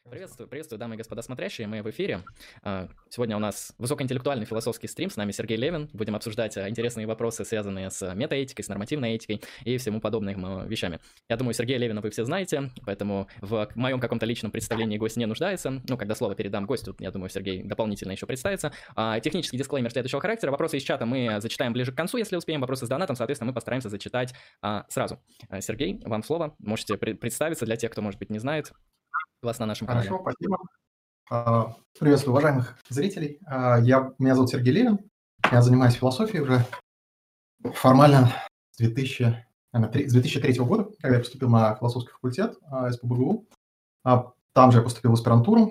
Приветствую, дамы и господа смотрящие, мы в эфире. Сегодня у нас высокоинтеллектуальный философский стрим, с нами Сергей Левин. Будем обсуждать интересные вопросы, связанные с метаэтикой, с нормативной этикой и всему подобными вещами. Я думаю, Сергея Левина вы все знаете, поэтому в моем каком-то личном представлении гость не нуждается. Ну, когда слово передам гостю, я думаю, Сергей дополнительно еще представится. Технический дисклеймер следующего характера. Вопросы из чата мы зачитаем ближе к концу, если успеем. Вопросы с донатом, соответственно, мы постараемся зачитать сразу. Сергей, вам слово. Можете представиться для тех, кто, может быть, не знает вас на нашем канале. Хорошо, спасибо. Приветствую уважаемых зрителей. Меня зовут Сергей Левин. Я занимаюсь философией уже формально с 2003 года, когда я поступил на философский факультет СПбГУ. Там же я поступил в аспирантуру.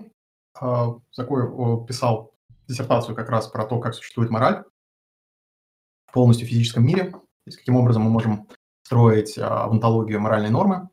Писал диссертацию как раз про то, как существует мораль в полностью физическом мире. То есть каким образом мы можем строить в онтологию моральные нормы.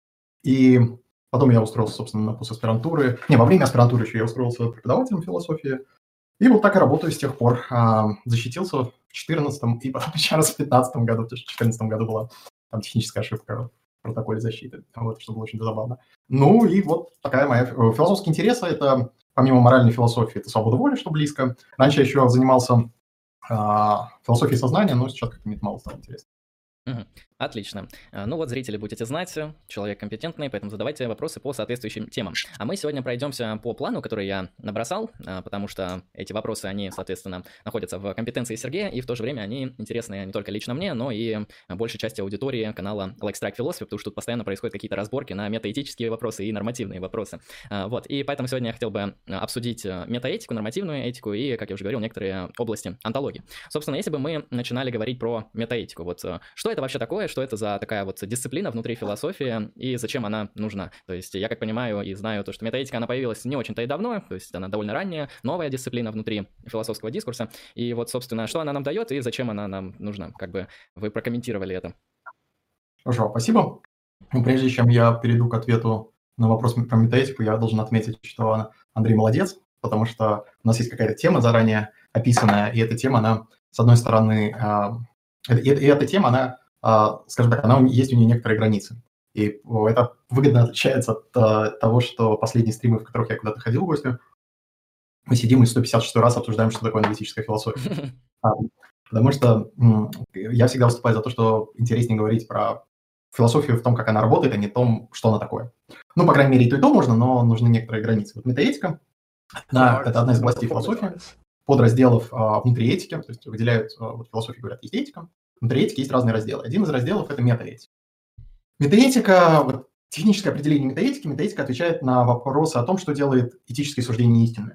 И потом я устроился, собственно, на постаспирантуры. Во время аспирантуры еще я устроился преподавателем философии. И вот так и работаю с тех пор. Защитился в 2014 и потом еще раз в 2015 году, потому что в 2014 году была там техническая ошибка в протоколе защиты, что было очень забавно. Ну и вот такая моя философские интересы. Это, помимо моральной философии, это свобода воли, что близко. Раньше я еще занимался философией сознания, но сейчас как-то мне это мало стало интересно. Отлично. Ну вот, зрители, будете знать, человек компетентный, поэтому задавайте вопросы по соответствующим темам. А мы сегодня пройдемся по плану, который я набросал, потому что эти вопросы, они, соответственно, находятся в компетенции Сергея, и в то же время они интересны не только лично мне, но и большей части аудитории канала Like Strike Philosophy, потому что тут постоянно происходят какие-то разборки на метаэтические вопросы и нормативные вопросы. Вот, и поэтому сегодня я хотел бы обсудить метаэтику, нормативную этику и, как я уже говорил, некоторые области онтологии. Собственно, если бы мы начинали говорить про метаэтику, вот что это вообще такое, что это за такая вот дисциплина внутри философии и зачем она нужна? То есть я как понимаю и знаю то, что метаэтика, она появилась не очень-то и давно, то есть она довольно ранняя, новая дисциплина внутри философского дискурса. И вот, собственно, что она нам дает и зачем она нам нужна? Как бы вы прокомментировали это. Хорошо, спасибо. Прежде чем я перейду к ответу на вопрос про метаэтику, я должен отметить, что Андрей молодец, потому что у нас есть какая-то тема заранее описанная, и эта тема, она, с одной стороны, эта тема, она, скажем так, есть у нее некоторые границы. И это выгодно отличается от того, что последние стримы, в которых я куда-то ходил в гости, мы сидим и 156 раз обсуждаем, что такое аналитическая философия. Потому что я всегда выступаю за то, что интереснее говорить про философию в том, как она работает, а не в том, что она такое. Ну, по крайней мере, и то можно, но нужны некоторые границы. Вот метаэтика – это одна из областей философии, подразделов внутри этики, то есть выделяют, вот в философии говорят, есть этика, внутри этики есть разные разделы. Один из разделов – это метаэтика. Метаэтика, вот, техническое определение метаэтики, метаэтика отвечает на вопросы о том, что делает этические суждения истинными.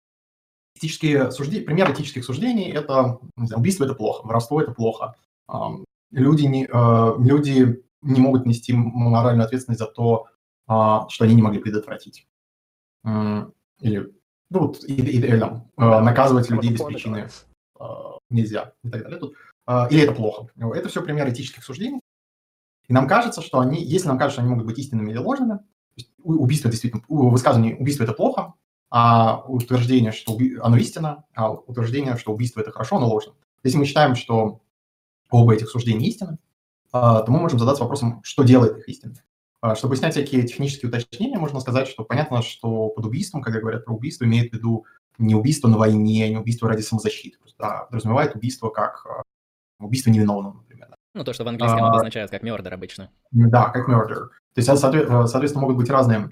Пример этических суждений – это, не знаю, убийство – это плохо, воровство – это плохо. Люди не могут нести моральную ответственность за то, что они не могли предотвратить. Или наказывать людей без причины нельзя и так далее. Или это плохо. Это все примеры этических суждений. И нам кажется, что если нам кажется, что они могут быть истинными или ложными, убийство действительно, высказывание «убийство – это плохо», а утверждение, что оно истинно, а утверждение, что убийство – это хорошо, оно ложно. Если мы считаем, что оба этих суждения истинны, то мы можем задаться вопросом, что делает их истинными. Чтобы снять всякие технические уточнения, можно сказать, что понятно, что под убийством, когда говорят про убийство, имеют в виду не убийство на войне, не убийство ради самозащиты, а подразумевает убийство как убийство невиновного, например. Ну, то, что в английском обозначают как murder обычно. Да, как murder. То есть, соответственно, могут быть разные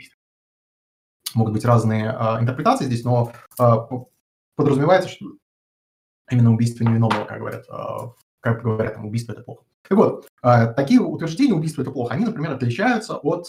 интерпретации здесь, но подразумевается, что именно убийство невиновного, как говорят, убийство – это плохо. Так вот, такие утверждения «убийство – это плохо», они, например, отличаются от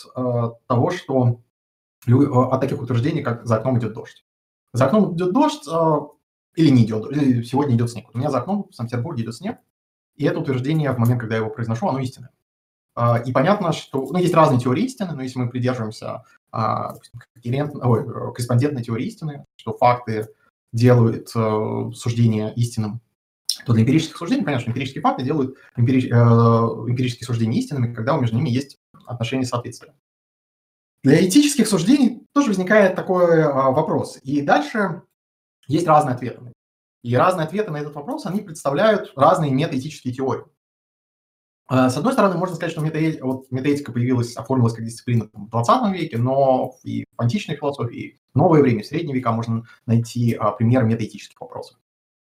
таких утверждений, как «за окном идет дождь». За окном идет дождь или не идет, или сегодня идет снег. У меня за окном в Санкт-Петербурге идет снег, и это утверждение в момент, когда я его произношу, оно истинное. И понятно, что есть разные теории истины, но если мы придерживаемся корреспондентной теории истины, что факты делают суждение истинным, то для эмпирических суждений, понятно, что эмпирические факты делают эмпирические суждения истинными, когда между ними есть отношение соответствия. Для этических суждений тоже возникает такой вопрос. И дальше есть разные ответы. И разные ответы на этот вопрос, они представляют разные метаэтические теории. С одной стороны, можно сказать, что метаэтика оформилась как дисциплина в 20 веке, но и в античной философии, и в новое время, в средние века можно найти примеры метаэтических вопросов.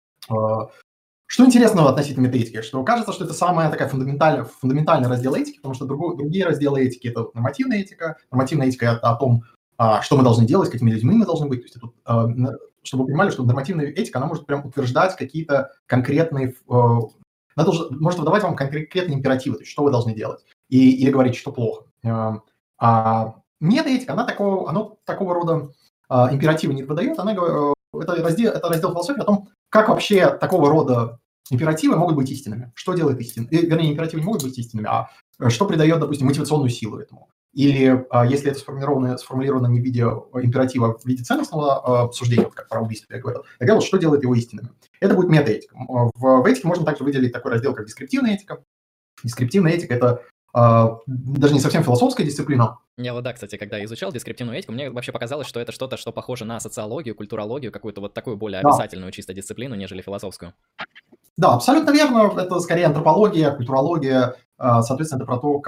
Что интересного относительно метаэтики, что кажется, что это самая такая фундаментальный раздел этики, потому что другие разделы этики – это нормативная этика. Нормативная этика – это о том, что мы должны делать, какими людьми мы должны быть. То есть, чтобы вы понимали, что нормативная этика, она может прям утверждать какие-то конкретные… может выдавать вам конкретные императивы, то есть что вы должны делать, или говорить, что плохо. А метаэтика, она такого рода императивы не выдает, это раздел философии о том, как вообще такого рода императивы могут быть истинными. Что делает истинным? Вернее, императивы не могут быть истинными, а что придает, допустим, мотивационную силу этому. Или если это сформулировано не в виде императива, а в виде ценностного суждения, как про убийство я говорил, тогда вот что делает его истинными? Это будет метаэтика. В этике можно также выделить такой раздел, как дескриптивная этика. Дескриптивная этика – это даже не совсем философская дисциплина. Я вот, да, кстати, когда изучал дескриптивную этику, мне вообще показалось, что это что-то, что похоже на социологию, культурологию, какую-то вот такую более описательную чисто дисциплину, нежели философскую. Да, абсолютно верно. Это скорее антропология, культурология. Соответственно, это про то,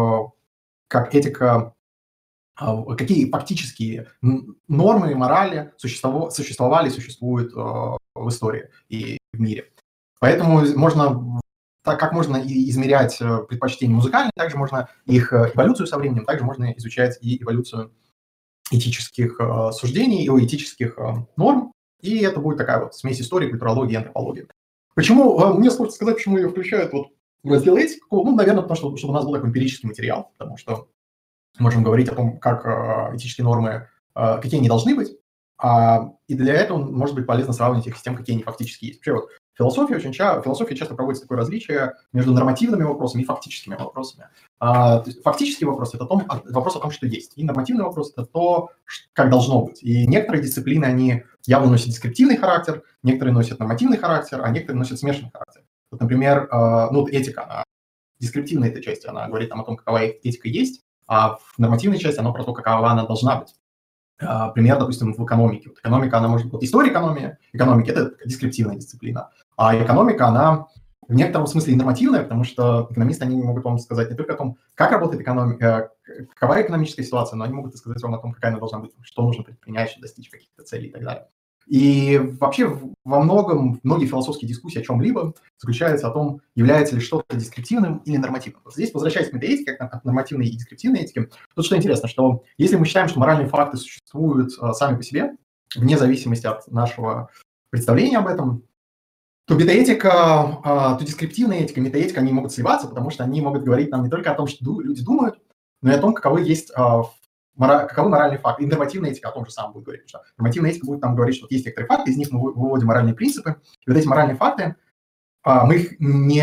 как этика, какие фактические нормы и морали существовали и существуют в истории и в мире. Поэтому так как можно измерять предпочтения музыкальные, также можно их эволюцию со временем, также можно изучать и эволюцию этических суждений, этических норм. И это будет такая вот смесь истории, культурологии и антропологии. Почему? Мне сложно сказать, почему ее включают вот в раздел этику. Наверное, потому что чтобы у нас был такой эмпирический материал, потому что можем говорить о том, как этические нормы, какие они должны быть, и для этого может быть полезно сравнивать их с тем, какие они фактически есть. Вообще вот философия часто проводится такое различие между нормативными вопросами и фактическими вопросами. То есть фактический вопрос – это вопрос о том, что есть, и нормативный вопрос – это то, как должно быть. И некоторые дисциплины, они явно носят дескриптивный характер, некоторые носят нормативный характер, а некоторые носят смешанный характер. Вот, например, этика, дескриптивная эта часть, она говорит там о том, какова этика есть, а в нормативной части она про то, какова она должна быть. Пример, допустим, в экономике. Вот экономика, она может быть… История экономики – это дескриптивная дисциплина. А экономика, она в некотором смысле и нормативная, потому что экономисты, они могут вам сказать не только о том, как работает экономика, какова экономическая ситуация, но они могут сказать вам о том, какая она должна быть, что нужно предпринять, чтобы достичь каких-то целей и так далее. И вообще многие философские дискуссии о чем-либо заключаются о том, является ли что-то дескриптивным или нормативным. Здесь, возвращаясь к метаэтике, к нормативной и дескриптивной этике, тут что интересно, что если мы считаем, что моральные факты существуют сами по себе, вне зависимости от нашего представления об этом, то дескриптивная этика, метаэтика, они могут сливаться, потому что они могут говорить нам не только о том, что люди думают, но и о том, каковы моральные факты. И нормативная этика о том же самом будет говорить. Потому что нормативная этика будет нам говорить, что есть некоторые факты, из них мы выводим моральные принципы. И вот эти моральные факты, мы их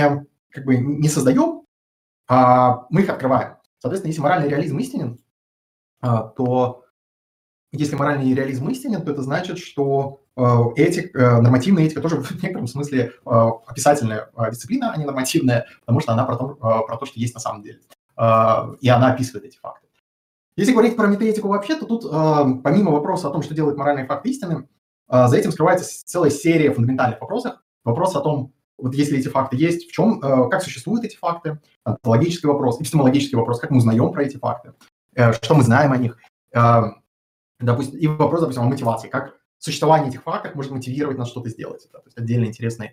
не создаем, а мы их открываем. Соответственно, если моральный реализм истинен, то это значит, что нормативная этика тоже в некотором смысле описательная дисциплина, а не нормативная, потому что она про то, что есть на самом деле. И она описывает эти факты. Если говорить про метаэтику вообще, то тут помимо вопроса о том, что делает моральные факты истинным, за этим скрывается целая серия фундаментальных вопросов. Вопрос о том, вот если эти факты есть, как существуют эти факты, логический вопрос, эпистемологический вопрос, как мы узнаем про эти факты, что мы знаем о них, допустим, и вопрос, допустим, о мотивации, как существование этих фактов может мотивировать нас что-то сделать. То есть отдельно интересный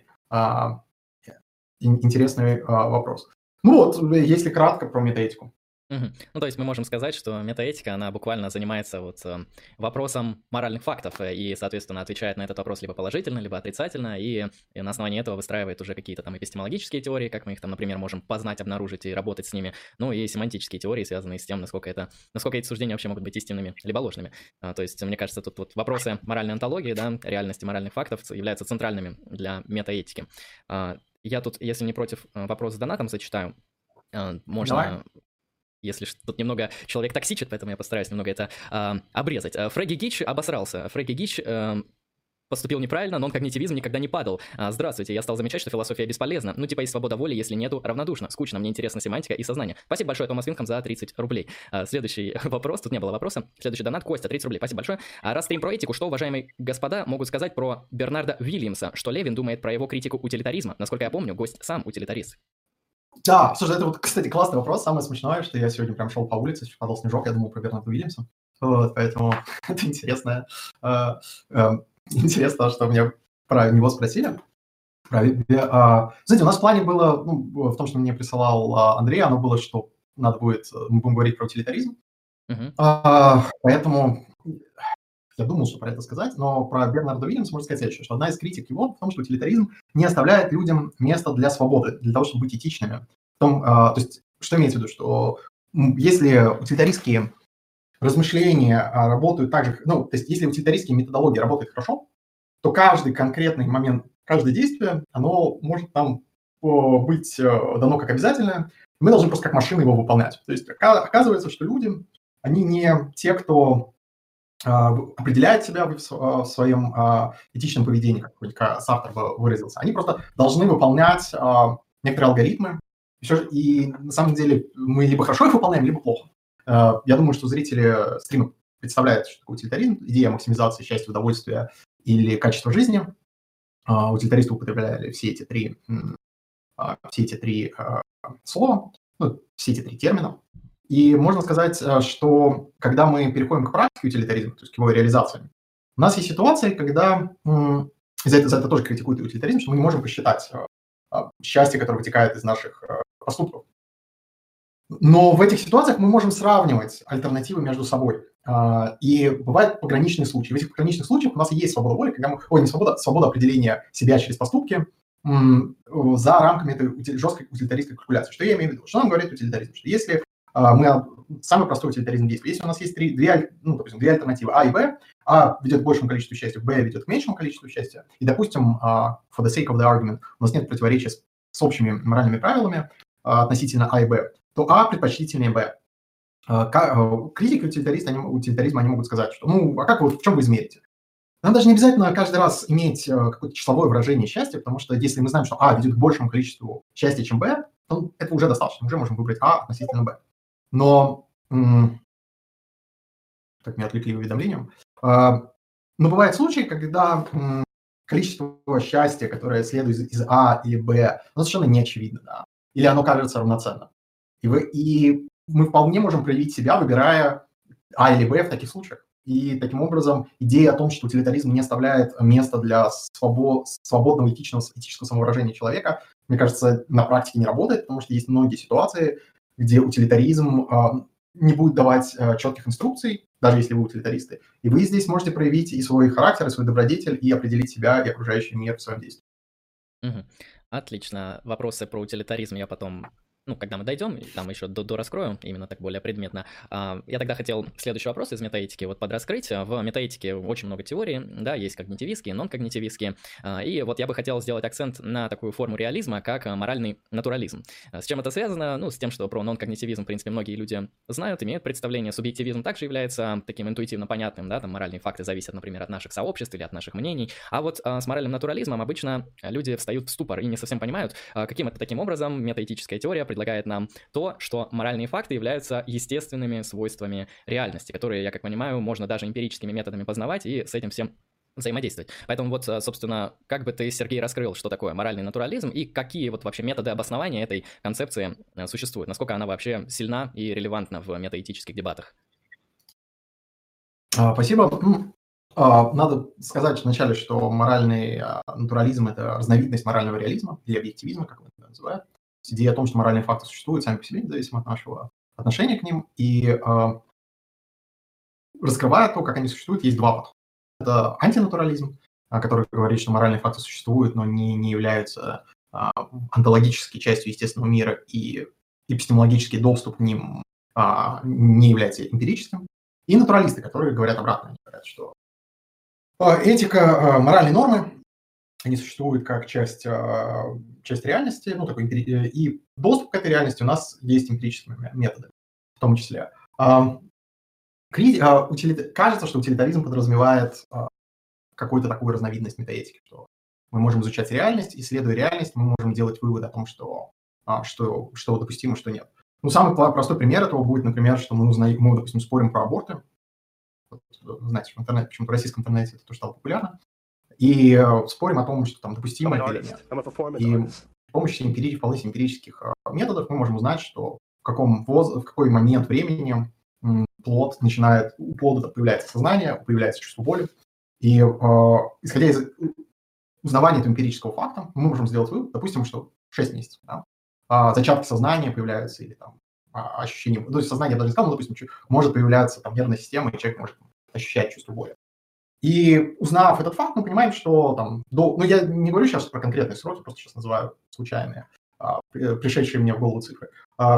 вопрос. Если кратко про метаэтику. Ну, то есть мы можем сказать, что метаэтика, она буквально занимается вопросом моральных фактов и, соответственно, отвечает на этот вопрос либо положительно, либо отрицательно, и на основании этого выстраивает уже какие-то там эпистемологические теории, как мы их там, например, можем познать, обнаружить и работать с ними, ну и семантические теории, связанные с тем, насколько эти суждения вообще могут быть истинными, либо ложными. То есть, мне кажется, тут вот вопросы моральной антологии, да, реальности моральных фактов являются центральными для метаэтики. Я тут, если не против, вопрос с донатом зачитаю. Можно... Давай. Если тут немного человек токсичит, поэтому я постараюсь немного это обрезать. Фрэгги Гич обосрался. Фрэгги Гич поступил неправильно, но когнитивизм никогда не падал. Здравствуйте, я стал замечать, что философия бесполезна. Ну, типа, есть свобода воли, если нету, равнодушно. Скучно, мне интересна семантика и сознание. Спасибо большое, Томас Винком, за 30 рублей. Следующий вопрос, тут не было вопроса. Следующий донат, Костя, 30 рублей. Спасибо большое. Раз стрим про этику, что, уважаемые господа, могут сказать про Бернарда Уильямса? Что Левин думает про его критику утилитаризма? Насколько я помню, гость сам утилитарист. Да, слушай, это вот, кстати, классный вопрос. Самое смешное, что я сегодня прям шел по улице, падал снежок, я думал про Бернарда Уильямса. Вот, поэтому это интересно. Интересно, что меня про него спросили. Знаете, у нас в плане было, в том, что мне присылал Андрей, оно было, что надо будет, мы будем говорить про утилитаризм. Мгм. Поэтому я думал, что про это сказать, но про Бернарда Уильямса можно сказать следующее, что одна из критик его в том, что утилитаризм не оставляет людям места для свободы, для того, чтобы быть этичными. То есть, что имеется в виду, что если утилитаристские размышления работают так же, то есть если утилитаристские методологии работают хорошо, то каждый конкретный момент, каждое действие, оно может там быть дано как обязательное. Мы должны просто как машины его выполнять. То есть оказывается, что люди, они не те, кто определяет себя в своем этичном поведении, как автор выразился. Они просто должны выполнять некоторые алгоритмы. И на самом деле мы либо хорошо их выполняем, либо плохо. Я думаю, что зрители стрима представляют, что такое утилитаризм, идея максимизации счастья, удовольствия или качества жизни. Утилитаристы употребляли все эти три слова, все эти три термина. И можно сказать, что когда мы переходим к практике утилитаризма, то есть к его реализации, у нас есть ситуации, когда, за это тоже критикуют утилитаризм, что мы не можем посчитать счастье, которое вытекает из наших поступков. Но в этих ситуациях мы можем сравнивать альтернативы между собой. И бывают пограничные случаи. В этих пограничных случаях у нас есть свобода воли, свобода определения себя через поступки за рамками этой жесткой утилитаристской калькуляции. Что я имею в виду? Что нам говорит утилитаризм? Что если самый простой утилитаризм действия, если у нас есть две альтернативы А и Б, А ведет к большему количеству счастья, Б ведет к меньшему количеству счастья, и, допустим, for the sake of the argument, у нас нет противоречия с общими моральными правилами относительно А и Б, то А предпочтительнее Б. Критики утилитаризма, они могут сказать, что в чем вы измерите? Нам даже не обязательно каждый раз иметь какое-то числовое выражение счастья, потому что если мы знаем, что А ведет к большему количеству счастья, чем Б, то это уже достаточно, мы уже можем выбрать А относительно Б. Но, так меня отвлекли уведомлением, но бывают случаи, когда количество счастья, которое следует из А или Б, оно совершенно не очевидно, да, или оно кажется равноценным. И мы вполне можем проявить себя, выбирая А или Б в таких случаях. И таким образом идея о том, что утилитаризм не оставляет места для свободного этического самовыражения человека, мне кажется, на практике не работает, потому что есть многие ситуации, где утилитаризм не будет давать четких инструкций, даже если вы утилитаристы. И вы здесь можете проявить и свой характер, и свой добродетель, и определить себя и окружающий мир в своем действии. Отлично. Вопросы про утилитаризм я потом, когда мы дойдем, там еще дораскроем, именно так более предметно. Я тогда хотел следующий вопрос из метаэтики вот подраскрыть. В метаэтике очень много теорий, да, есть когнитивистские, нон-когнитивистские. И вот я бы хотел сделать акцент на такую форму реализма, как моральный натурализм. С чем это связано? С тем, что про нон-когнитивизм, в принципе, многие люди знают, имеют представление. Субъективизм также является таким интуитивно понятным, да, там моральные факты зависят, например, от наших сообществ или от наших мнений. А вот с моральным натурализмом обычно люди встают в ступор и не совсем понимают, каким это таким образом метаэтическая теория предлагает нам то, что моральные факты являются естественными свойствами реальности, которые, я как понимаю, можно даже эмпирическими методами познавать и с этим всем взаимодействовать. Поэтому вот, собственно, как бы ты, Сергей, раскрыл, что такое моральный натурализм и какие вот вообще методы обоснования этой концепции существуют, насколько она вообще сильна и релевантна в метаэтических дебатах? Спасибо. Надо сказать вначале, что моральный натурализм – это разновидность морального реализма или объективизма, как его называют. Идея о том, что моральные факты существуют сами по себе, независимо от нашего отношения к ним. И раскрывая то, как они существуют, есть два подхода. Это антинатурализм, который говорит, что моральные факты существуют, но не являются онтологической частью естественного мира, и эпистемологический доступ к ним не является эмпирическим. И натуралисты, которые говорят обратно. Они говорят, что этика, моральные нормы, они существуют как часть реальности, и доступ к этой реальности у нас есть эмпирическими методами, в том числе. Кажется, что утилитаризм подразумевает какую-то такую разновидность метаэтики, что мы можем изучать реальность, исследуя реальность, мы можем делать выводы о том, что допустимо, что нет. Самый простой пример этого будет, например, что мы, допустим, спорим про аборты. Знаете, в интернете, почему-то в российском интернете это тоже стало популярно. И спорим о том, что там допустимо это или нет. И помощью вполне эмпирических методов мы можем узнать, что в какой момент времени у плода появляется сознание, появляется чувство боли. И исходя из узнавания этого эмпирического факта, мы можем сделать вывод, допустим, что 6 месяцев. Да? Зачатки сознания появляются или там ощущение, то есть сознание, я даже не сказал, но, допустим, может появляться там нервная система, и человек может ощущать чувство боли. И узнав этот факт, мы понимаем, что там, я не говорю сейчас про конкретные сроки, просто сейчас называю случайные, пришедшие мне в голову цифры.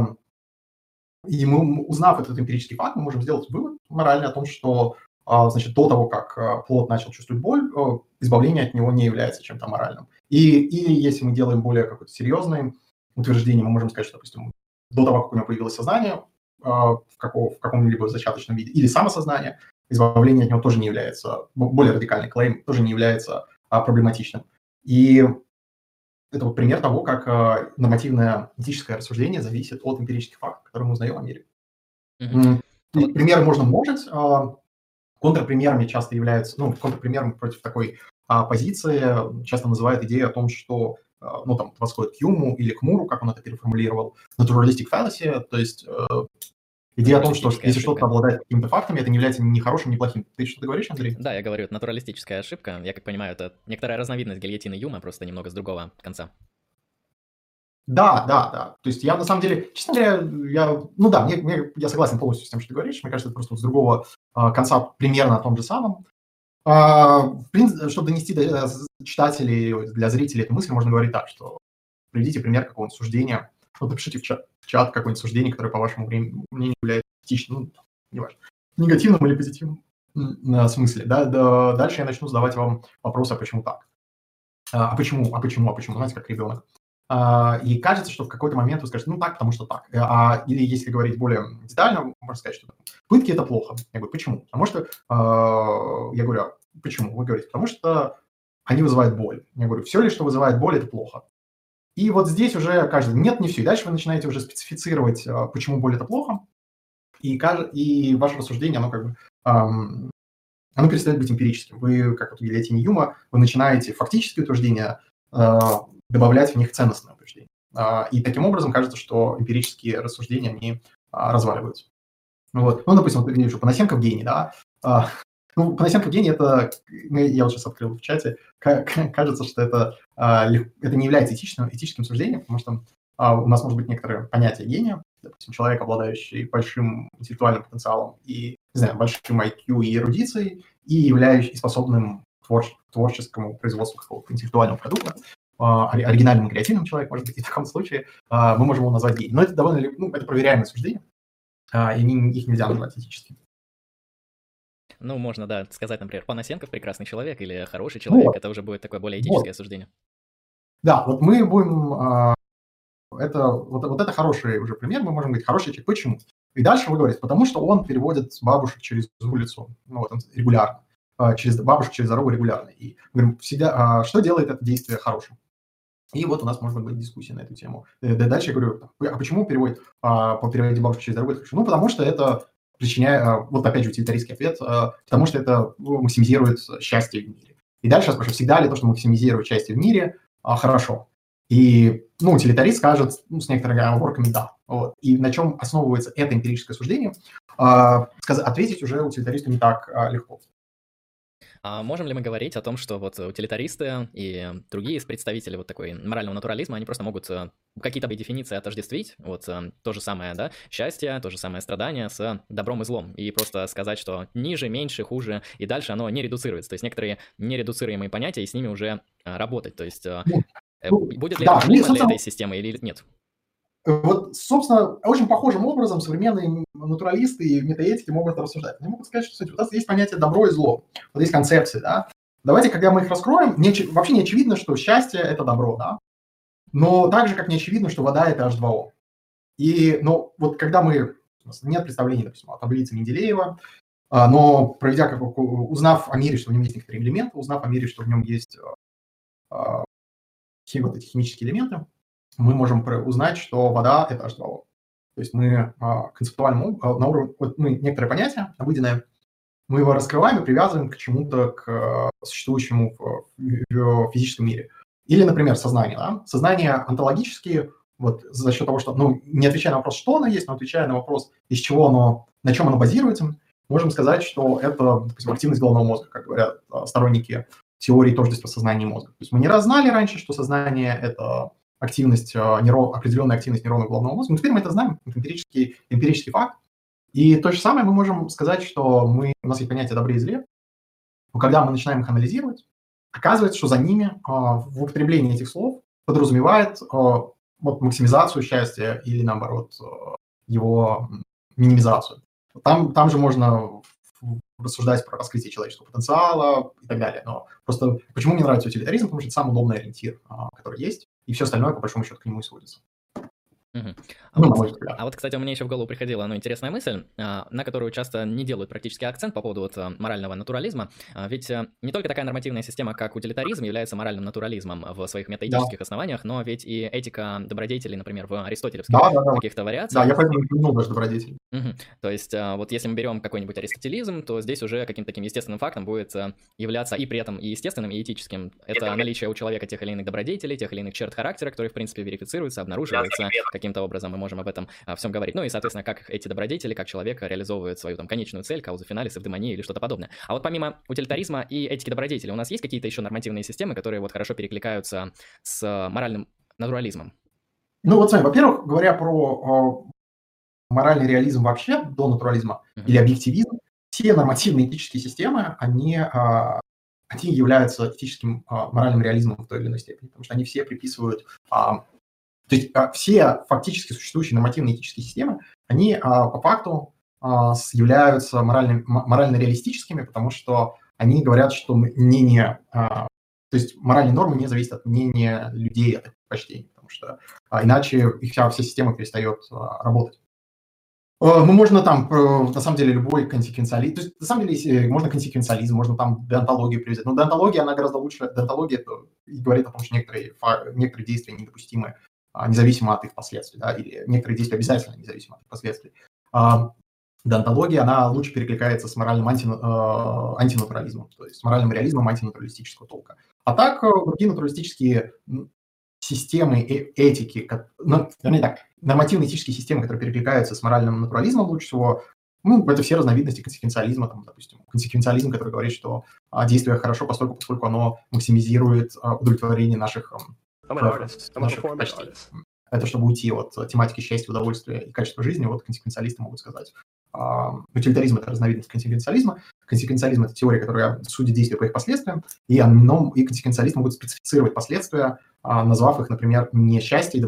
И мы, узнав этот эмпирический факт, мы можем сделать вывод моральный о том, что значит, до того, как плод начал чувствовать боль, избавление от него не является чем-то аморальным. Или если мы делаем более какое-то серьезное утверждение, мы можем сказать, что, допустим, до того, как у него появилось сознание в каком-либо зачаточном виде, или самосознание, избавление от него тоже не является, более радикальный клейм, тоже не является проблематичным. И это вот пример того, как нормативное этическое рассуждение зависит от эмпирических фактов, которые мы узнаем о мире. Примеры можно множить. Контрпримерами часто являются, контрпримером против такой позиции часто называют идею о том, что, восходит к Юму или к Муру, как он это переформулировал, naturalistic fallacy, то есть идея о том, что если что-то обладает какими-то фактами, это не является ни хорошим, ни плохим. Ты что-то говоришь, Андрей? Да, я говорю, это натуралистическая ошибка. Я как понимаю, это некоторая разновидность гильотины Юма, просто немного с другого конца. Да. То есть я на самом деле, честно говоря, я согласен полностью с тем, что ты говоришь. Мне кажется, это просто с другого конца примерно о том же самом. В принципе, чтобы донести до читателей, для зрителей эту мысль, можно говорить так, что приведите пример какого-нибудь суждения. Напишите в чат какое-нибудь суждение, которое, по вашему мнению, является этичным, неважно, негативным или позитивным смысле. Да? Дальше я начну задавать вам вопросы, а почему так? А почему? Знаете, как ребенок. И кажется, что в какой-то момент вы скажете, так, потому что так. Или если говорить более детально, можно сказать, что пытки – это плохо. Я говорю, почему? Потому что, я говорю, почему? Вы говорите, потому что они вызывают боль. Я говорю, все ли, что вызывает боль, это плохо. И вот здесь уже каждый, нет, не все. И дальше вы начинаете уже специфицировать, почему боль – это плохо. И ваше рассуждение, оно перестает быть эмпирическим. Вы, как вот в гильотине Юма, вы начинаете фактические утверждения добавлять в них ценностное убеждение. И таким образом кажется, что эмпирические рассуждения, они разваливаются. Допустим, ты видишь, что Панасенков гений, да? Панасенков гений – это, я вот сейчас открыл в чате, кажется, что это не является этическим суждением, потому что у нас может быть некоторое понятие гения, допустим, человек, обладающий большим интеллектуальным потенциалом и, не знаю, большим IQ и эрудицией, и способным к творческому производству какого-то интеллектуального продукта, оригинальным и креативным человеком, может быть, и в таком случае мы можем его назвать гением. Но это довольно, это проверяемое суждение, и их нельзя назвать этическими. Можно, да, сказать, например, Панасенков прекрасный человек или хороший человек, это уже будет такое более этическое суждение. Да, вот мы будем, это хороший уже пример, мы можем говорить, хороший человек, почему? И дальше вы говорите, потому что он переводит бабушек через улицу, регулярно, бабушек через дорогу регулярно. И говорим, всегда, что делает это действие хорошим? И вот у нас может быть дискуссия на эту тему. Дальше я говорю, а почему по переводе бабушек через дорогу это хорошо? Потому что это причиняет, опять же, утилитаристский ответ, потому что это максимизирует счастье в мире. И дальше я спрашиваю, всегда ли то, что максимизирует счастье в мире, хорошо? И, утилитарист скажет, с некоторыми оговорками, да. И на чем основывается это эмпирическое суждение, ответить уже утилитаристу не так легко. А можем ли мы говорить о том, что утилитаристы и другие представители такой морального натурализма, они просто могут какие-то дефиниции отождествить, то же самое, да, счастье, то же самое страдание с добром и злом, и просто сказать, что ниже, меньше, хуже, и дальше оно не редуцируется, то есть некоторые нередуцируемые понятия, и с ними уже работать, то есть будет ли это проблема для этой системы или нет? Собственно, очень похожим образом современные натуралисты и метаэтики могут рассуждать. Они могут сказать, что у нас есть понятие добро и зло, есть концепции, да. Давайте, когда мы их раскроем, вообще не очевидно, что счастье – это добро, да. Но так же, как не очевидно, что вода – это H2O. И, когда нет представления, допустим, о таблице Менделеева, но узнав о мире, что в нем есть некоторые элементы, узнав о мире, что в нем есть эти химические элементы, мы можем узнать, что вода – это H2O. То есть мы концептуально, на уровне, некоторое понятие обыденное, мы его раскрываем и привязываем к чему-то, к существующему в физическом мире. Или, например, сознание. Да? Сознание онтологически, вот за счет того, что, ну, не отвечая на вопрос, что оно есть, но отвечая на вопрос, из чего оно, на чем оно базируется, можем сказать, что это, допустим, активность головного мозга, как говорят сторонники теории тождества сознания и мозга. То есть мы не раз знали раньше, что сознание – это активность, определенная активность нейронов головного мозга, но теперь мы это знаем, это эмпирический факт. И то же самое мы можем сказать, что у нас есть понятие «добре» и «зле», но когда мы начинаем их анализировать, оказывается, что за ними в употреблении этих слов подразумевает вот, максимизацию счастья или, наоборот, его минимизацию. Там же можно рассуждать про раскрытие человеческого потенциала и так далее. Но просто почему мне нравится утилитаризм? Потому что это самый удобный ориентир, который есть, и все остальное, по большому счету, к нему и сводится. Мгм. Ну, на мой взгляд. А вот, кстати, у меня еще в голову приходила интересная мысль, на которую часто не делают практически акцент по поводу морального натурализма. Ведь не только такая нормативная система, как утилитаризм, является моральным натурализмом в своих метаэтических основаниях, но ведь и этика добродетелей, например, в аристотелевских каких-то Да, вариациях. я поэтому упомянул даже добродетель. То есть вот если мы берем какой-нибудь аристотелизм, то здесь уже каким-то таким естественным фактом будет являться и при этом и естественным, и этическим. Это наличие у человека тех или иных добродетелей, тех или иных черт характера, которые, в принципе, верифицируются, обнаруживаются каким-то образом, мы можем об этом всем говорить. Ну и, соответственно, как эти добродетели, как человек реализовывает свою там конечную цель, кауза финалис, эвдемония или что-то подобное. А вот помимо утилитаризма и этики добродетелей, у нас есть какие-то еще нормативные системы, которые вот хорошо перекликаются с моральным натурализмом? Ну вот смотри, во-первых, говоря про моральный реализм вообще до натурализма или объективизм, все нормативные этические системы, они являются этическим моральным реализмом в той или иной степени, потому что они все приписывают... То есть все фактически существующие нормативные этические системы, они по факту являются морально-реалистическими, потому что они говорят, что мнение... То есть моральные нормы не зависят от мнения людей, от их предпочтений, потому что иначе вся система перестает работать. Ну, можно там, на самом деле, любой консеквенциализм. То есть, на самом деле, можно консеквенциализм, можно там деонтологию привязать. Но деонтология, она гораздо лучше. Деонтология говорит о том, что некоторые действия недопустимы, независимо от их последствий, да, или некоторые действия обязательно независимо от их последствий. Деонтология, она лучше перекликается с моральным антинатурализмом, то есть с моральным реализмом антинатуралистического толка. А так, другие натуралистические системы этики, вернее так, нормативные этические системы, которые перекликаются с моральным натурализмом лучше всего, ну, это все разновидности консеквенциализма, там, допустим, консеквенциализм, который говорит, что действие хорошо поскольку оно максимизирует удовлетворение наших предпочтений. Это чтобы уйти от тематики счастья, удовольствия и качества жизни, вот консеквенциалисты могут сказать. Утилитаризм – это разновидность консеквенциализма. Консеквенциализм – это теория, которая судит действия по их последствиям, и консеквенциалисты могут специфицировать последствия, назвав их, например, не счастье,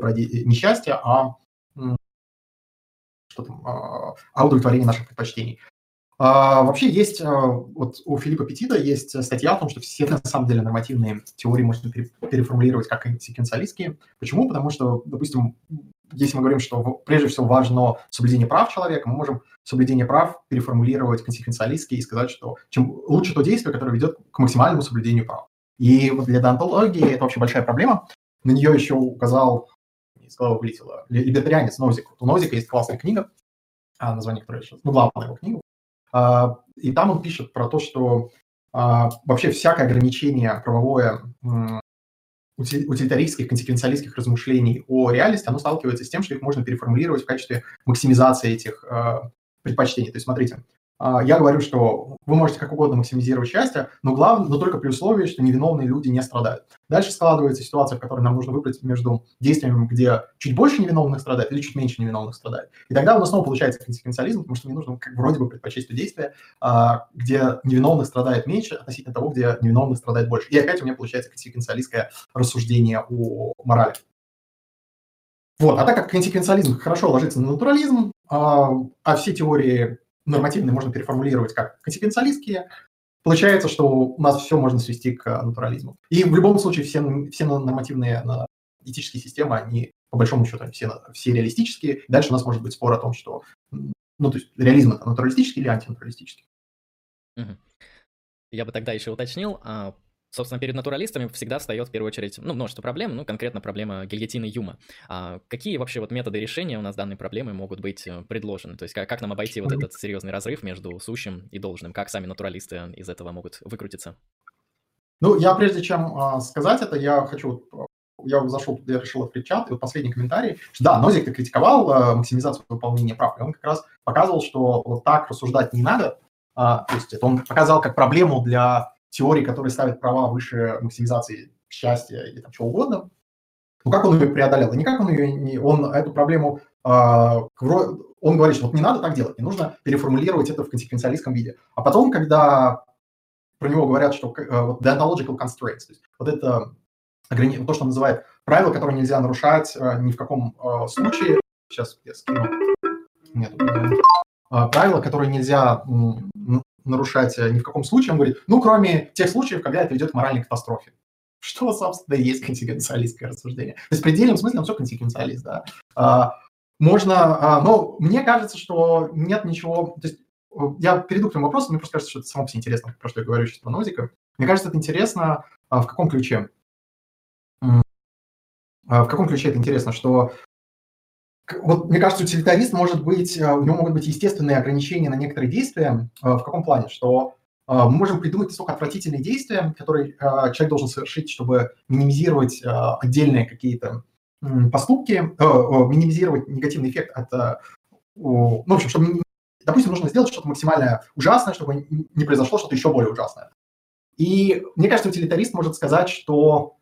а удовлетворение наших предпочтений. Вообще есть, вот у Филиппа Петита есть статья о том, что все на самом деле нормативные теории можно переформулировать как консеквенциалистские. Почему? Потому что, допустим, если мы говорим, что прежде всего важно соблюдение прав человека, мы можем соблюдение прав переформулировать консеквенциалистски и сказать, что чем лучше то действие, которое ведет к максимальному соблюдению прав. И вот для деонтологии это вообще большая проблема. На нее еще указал, из головы вылетело, либертарианец Нозик. У Нозика есть классная книга, название которой сейчас, главная его книга. И там он пишет про то, что вообще всякое ограничение правовое утилитаристских, консеквенциалистских размышлений о реальности, оно сталкивается с тем, что их можно переформулировать в качестве максимизации этих предпочтений. То есть, смотрите, я говорю, что вы можете как угодно максимизировать счастье, но только при условии, что невиновные люди не страдают. Дальше складывается ситуация, в которой нам нужно выбрать между действиями, где чуть больше невиновных страдает или чуть меньше невиновных страдает. И тогда у нас снова получается консеквенциализм, потому что мне нужно вроде бы предпочесть то действие, где невиновных страдает меньше относительно того, где невиновных страдает больше. И опять у меня получается консеквенциалистское рассуждение о морали. Вот. А так как консеквенциализм хорошо ложится на натурализм, а все теории нормативные можно переформулировать как консеквенциалистские, получается, что у нас все можно свести к натурализму. И в любом случае все нормативные этические системы, они по большому счету все реалистические. Дальше у нас может быть спор о том, что то есть реализм – это натуралистический или антинатуралистический. Я бы тогда еще уточнил, собственно, перед натуралистами всегда встает в первую очередь, множество проблем, конкретно проблема гильотины Юма. Какие вообще вот методы решения у нас данной проблемы могут быть предложены? То есть как нам обойти вот этот серьезный разрыв между сущим и должным? Как сами натуралисты из этого могут выкрутиться? Ну, я прежде чем сказать это, я зашел, я решил открыть чат, и вот последний комментарий, что да, Нозик критиковал максимизацию выполнения прав, и он как раз показывал, что вот так рассуждать не надо, то есть это он показал как проблему для теорий, которые ставят права выше максимизации счастья или там чего угодно. Ну, как он ее преодолел? И никак он эту проблему, он говорит, что вот не надо так делать, не нужно переформулировать это в консеквенциалистском виде. А потом, когда про него говорят, что вот deontological constraints, то есть вот это то, что он называет правила, которые нельзя нарушать ни в каком случае. Сейчас я скину. Нет, правила, которые нельзя нарушать ни в каком случае. Он говорит, ну, кроме тех случаев, когда это ведет к моральной катастрофе. Что, собственно, и есть консеквенциалистское рассуждение. То есть в предельном смысле он все консеквенциалист, да. Можно, но мне кажется, что нет ничего... То есть я перейду к этому вопросу, мне просто кажется, что это само по себе интересно, про что я говорю сейчас про Нозика. Мне кажется, это интересно в каком ключе? В каком ключе это интересно, что вот, мне кажется, утилитарист может быть, у него могут быть естественные ограничения на некоторые действия. В каком плане? Что мы можем придумать настолько отвратительные действия, которые человек должен совершить, чтобы минимизировать отдельные какие-то поступки, минимизировать негативный эффект от... Ну, в общем, чтобы, допустим, нужно сделать что-то максимально ужасное, чтобы не произошло что-то еще более ужасное. И мне кажется, утилитарист может сказать, что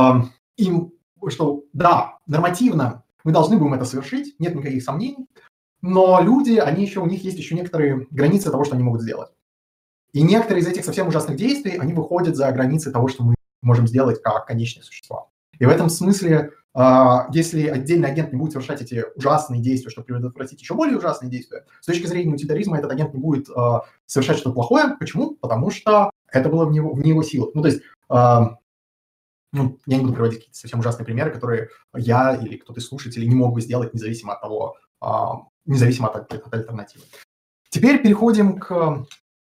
что да, нормативно мы должны будем это совершить, нет никаких сомнений, но люди, у них есть еще некоторые границы того, что они могут сделать. И некоторые из этих совсем ужасных действий, они выходят за границы того, что мы можем сделать как конечные существа. И в этом смысле, если отдельный агент не будет совершать эти ужасные действия, чтобы предотвратить еще более ужасные действия, с точки зрения утилитаризма этот агент не будет совершать что-то плохое. Почему? Потому что это было вне его силах. Ну, то есть... Ну, я не буду приводить какие-то совсем ужасные примеры, которые я или кто-то из слушателей не мог бы сделать, независимо от того, независимо от альтернативы. Теперь переходим к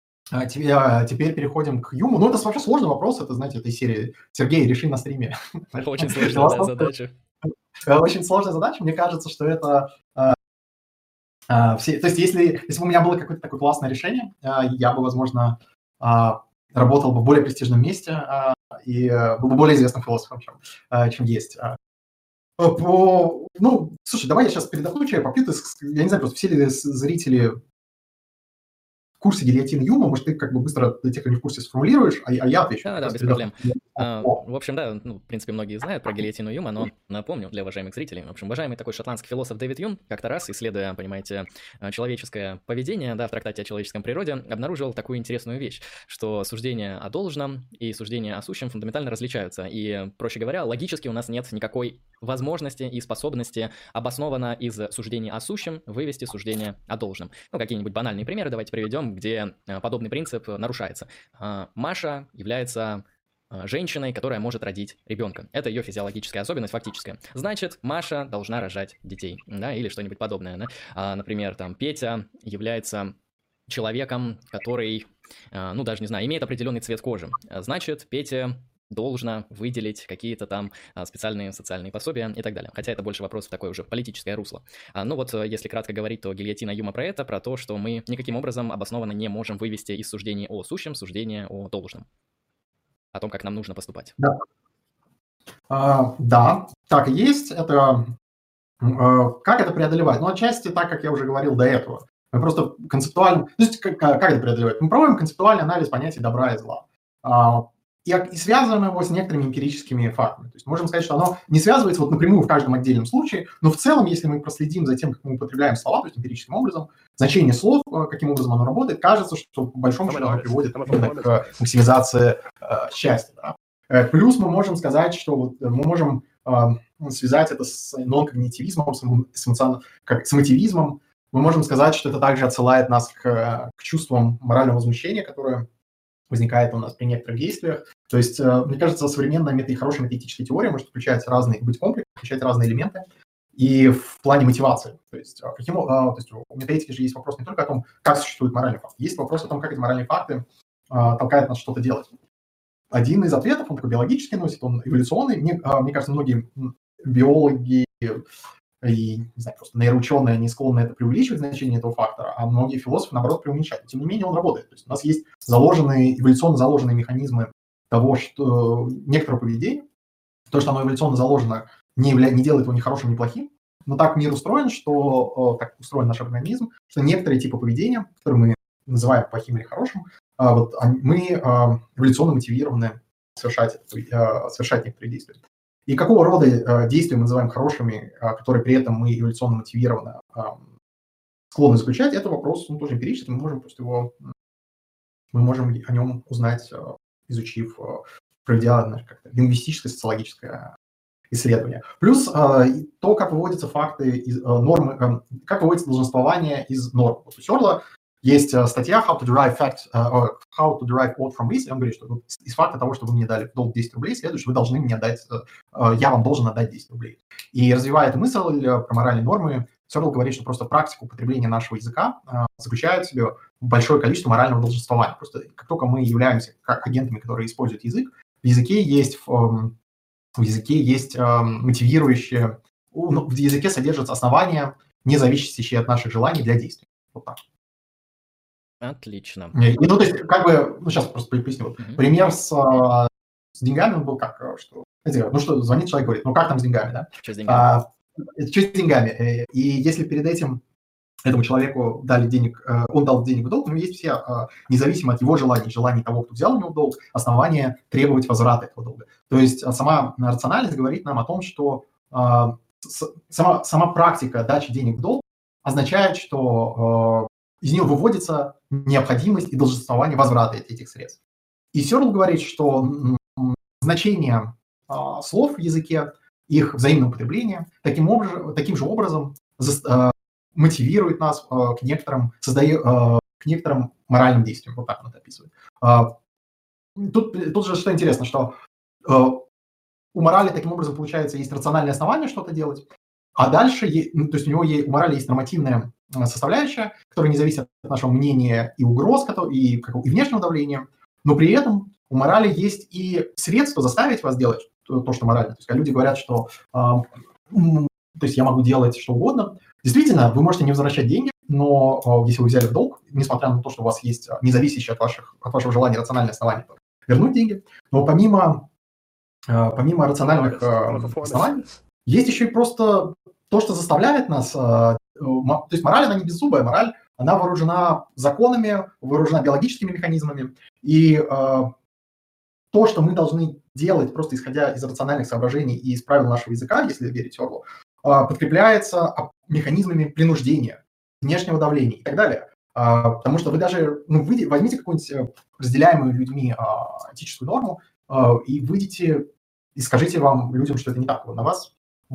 Юму. Ну, это вообще сложный вопрос, это, знаете, этой серии «Сергей, реши на стриме». Очень сложная задача. Очень сложная задача. Мне кажется, что это... То есть если бы у меня было какое-то такое классное решение, я бы, возможно, работал бы в более престижном месте и был бы более известным философом, чем есть. Ну, слушай, давай я сейчас передохну, чай попью. Я не знаю, просто все ли зрители в курсе гильотины Юма, может, ты как бы быстро для тех, кто не в курсе, сформулируешь, а я отвечу. Да, без проблем. В общем, да, в принципе, многие знают про гильотину Юма, но напомню для уважаемых зрителей. В общем, уважаемый такой шотландский философ Дэвид Юм как-то раз, исследуя, понимаете, человеческое поведение, да, в трактате о человеческом природе, обнаружил такую интересную вещь, что суждение о должном и суждение о сущем фундаментально различаются. И, проще говоря, логически у нас нет никакой возможности и способности обоснованно из суждения о сущем вывести суждение о должном. Ну, какие-нибудь банальные примеры давайте приведем, где подобный принцип нарушается. Маша является женщиной, которая может родить ребенка. Это ее физиологическая особенность, фактическая. Значит, Маша должна рожать детей, да, или что-нибудь подобное. Да? Например, там, Петя является человеком, который, ну, даже не знаю, имеет определенный цвет кожи. Значит, Петя должна выделить какие-то там специальные социальные пособия и так далее. Хотя это больше вопрос в такое уже политическое русло. Ну вот, если кратко говорить, то гильотина Юма про это, про то, что мы никаким образом обоснованно не можем вывести из суждений о сущем суждение о должном. О том, как нам нужно поступать. Да, да, так и есть. Это как это преодолевать? Ну, отчасти так, как я уже говорил до этого. Мы просто концептуально... То есть как это преодолевать? Мы проводим концептуальный анализ понятий добра и зла. И связываем его с некоторыми эмпирическими фактами. То есть можем сказать, что оно не связывается вот напрямую в каждом отдельном случае, но в целом, если мы проследим за тем, как мы употребляем слова, то есть эмпирическим образом, значение слов, каким образом оно работает, кажется, что по большому счету оно приводит именно к максимизации счастья. Да? Плюс мы можем сказать, что вот мы можем связать это с нон-когнитивизмом, с эмотивизмом. Мы можем сказать, что это также отсылает нас к чувствам морального возмущения, которое возникает у нас при некоторых действиях. То есть, мне кажется, современная хорошая метаэтическая теория может включать разные, быть комплексом, включать разные элементы. И в плане мотивации. То есть, у метаэтики же есть вопрос не только о том, как существует моральный факт. Есть вопрос о том, как эти моральные факты толкают нас что-то делать. Один из ответов, он такой биологический носит, он эволюционный. Мне кажется, многие биологи и, не знаю, просто нейроученые не склонны это преувеличивать, значение этого фактора, а многие философы, наоборот, преуменьшают. Тем не менее, он работает. То есть у нас есть эволюционно заложенные механизмы того, что некоторое поведение, то, что оно эволюционно заложено, не делает его ни хорошим, ни плохим, но так мир устроен, что так устроен наш организм, что некоторые типы поведения, которые мы называем плохим или хорошим, мы эволюционно мотивированы совершать некоторые действия. И какого рода действия мы называем хорошими, которые при этом мы эволюционно мотивированно склонны заключать, это вопрос тоже эмпирический, мы можем о нем узнать, изучив, проведя лингвистическое, социологическое исследование. Плюс то, как выводятся факты из нормы, как выводится долженствование из норм. Вот у Сёрла есть статья How to derive ought from this, и он говорит, что из факта того, что вы мне дали в долг 10 рублей, следует, что вы должны мне отдать, я вам должен отдать 10 рублей. И развивая эту мысль про моральные нормы, Сёрл говорит, что просто практика употребления нашего языка заключает в себе большое количество морального долженствования. Просто как только мы являемся как агентами, которые используют язык, в языке есть мотивирующие, в языке содержатся основания, не зависящие от наших желаний для действий. Вот так. Отлично. То есть, сейчас просто поясню. Пример с деньгами, он был что звонит человек, говорит, как там с деньгами, да? Что с деньгами? Что с деньгами? И если перед этим этому человеку дали денег, он дал денег в долг, есть все, независимо от его желаний того, кто взял у него долг, основания требовать возврата этого долга. То есть сама рациональность говорит нам о том, что сама практика дачи денег в долг означает, что из нее выводится необходимость и долженствование возврата этих средств. И Сёрл говорит, что значение слов в языке, их взаимное употребление таким же образом мотивирует нас к некоторым моральным действиям. Вот так он это описывает. Тут же что интересно, что у морали таким образом, получается, есть рациональное основание что-то делать, а дальше, то есть у морали есть нормативная составляющая, которая не зависит от нашего мнения и угроз, и внешнего давления, но при этом у морали есть и средства заставить вас делать то, что морально. То есть люди говорят, что то есть я могу делать что угодно. Действительно, вы можете не возвращать деньги, но если вы взяли в долг, несмотря на то, что у вас есть независящее от вашего желания рациональное основание вернуть деньги, но помимо рациональных оснований, есть еще и просто то, что заставляет нас... То есть мораль, она не беззубая, мораль, она вооружена законами, вооружена биологическими механизмами, и то, что мы должны делать, просто исходя из рациональных соображений и из правил нашего языка, если верить Сёрлу, подкрепляется механизмами принуждения, внешнего давления и так далее. Потому что вы даже, возьмите какую-нибудь разделяемую людьми этическую норму и выйдите и скажите людям, что это не так. На вас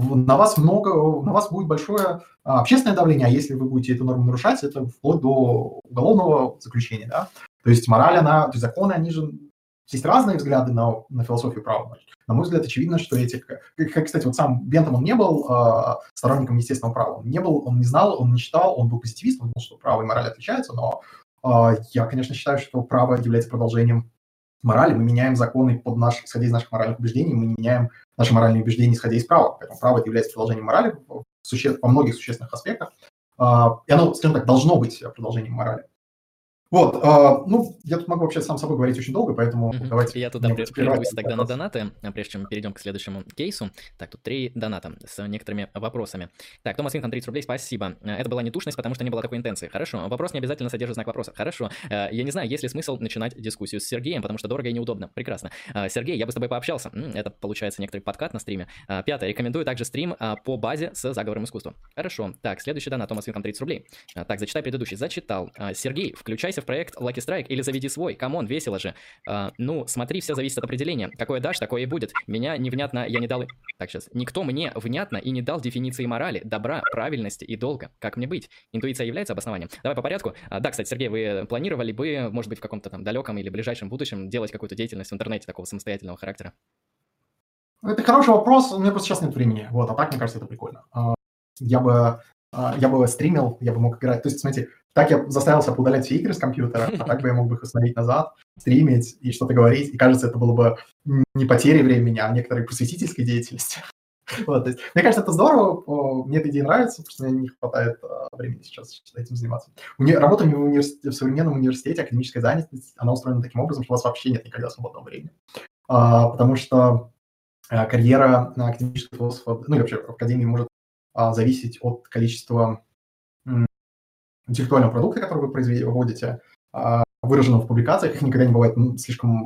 будет большое общественное давление, а если вы будете эту норму нарушать, это вплоть до уголовного заключения, да. То есть мораль, то есть законы, они же... Есть разные взгляды на философию права. На мой взгляд, очевидно, что кстати, вот сам Бентам, он не был сторонником естественного права. Он не знал, он не читал, он был позитивистом, он думал, что право и мораль отличаются, но я, конечно, считаю, что право является продолжением морали. Мы меняем законы исходя из наших моральных убеждений, мы не меняем наши моральные убеждения, исходя из права. Поэтому право является продолжением морали во многих существенных аспектах. И оно, скажем так, должно быть продолжением морали. Вот, я тут могу вообще сам с собой говорить очень долго, поэтому давайте... Я туда прервусь тогда на донаты, прежде чем перейдем к следующему кейсу. Так, тут 3 доната с некоторыми вопросами. Так, Томас Винтон, 30 рублей, спасибо. Это была нетушность, потому что не было такой интенции. Хорошо, вопрос не обязательно содержит знак вопроса. Хорошо, я не знаю, есть ли смысл начинать дискуссию с Сергеем, потому что дорого и неудобно. Прекрасно. Сергей, я бы с тобой пообщался. Это получается некоторый подкат на стриме. 5. Рекомендую также стрим по базе с заговором искусства. Хорошо. Так, следующий донат, Томас Винтон, 30 рублей. Так, зачитай предыдущий. Зачитал. Сергей, включайся в проект Lucky Strike или заведи свой. Камон, весело же. Смотри, все зависит от определения. Какое дашь, такое и будет. Меня невнятно, я не дал... Так, сейчас. Никто мне внятно и не дал дефиниции морали, добра, правильности и долга. Как мне быть? Интуиция является обоснованием? Давай по порядку. Да, кстати, Сергей, вы планировали бы, может быть, в каком-то там далеком или ближайшем будущем делать какую-то деятельность в интернете такого самостоятельного характера? Это хороший вопрос, у меня просто сейчас нет времени. Вот, а так, мне кажется, это прикольно. Я бы стримил, я бы мог играть. То есть, смотрите, так я заставил себя поудалять все игры с компьютера, а так бы я мог бы их установить назад, стримить и что-то говорить. И кажется, это было бы не потерей времени, а некоторой просветительской деятельности. Вот, то есть, мне кажется, это здорово, мне эта идея нравится, потому что мне не хватает времени сейчас этим заниматься. Работа в современном университете, академическая занятость, она устроена таким образом, что у вас вообще нет никогда свободного времени. потому что карьера академического философа, ну и вообще в академии может зависеть от количества интеллектуального продукта, который вы производите, выраженного в публикациях. Их никогда не бывает слишком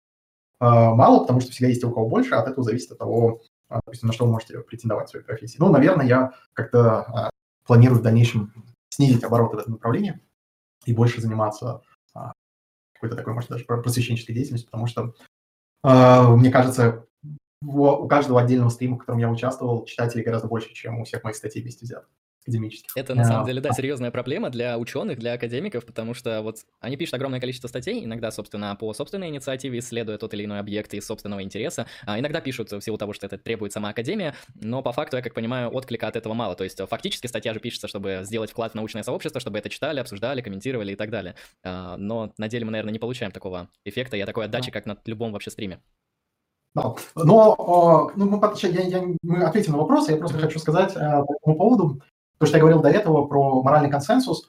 мало, потому что всегда есть у кого больше, от этого зависит от того, допустим, на что вы можете претендовать в своей профессии. Ну, наверное, я как-то планирую в дальнейшем снизить обороты в этом направлении и больше заниматься какой-то такой, может, даже просвещенческой деятельностью, потому что, мне кажется, у каждого отдельного стрима, в котором я участвовал, читателей гораздо больше, чем у всех моих статей вместе взятых, академических. Это на самом деле, да, серьезная проблема для ученых, для академиков, потому что вот они пишут огромное количество статей, иногда, собственно, по собственной инициативе, исследуя тот или иной объект из собственного интереса, а иногда пишут в силу того, что это требует сама академия, но по факту, я как понимаю, отклика от этого мало. То есть фактически статья же пишется, чтобы сделать вклад в научное сообщество, чтобы это читали, обсуждали, комментировали и так далее. Но на деле мы, наверное, не получаем такого эффекта и такой отдачи, как на любом вообще стриме. Да. Но мы ответим на вопрос, я просто хочу сказать по этому поводу, то, что я говорил до этого про моральный консенсус,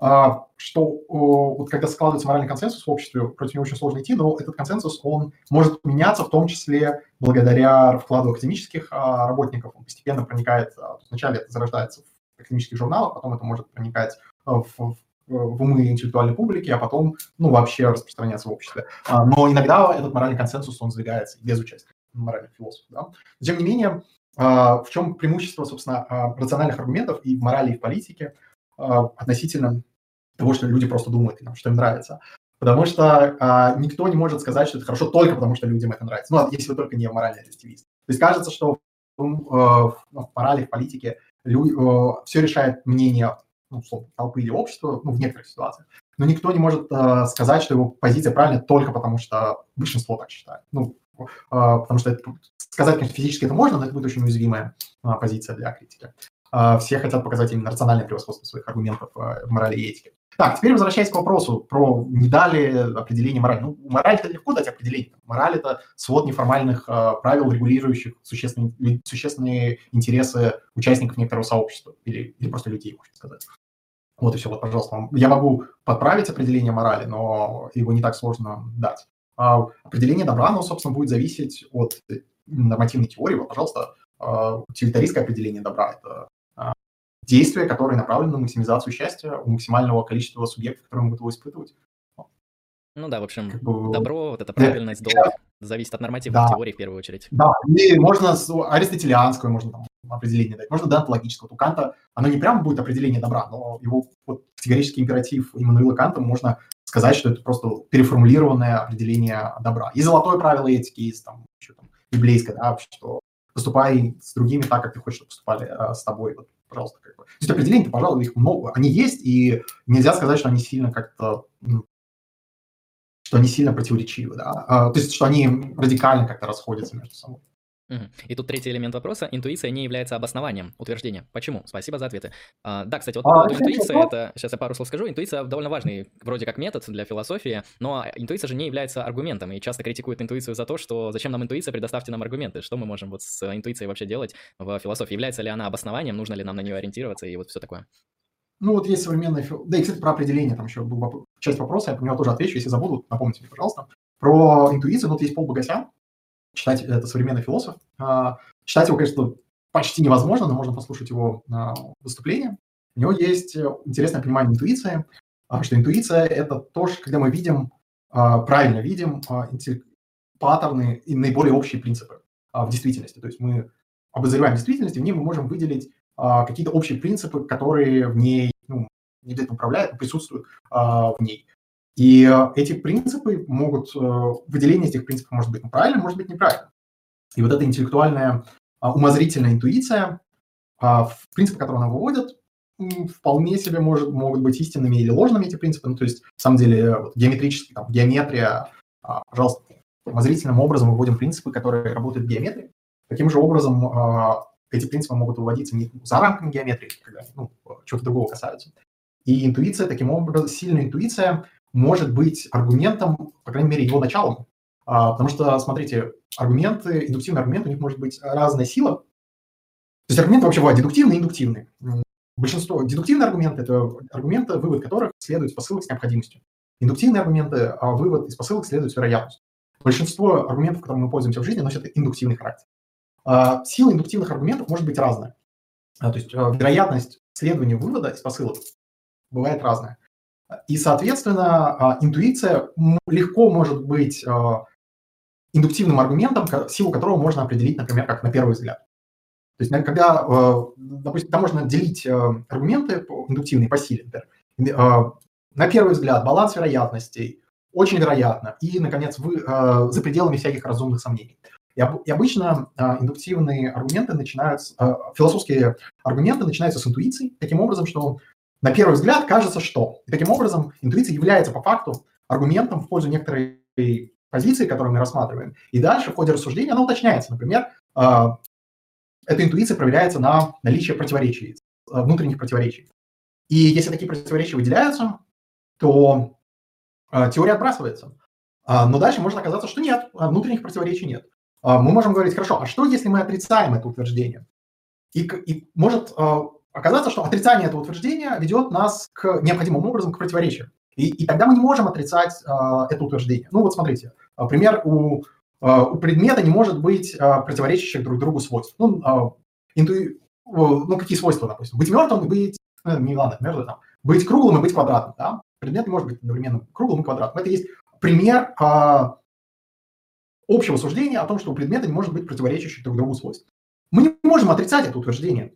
что вот когда складывается моральный консенсус в обществе, против него очень сложно идти, но этот консенсус, он может меняться, в том числе благодаря вкладу академических работников. Он постепенно проникает, вначале это зарождается в академических журналах, потом это может проникать в умы интеллектуальной публики, а потом, вообще распространяться в обществе. Но иногда этот моральный консенсус, он сдвигается без участия моральных философов. Да? Тем не менее, в чем преимущество, собственно, рациональных аргументов и в морали, и в политике относительно того, что люди просто думают, что им нравится. Потому что никто не может сказать, что это хорошо только потому, что людям это нравится. Ну, если вы только не моральный релятивист. То есть кажется, что в морали, в политике все решает мнение толпы или общества, в некоторых ситуациях. Но никто не может сказать, что его позиция правильная только потому, что большинство так считает. Потому что сказать, конечно, физически это можно, но это будет очень уязвимая позиция для критики. Все хотят показать именно рациональное превосходство своих аргументов в морали и этике. Так, теперь возвращаясь к вопросу про не дали определение морали. Мораль-то легко дать определение. Мораль – это свод неформальных правил, регулирующих существенные интересы участников некоторого сообщества или просто людей, можно сказать. Вот и все, вот, пожалуйста. Я могу подправить определение морали, но его не так сложно дать. Определение добра, оно, собственно, будет зависеть от нормативной теории. Вот, пожалуйста, утилитаристское определение добра – это действия, которые направлены на максимизацию счастья у максимального количества субъектов, которые могут его испытывать. Ну да, в общем, добро, вот эта правильность, долг зависит от нормативных теорий в первую очередь. Да, и можно аристотелианское можно там определение дать, можно деонтологическое. Вот у Канта оно не прямо будет определение добра, но его категорический императив Иммануила Канта можно сказать, что это просто переформулированное определение добра. И золотое правило этики, есть там еще библейское, да, что поступай с другими так, как ты хочешь, чтобы поступали с тобой. Вот, пожалуйста, То есть определений-то, пожалуй, их много. Они есть, и нельзя сказать, что они сильно противоречивы, да? То есть, что они радикально как-то расходятся между собой. И тут третий элемент вопроса. Интуиция не является обоснованием утверждения. Почему? Спасибо за ответы. Да, кстати, вот по поводу интуиции, это сейчас я пару слов скажу. Интуиция довольно важный вроде как метод для философии, но интуиция же не является аргументом, и часто критикуют интуицию за то, что зачем нам интуиция, предоставьте нам аргументы. Что мы можем вот с интуицией вообще делать в философии? Является ли она обоснованием, нужно ли нам на нее ориентироваться и вот все такое? Есть современная... Да, и, кстати, про определение, там еще был часть вопроса, я по него тоже отвечу, если забуду, напомните мне, пожалуйста. Про интуицию, есть Пол Богосян, читать, это современный философ. Читать его, конечно, почти невозможно, но можно послушать его выступление. У него есть интересное понимание интуиции, что интуиция – это то, когда мы правильно видим паттерны и наиболее общие принципы в действительности. То есть мы обозреваем действительность, и в ней мы можем выделить какие-то общие принципы, которые в ней не обязательно управляют, но присутствуют в ней. И эти принципы выделение этих принципов может быть правильным, может быть неправильным. И вот эта интеллектуальная, умозрительная интуиция, принципы, которые она выводит, вполне себе могут быть истинными или ложными эти принципы. То есть, на самом деле, геометрия, пожалуйста, умозрительным образом выводим принципы, которые работают в геометрии. Таким же образом, эти принципы могут выводиться не за рамками геометрии, когда чего-то другого касаются. И интуиция, таким образом, сильная интуиция может быть аргументом, по крайней мере, его началом. Потому что, смотрите, индуктивные аргументы, у них может быть разная сила. То есть аргументы вообще бывают дедуктивные и индуктивные. Дедуктивные аргументы – это аргументы, вывод которых следует из посылок с необходимостью. Индуктивные аргументы – вывод из посылок следует с вероятностью. большинство аргументов, которыми мы пользуемся в жизни, носят индуктивный характер. Сила индуктивных аргументов может быть разная. То есть вероятность следования вывода из посылок бывает разная. И, соответственно, интуиция легко может быть индуктивным аргументом, силу которого можно определить, например, как на первый взгляд. То есть когда, допустим, там можно делить аргументы индуктивные по силе. Например, на первый взгляд баланс вероятностей, очень вероятно, и, наконец, за пределами всяких разумных сомнений. И обычно индуктивные аргументы философские аргументы начинаются с интуиции, таким образом, что на первый взгляд кажется, что. И таким образом интуиция является по факту аргументом в пользу некоторой позиции, которую мы рассматриваем. И дальше в ходе рассуждения она уточняется. Например, эта интуиция проверяется на наличие противоречий, внутренних противоречий. И если такие противоречия выделяются, то теория отбрасывается. Но дальше может оказаться, что нет, внутренних противоречий нет. Мы можем говорить, хорошо, а что, если мы отрицаем это утверждение? И может оказаться, что отрицание этого утверждения ведет нас необходимым образом к противоречию. И тогда мы не можем отрицать это утверждение. Ну вот смотрите, например, у предмета не может быть противоречащих друг другу свойств. Какие свойства, допустим? Быть мертвым и быть... быть круглым и быть квадратным. Да? Предмет не может быть одновременно круглым и квадратным. Это есть пример общего суждения о том, что у предмета не может быть противоречащих друг другу свойств. Мы не можем отрицать это утверждение.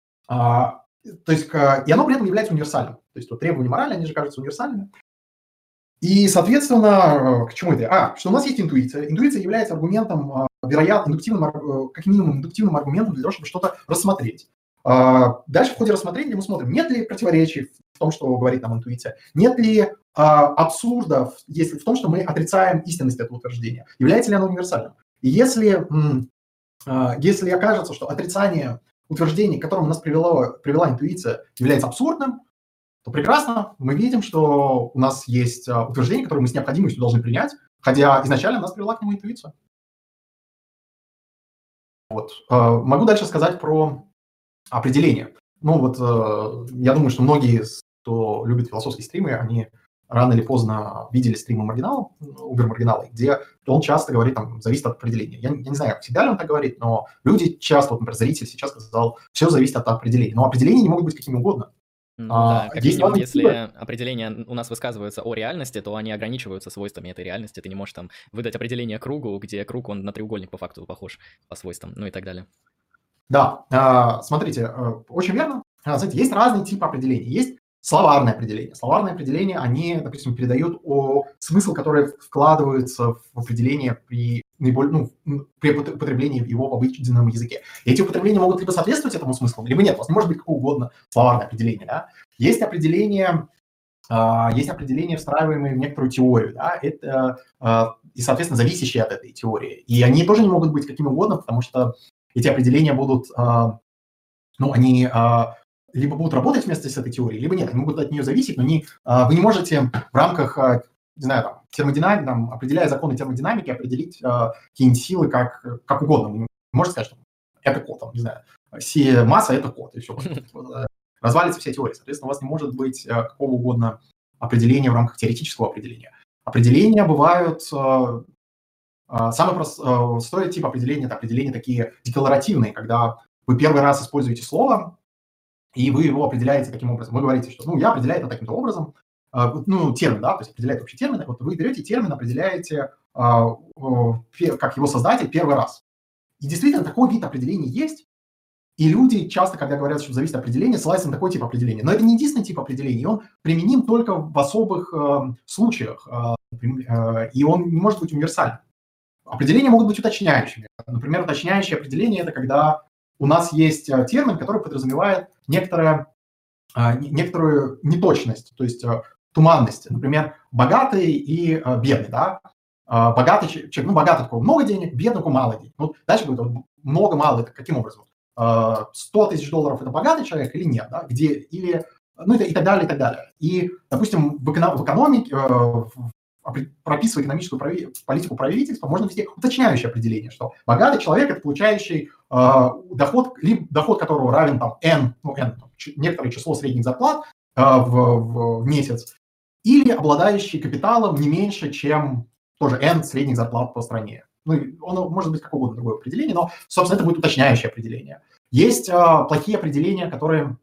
И оно при этом является универсальным. То есть требования морали, они же кажутся универсальными. И, соответственно, к чему это? Что у нас есть интуиция. Интуиция является аргументом, индуктивным, как минимум индуктивным аргументом для того, чтобы что-то рассмотреть. Дальше в ходе рассмотрения мы смотрим, нет ли противоречий в том, что говорит нам интуиция, нет ли абсурдов в том, что мы отрицаем истинность этого утверждения, является ли оно универсальным. И если окажется, что отрицание утверждений, к которому нас привела интуиция, является абсурдным, то прекрасно, мы видим, что у нас есть утверждение, которое мы с необходимостью должны принять, хотя изначально нас привела к нему интуиция. Могу дальше сказать про определение. Я думаю, что многие, кто любит философские стримы, они рано или поздно видели стримы Маргинала, Убер Маргинала, где он часто говорит, зависит от определения. Я не знаю, всегда ли он так говорит, но люди часто, например, зритель сейчас сказал, все зависит от определения. Но определения не могут быть какими угодно. Как минимум, если определения у нас высказываются о реальности, то они ограничиваются свойствами этой реальности. Ты не можешь выдать определение кругу, где круг, он на треугольник по факту похож по свойствам, и так далее. Да, смотрите, очень верно. Знаете, есть разные типы определений. Есть словарные определения. Словарные определения, они, допустим, передают смысл, который вкладывается в определение при употреблении его в обыденном языке. И эти употребления могут либо соответствовать этому смыслу, либо нет. У вас не может быть какое угодно словарное определение. Да? Есть определения, встраиваемые в некоторую теорию, да? И, соответственно, зависящие от этой теории. И они тоже не могут быть какими угодно, потому что эти определения будут, они либо будут работать вместе с этой теорией, либо нет. Они могут от нее зависеть, но вы не можете в рамках, термодинамики, определяя законы термодинамики, определить какие-нибудь силы как угодно. Вы не можете сказать, что это код, масса – это код, и все. Развалится вся теория. Соответственно, у вас не может быть какого угодно определения в рамках теоретического определения. Определения бывают... Самый простой тип определения – это определения такие декларативные, когда вы первый раз используете слово, и вы его определяете таким образом. Вы говорите, что я определяю это таким-то образом, термин, да, то есть определяет общий термин. Вы берете термин, определяете как его создатель первый раз. И действительно, такой вид определений есть, и люди часто, когда говорят, что зависит от определения, ссылаются на такой тип определения. Но это не единственный тип определения, он применим только в особых случаях, и он не может быть универсальным. Определения могут быть уточняющими. Например, уточняющее определение – это когда у нас есть термин, который подразумевает некоторую неточность, то есть туманность. Например, богатый и бедный. Да? Богатый человек, богатый такого много денег, бедный такого мало денег. Дальше говорит, много-мало – это каким образом? 100 тысяч долларов – это богатый человек или нет? Да? И так далее, и так далее. И, допустим, в экономике, прописывая экономическую политику правительства, можно ввести уточняющее определение, что богатый человек – это получающий доход, либо доход которого равен некоторое число средних зарплат в месяц, или обладающий капиталом не меньше, чем тоже N средних зарплат по стране. Ну, оно может быть как угодно другое определение, но, собственно, это будет уточняющее определение. Есть плохие определения, которые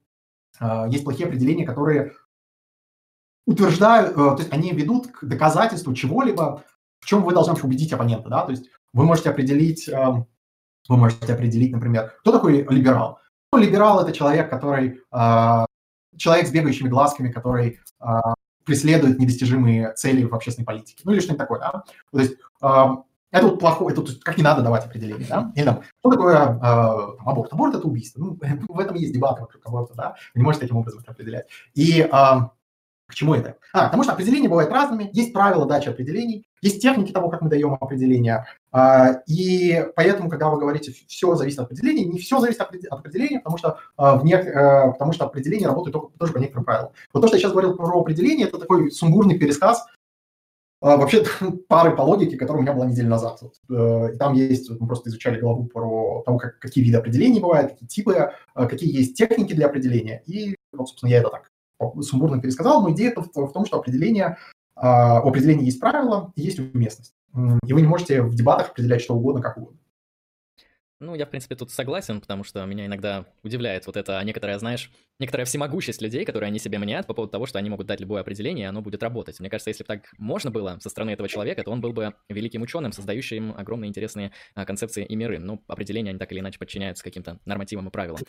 утверждают, то есть они ведут к доказательству чего-либо, в чем вы должны убедить оппонента, да, то есть вы можете определить, например, кто такой либерал. Ну, либерал – это человек, человек с бегающими глазками, который преследует недостижимые цели в общественной политике, ну или что-нибудь такое, да. То есть это вот плохое, это как не надо давать определение, да. Или там, что такое аборт? Аборт – это убийство. Ну, в этом есть дебаты вокруг аборта, да. Вы не можете таким образом это определять. И к чему это? Потому что определения бывают разными, есть правила дачи определений, есть техники того, как мы даем определения, и поэтому, когда вы говорите, все зависит от определения, не все зависит от определения, потому что определения работают тоже по некоторым правилам. Вот то, что я сейчас говорил про определение, это такой сумбурный пересказ вообще пары по логике, которая у меня была неделю назад. И там есть, мы просто изучали главу про то, какие виды определений бывают, какие типы, какие есть техники для определения, и вот, собственно, я это так сумбурно пересказал, но идея в том, что у определения есть правила и есть уместность. И вы не можете в дебатах определять что угодно, как угодно. Ну, я, в принципе, тут согласен, потому что меня иногда удивляет вот это некоторая всемогущесть людей, которые они себе мнят по поводу того, что они могут дать любое определение, и оно будет работать. Мне кажется, если бы так можно было со стороны этого человека, то он был бы великим ученым, создающим огромные интересные концепции и миры. Но определения, они так или иначе подчиняются каким-то нормативам и правилам.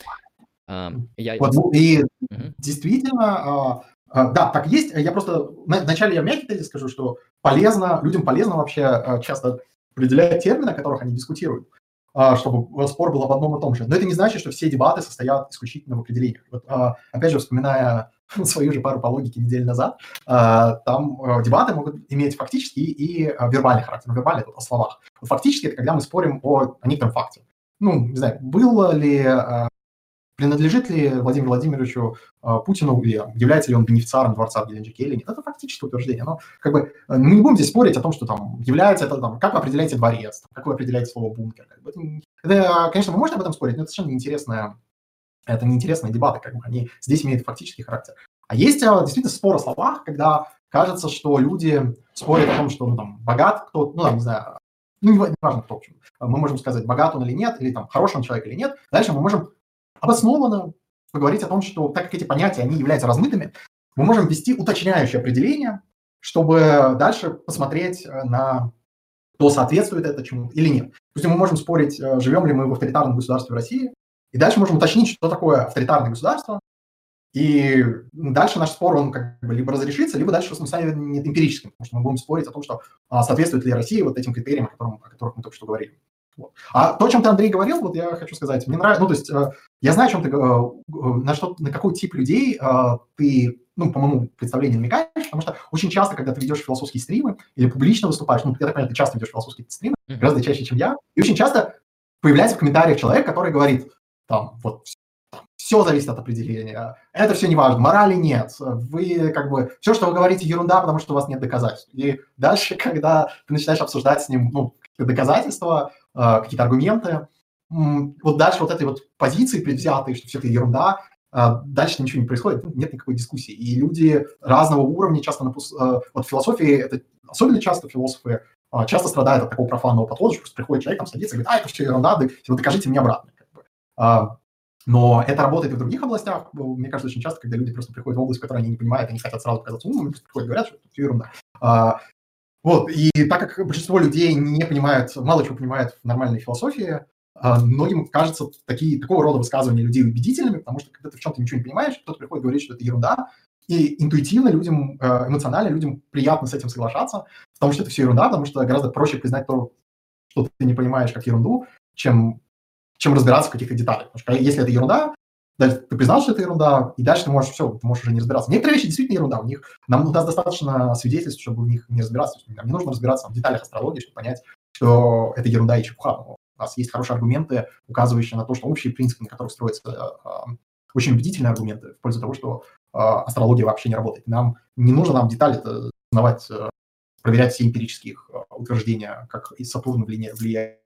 Действительно, да, так есть. Я просто вначале мягкий тезис скажу, что людям полезно вообще часто определять термины, о которых они дискутируют, чтобы спор был об одном и том же. Но это не значит, что все дебаты состоят исключительно в определениях. Вот, опять же, вспоминая свою же пару по логике неделю назад, там дебаты могут иметь фактический и вербальный характер. Вербальный – это о словах. Вот фактически – это когда мы спорим о некотором факте. Ну, не знаю, принадлежит ли Владимиру Владимировичу Путину, или является ли он бенефициаром дворца в Геленджике или нет. Это фактическое утверждение. Но мы не будем здесь спорить о том, что там является это, как вы определяете дворец, как вы определяете слово бункер. Конечно, вы можете об этом спорить, но это совершенно неинтересные дебаты. Они здесь имеют фактический характер. А есть действительно спор о словах, когда кажется, что люди спорят о том, что богат кто, не знаю, не важно кто. Мы можем сказать, богат он или нет, или хороший он человек или нет. Дальше мы можем обоснованно поговорить о том, что так как эти понятия, они являются размытыми, мы можем ввести уточняющее определение, чтобы дальше посмотреть на то, соответствует это чему-то или нет. То есть мы можем спорить, живем ли мы в авторитарном государстве в России, и дальше можем уточнить, что такое авторитарное государство, и дальше наш спор, он либо разрешится, либо дальше станет эмпирическим, потому что мы будем спорить о том, что соответствует ли Россия вот этим критериям, о которых мы только что говорили. Вот. А то, о чем ты, Андрей, говорил, вот я хочу сказать, мне нравится, я знаю, о чем ты, на какой тип людей ты, по моему представлению, намекаешь, потому что очень часто, когда ты ведешь философские стримы или публично выступаешь, я так понимаю, ты часто ведешь философские стримы, гораздо чаще, чем я, и очень часто появляется в комментариях человек, который говорит, все зависит от определения, это все не важно, морали нет, вы все, что вы говорите, ерунда, потому что у вас нет доказательств. И дальше, когда ты начинаешь обсуждать с ним доказательства, какие-то аргументы, вот дальше вот этой вот позиции предвзятые, что все это ерунда, дальше ничего не происходит, нет никакой дискуссии. И люди разного уровня часто, вот в философии, это особенно часто философы часто страдают от такого профанного подхода, что просто приходит человек, садится и говорит, это все ерунда, докажите мне обратно. Но это работает и в других областях. Мне кажется, очень часто, когда люди просто приходят в область, в которой они не понимают, они хотят сразу показаться умными, просто приходят и говорят, что это все ерунда. И так как большинство людей мало чего понимают в нормальной философии, многим кажется такого рода высказывания людей убедительными, потому что когда ты в чем-то ничего не понимаешь, кто-то приходит и говорит, что это ерунда, и интуитивно людям, эмоционально людям приятно с этим соглашаться, потому что это все ерунда, потому что гораздо проще признать то, что ты не понимаешь, как ерунду, чем разбираться в каких-то деталях. Потому что если это ерунда, дальше ты признал, что это ерунда, и дальше ты можешь уже не разбираться. Некоторые вещи действительно ерунда. У нас достаточно свидетельств, чтобы в них не разбираться. Нам не нужно разбираться в деталях астрологии, чтобы понять, что это ерунда и чепуха. Но у нас есть хорошие аргументы, указывающие на то, что общие принципы, на которых строятся очень убедительные аргументы в пользу того, что астрология вообще не работает. Нам не нужно детали узнавать, проверять все эмпирические утверждения, как и Сатурн влияет.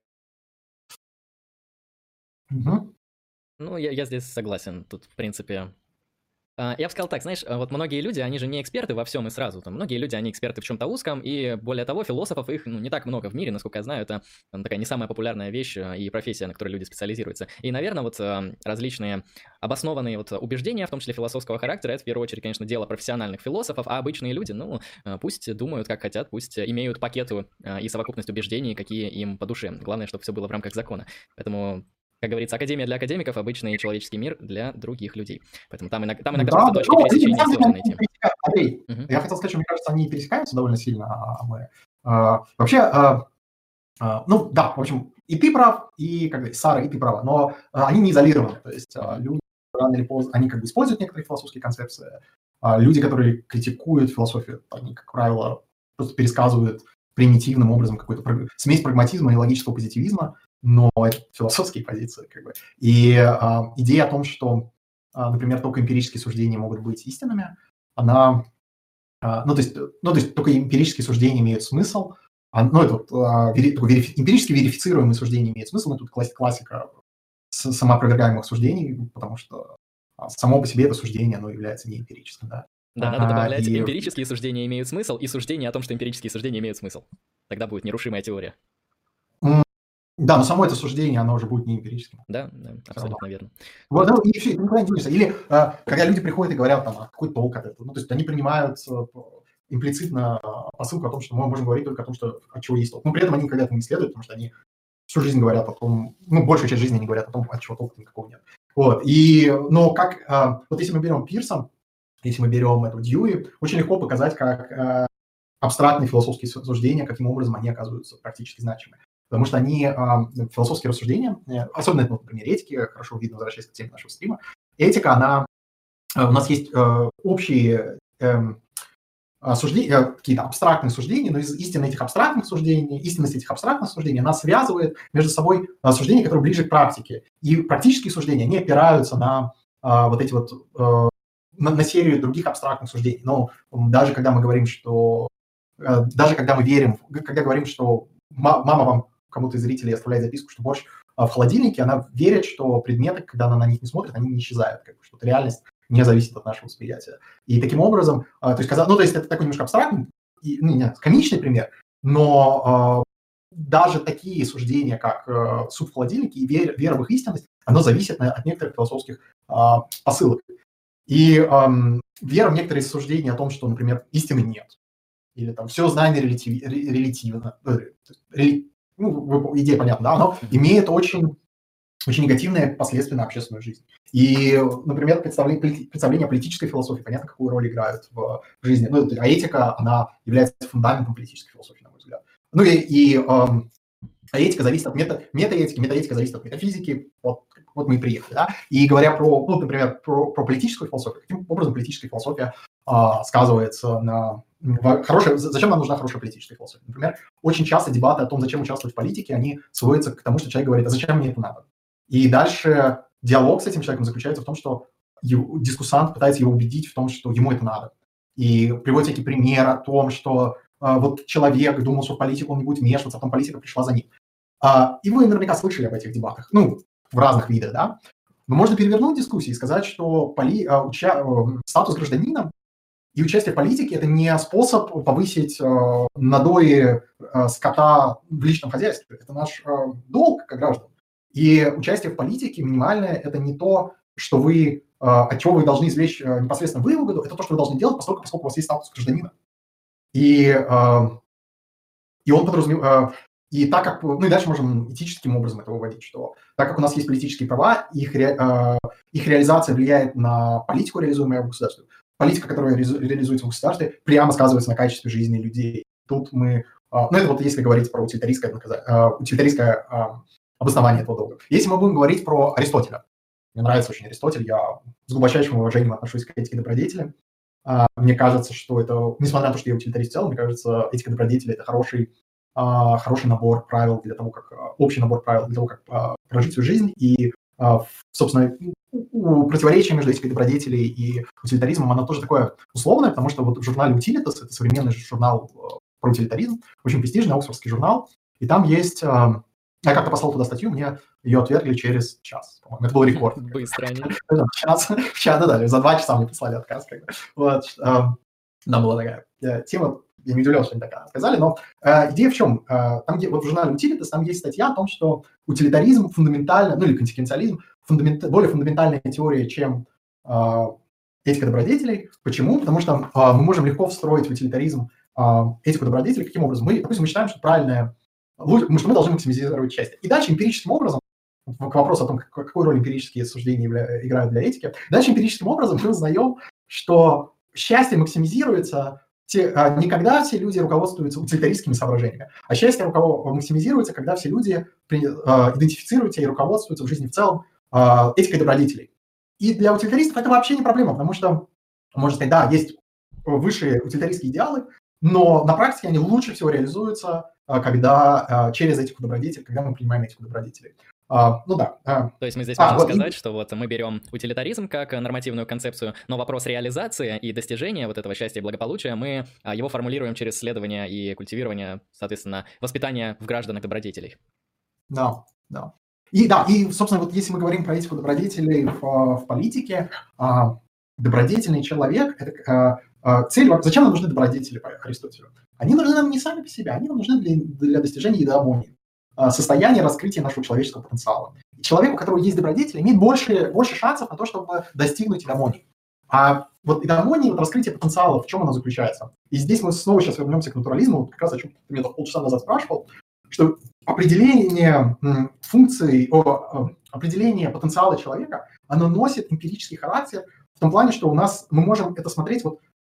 Ну, я здесь согласен. Тут, в принципе, Я бы сказал так, знаешь, вот многие люди, они же не эксперты во всем и сразу. Там, многие люди, они эксперты в чем-то узком, и более того, философов их не так много в мире, насколько я знаю, это такая не самая популярная вещь и профессия, на которой люди специализируются. И, наверное, вот различные обоснованные вот убеждения, в том числе философского характера, это в первую очередь, конечно, дело профессиональных философов, а обычные люди, пусть думают, как хотят, пусть имеют пакету и совокупность убеждений, какие им по душе. Главное, чтобы все было в рамках закона. Поэтому, как говорится, академия для академиков, обычный человеческий мир для других людей. Поэтому там иногда Да, просто да, точки пересечения сложно найти. Андрей, Мгм. я хотел сказать, что мне кажется, они пересекаются довольно сильно. Вообще, ну да, в общем, и ты прав, и как бы Сара, и ты права, но они не изолированы. То есть люди рано или поздно, они как бы используют некоторые философские концепции. Люди, которые критикуют философию, они, как правило, просто пересказывают примитивным образом какую-то смесь прагматизма и логического позитивизма, но это философские позиции. Как бы. И идея о том, что, например, только эмпирические суждения могут быть истинными, она... то есть только эмпирические суждения имеют смысл, это вот, эмпирически верифицируемые суждения имеют смысл, но тут классика самоопровергаемых суждений, потому что само по себе это суждение, оно является неэмпирическим, да. Да, надо добавлять, эмпирические суждения имеют смысл, и суждение о том, что эмпирические суждения имеют смысл. Тогда будет нерушимая теория. Да, но само это суждение, оно уже будет не эмпирическим. Да, абсолютно верно. Вот, и все, ты никуда не денешься. Или когда люди приходят и говорят, там, какой толк от этого. То есть они принимают имплицитно посылку о том, что мы можем говорить только о том, что от чего есть толк. Но при этом они никогда этого не следуют, потому что они всю жизнь говорят о том, большую часть жизни они говорят о том, от чего толка никакого нет. Вот, но вот если мы берем Пирса, если мы берем эту Дьюи, очень легко показать, как абстрактные философские суждения, каким образом они оказываются практически значимы. Потому что они, философские рассуждения, особенно это, например, этики, хорошо видно, возвращаясь к теме нашего стрима, этика, у нас есть общие суждения, какие-то абстрактные суждения, но истинность этих абстрактных суждений, она связывает между собой суждения, которые ближе к практике. И практические суждения, они опираются на вот эти вот, на серию других абстрактных суждений. Но даже когда мы говорим, что, даже когда мы верим, когда говорим, что мама вам, кому-то из зрителей оставляет записку, что борщ в холодильнике, она верит, что предметы, когда она на них не смотрит, они не исчезают, что реальность не зависит от нашего восприятия. И таким образом, то есть это такой немножко абстрактный, комичный пример, но даже такие суждения, как суп в холодильнике и вера в их истинность, оно зависит от некоторых философских посылок. И вера в некоторые суждения о том, что, например, истины нет, или там все знание релятивно, идея понятна, да, оно имеет очень негативные последствия на общественную жизнь. И, например, представление о политической философии, понятно, какую роль играют в жизни. А этика, она является фундаментом политической философии, на мой взгляд. А этика зависит от метаэтика зависит от метафизики. Вот мы и приехали, да. И говоря например, про политическую философию, каким образом политическая философия сказывается на... Зачем нам нужна хорошая политическая философия? Например, очень часто дебаты о том, зачем участвовать в политике, они сводятся к тому, что человек говорит, а зачем мне это надо? И дальше диалог с этим человеком заключается в том, что дискуссант пытается его убедить в том, что ему это надо. И приводит всякий пример о том, что вот человек думал, что в политику он не будет вмешиваться, а потом политика пришла за ним. И вы наверняка слышали об этих дебатах, в разных видах, да. Но можно перевернуть дискуссию и сказать, что статус гражданина и участие в политике – это не способ повысить надои скота в личном хозяйстве. Это наш долг как граждан. И участие в политике минимальное – это не то, что от чего вы должны извлечь непосредственно выгоду, это то, что вы должны делать, поскольку у вас есть статус гражданина. И он подразумевает… И так как… и дальше можем этическим образом это выводить, что так как у нас есть политические права, их реализация влияет на политику, реализуемую в государстве. Политика, которая реализуется в государстве, прямо сказывается на качестве жизни людей. Тут мы… это вот если говорить про утилитаристское обоснование этого долга. Если мы будем говорить про Аристотеля, мне нравится очень Аристотель, я с глубочайшим уважением отношусь к этике добродетели. Мне кажется, что это, несмотря на то, что я утилитарист в целом, мне кажется, этика добродетели – это хороший набор правил для того, как общий набор правил для того, как прожить свою жизнь. И, собственно, противоречие между этикой добродетелей и утилитаризмом, оно тоже такое условное, потому что вот в журнале Utilitas, это современный журнал про утилитаризм, очень престижный оксфордский журнал, и там есть Я как-то послал туда статью, мне ее отвергли через час, по-моему. Это был рекорд. Быстро они. В час, да, за 2 часа мне послали отказ. Вот, да, была такая тема, я не удивлен, что они так сказали, но идея в чем? Там, где вот в журнале Utilities, там есть статья о том, что утилитаризм фундаментально, ну или консеквенциализм, более фундаментальная теория, чем этика добродетелей. Почему? Потому что мы можем легко встроить в утилитаризм этику добродетелей. Каким образом? Допустим, мы считаем, что что мы должны максимизировать счастье. И дальше эмпирическим образом, к вопросу о том, какую роль эмпирические суждения играют для этики, дальше эмпирическим образом мы узнаем, что счастье максимизируется не когда все люди руководствуются утилитаристскими соображениями, а счастье максимизируется, когда все люди идентифицируются и руководствуются в жизни в целом этикой добродетелей. И для утилитаристов это вообще не проблема, потому что, можно сказать, да, есть высшие утилитаристские идеалы, но на практике они лучше всего реализуются, когда через этику добродетелей, когда мы принимаем этику добродетелей. Ну да. То есть мы здесь можем сказать, что вот мы берем утилитаризм как нормативную концепцию, но вопрос реализации и достижения вот этого счастья и благополучия, мы его формулируем через исследование и культивирование, соответственно, воспитание в гражданах добродетелей. Да, да. И, собственно, вот если мы говорим про этику добродетелей в политике, добродетельный человек – это цель. Зачем нам нужны добродетели по Аристотелю? Они нужны нам не сами по себе, они нам нужны для достижения единомонии, состояния раскрытия нашего человеческого потенциала. И человек, у которого есть добродетели, имеет больше шансов на то, чтобы достигнуть единомонии. А вот единомония, вот раскрытие потенциала, в чем оно заключается? И здесь мы снова сейчас вернемся к натурализму, вот как раз о чем ты меня полчаса назад спрашивал, что определение функций, определение потенциала человека, оно носит эмпирический характер в том плане, что мы можем это смотреть,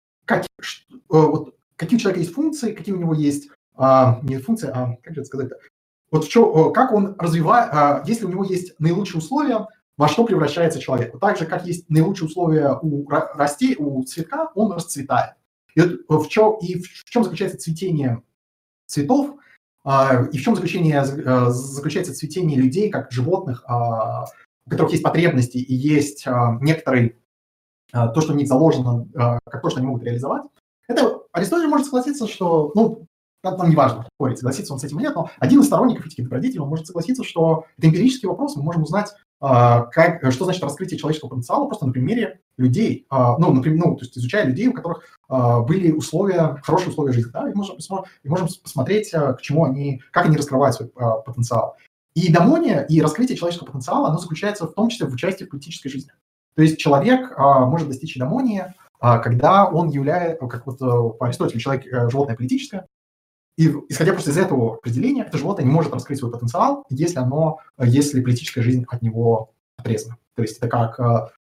какие у человека есть функции, какие у него есть, не функции, как же это сказать-то, как он развивает, если у него есть наилучшие условия, во что превращается человек. Вот так же, как есть наилучшие условия у цветка, он расцветает. И в чем заключается цветение цветов, и в чем заключается цветение людей, как животных, у которых есть потребности и есть некоторые, то, что в них заложено, как то, что они могут реализовать. Это Аристотель может согласиться, что, там неважно, спорить, согласится он с этим или нет, но один из сторонников этики добродетели, он может согласиться, что это эмпирический вопрос, мы можем узнать, что значит раскрытие человеческого потенциала просто на примере людей, то есть изучая людей, у которых были хорошие условия жизни, да, и можем посмотреть, как они раскрывают свой потенциал. И единомония, и раскрытие человеческого потенциала, оно заключается в том числе в участии в политической жизни. То есть человек может достичь единомонии, когда он является, как вот по Аристотелю, человек животное политическое, и исходя просто из этого определения, это животное не может раскрыть свой потенциал, если политическая жизнь от него отрезана. То есть это как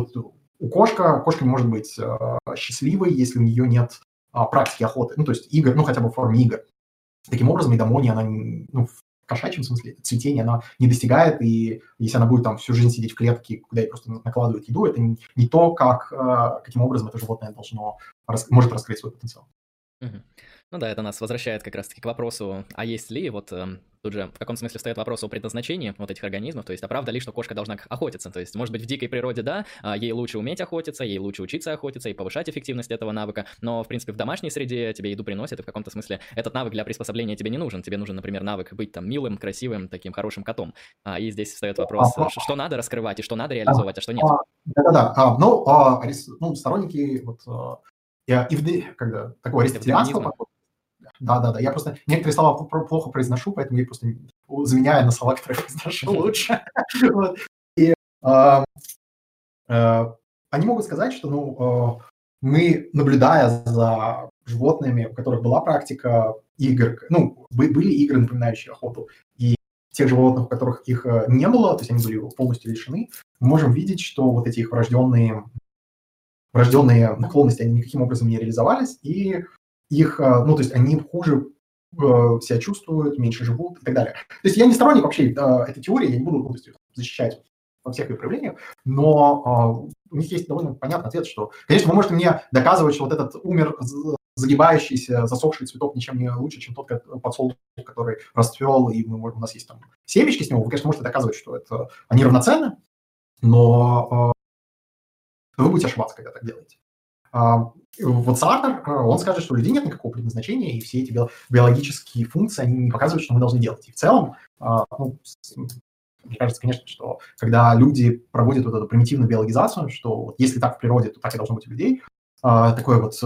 кошка не может быть счастливой, если у нее нет практики охоты, то есть игр, хотя бы в форме игр. Таким образом, единомония, она в кошачьем смысле, цветение, она не достигает, и если она будет там всю жизнь сидеть в клетке, куда ей просто накладывают еду, это не то, каким образом это животное может раскрыть свой потенциал. Ну да, это нас возвращает как раз-таки к вопросу, а есть ли, тут же в каком смысле встает вопрос о предназначении вот этих организмов, то есть, а правда ли, что кошка должна охотиться, то есть, может быть, в дикой природе, да, ей лучше уметь охотиться, ей лучше учиться охотиться и повышать эффективность этого навыка, но, в принципе, в домашней среде тебе еду приносят, и в каком-то смысле этот навык для приспособления тебе не нужен, тебе нужен, например, навык быть там милым, красивым, таким хорошим котом, и здесь встает вопрос, что надо раскрывать и что надо реализовывать, а что нет. Да-да-да, сторонники такого аристотелианского подхода. Да. Я просто некоторые слова плохо произношу, поэтому я просто заменяю на слова, которые произношу лучше. И они могут сказать, что мы, наблюдая за животными, у которых была практика игр, были игры, напоминающие охоту, и тех животных, у которых их не было, то есть они были полностью лишены, мы можем видеть, что вот эти их врожденные наклонности, они никаким образом не реализовались, и то есть они хуже себя чувствуют, меньше живут и так далее. То есть я не сторонник вообще этой теории, я не буду полностью защищать во всех ее проявлениях, но у них есть довольно понятный ответ, что, конечно, вы можете мне доказывать, что вот этот загибающийся, засохший цветок ничем не лучше, чем тот подсолнух, который расцвел, и у нас есть там семечки с него. Вы, конечно, можете доказывать, что они равноценны, но вы будете ошибаться, когда так делаете. Вот Сартер, он скажет, что у людей нет никакого предназначения, и все эти биологические функции, они не показывают, что мы должны делать. И в целом, мне кажется, конечно, что когда люди проводят вот эту примитивную биологизацию, что вот если так в природе, то так и должно быть у людей, такой вот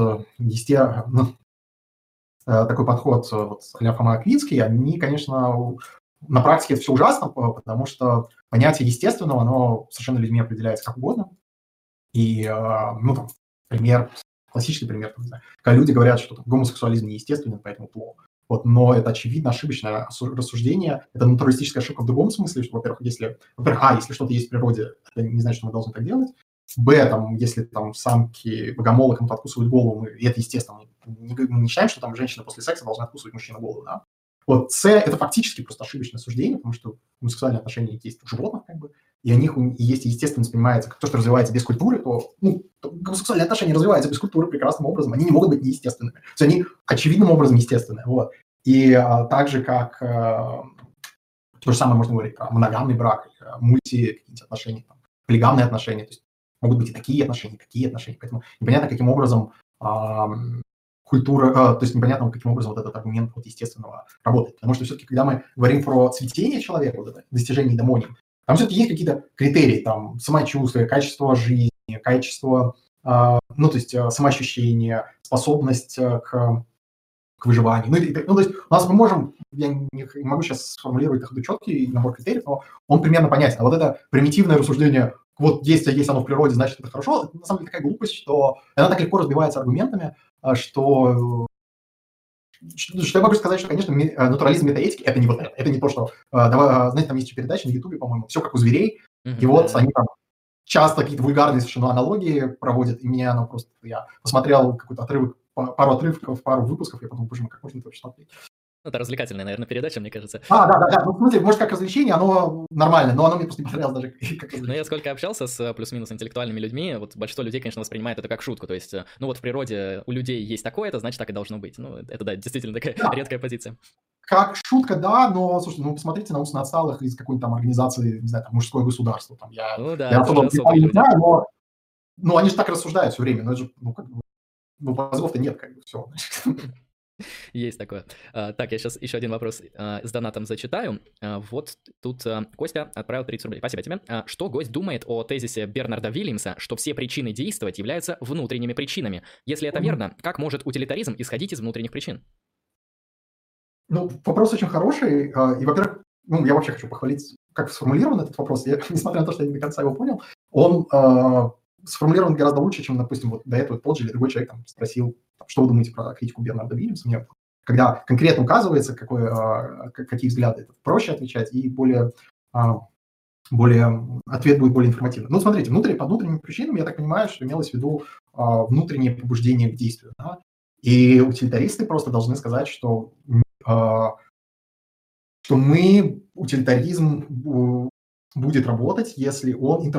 такой подход вот а-ля Фома Аквинский, они, конечно, на практике это все ужасно, потому что понятие естественного, оно совершенно людьми определяется как угодно. И, там, классический пример, не знаю, когда люди говорят, что там, гомосексуализм неестественен, поэтому плохо. Вот, но это очевидно ошибочное рассуждение, это натуралистическая ошибка в другом смысле, что, во-первых, если что-то есть в природе, это не значит, что мы должны так делать. Там, если там самки богомола кому-то откусывают голову, и это естественно, мы не считаем, что там женщина после секса должна откусывать мужчину голову, да? Вот это фактически просто ошибочное суждение, потому что гомосексуальные отношения есть у животных, как бы, и у них есть естественно воспринимается как то, что развивается без культуры, то гомосексуальные отношения развиваются без культуры прекрасным образом, они не могут быть неестественными. То есть они очевидным образом естественные. Вот. И так же, как то же самое можно говорить про моногамный брак, какие-нибудь отношения, там, полигамные отношения, то есть могут быть и такие отношения, поэтому непонятно, каким образом культура, то есть непонятно, каким образом вот этот аргумент вот естественного работает. Потому что все-таки, когда мы говорим про цветение человека, вот это достижение домониум, там все-таки есть какие-то критерии, там, самочувствие, качество жизни, качество, самоощущение, способность к выживанию. То есть у нас мы можем, я не могу сейчас сформулировать их четкий набор критериев, но он примерно понятен. А вот это примитивное рассуждение, вот есть оно в природе, значит, это хорошо, это на самом деле такая глупость, что она так легко разбивается аргументами, что я могу сказать, что, конечно, натурализм метаэтики – это не вот это. Это не то, что… знаете, там есть еще передача на Ютубе, по-моему, «Все как у зверей», и вот они там часто какие-то вульгарные совершенно аналогии проводят, и меня оно просто… Я посмотрел какой-то отрывок, пару отрывков, пару выпусков, я подумал, боже мой, как можно это вообще смотреть? Это развлекательная, наверное, передача, мне кажется. Да. Ну, в смысле, может, как развлечение, оно нормально, но оно мне просто не понравилось даже как развлечение. Ну, я сколько общался с плюс-минус интеллектуальными людьми, вот большинство людей, конечно, воспринимает это как шутку. То есть, в природе у людей есть такое, это значит, так и должно быть. Ну, это, да, действительно такая редкая позиция. Как шутка, да, но, слушайте, посмотрите на умственно отсталых из какой-нибудь там организации, не знаю, там, мужское государство. Там, я особо не знаю, но они же так рассуждают все время, но это же, мозгов-то нет, как бы, все. Есть такое. Так, я сейчас еще один вопрос с донатом зачитаю. Вот тут Костя отправил 30 рублей. Спасибо тебе. Что гость думает о тезисе Бернарда Вильямса, что все причины действовать являются внутренними причинами? Если это верно, как может утилитаризм исходить из внутренних причин? Вопрос очень хороший. И, во-первых, я вообще хочу похвалить, как сформулирован этот вопрос. Несмотря на то, что я не до конца его понял, он сформулирован гораздо лучше, чем, допустим, вот до этого тот же или другой человек там спросил, что вы думаете про критику Бернарда Вильямса. Мне, когда конкретно указывается, какие взгляды, это проще отвечать, и ответ будет более информативным. Смотрите, под внутренними причинами, я так понимаю, что имелось в виду внутреннее побуждение к действию. Да? И утилитаристы просто должны сказать, что утилитаризм будет работать, если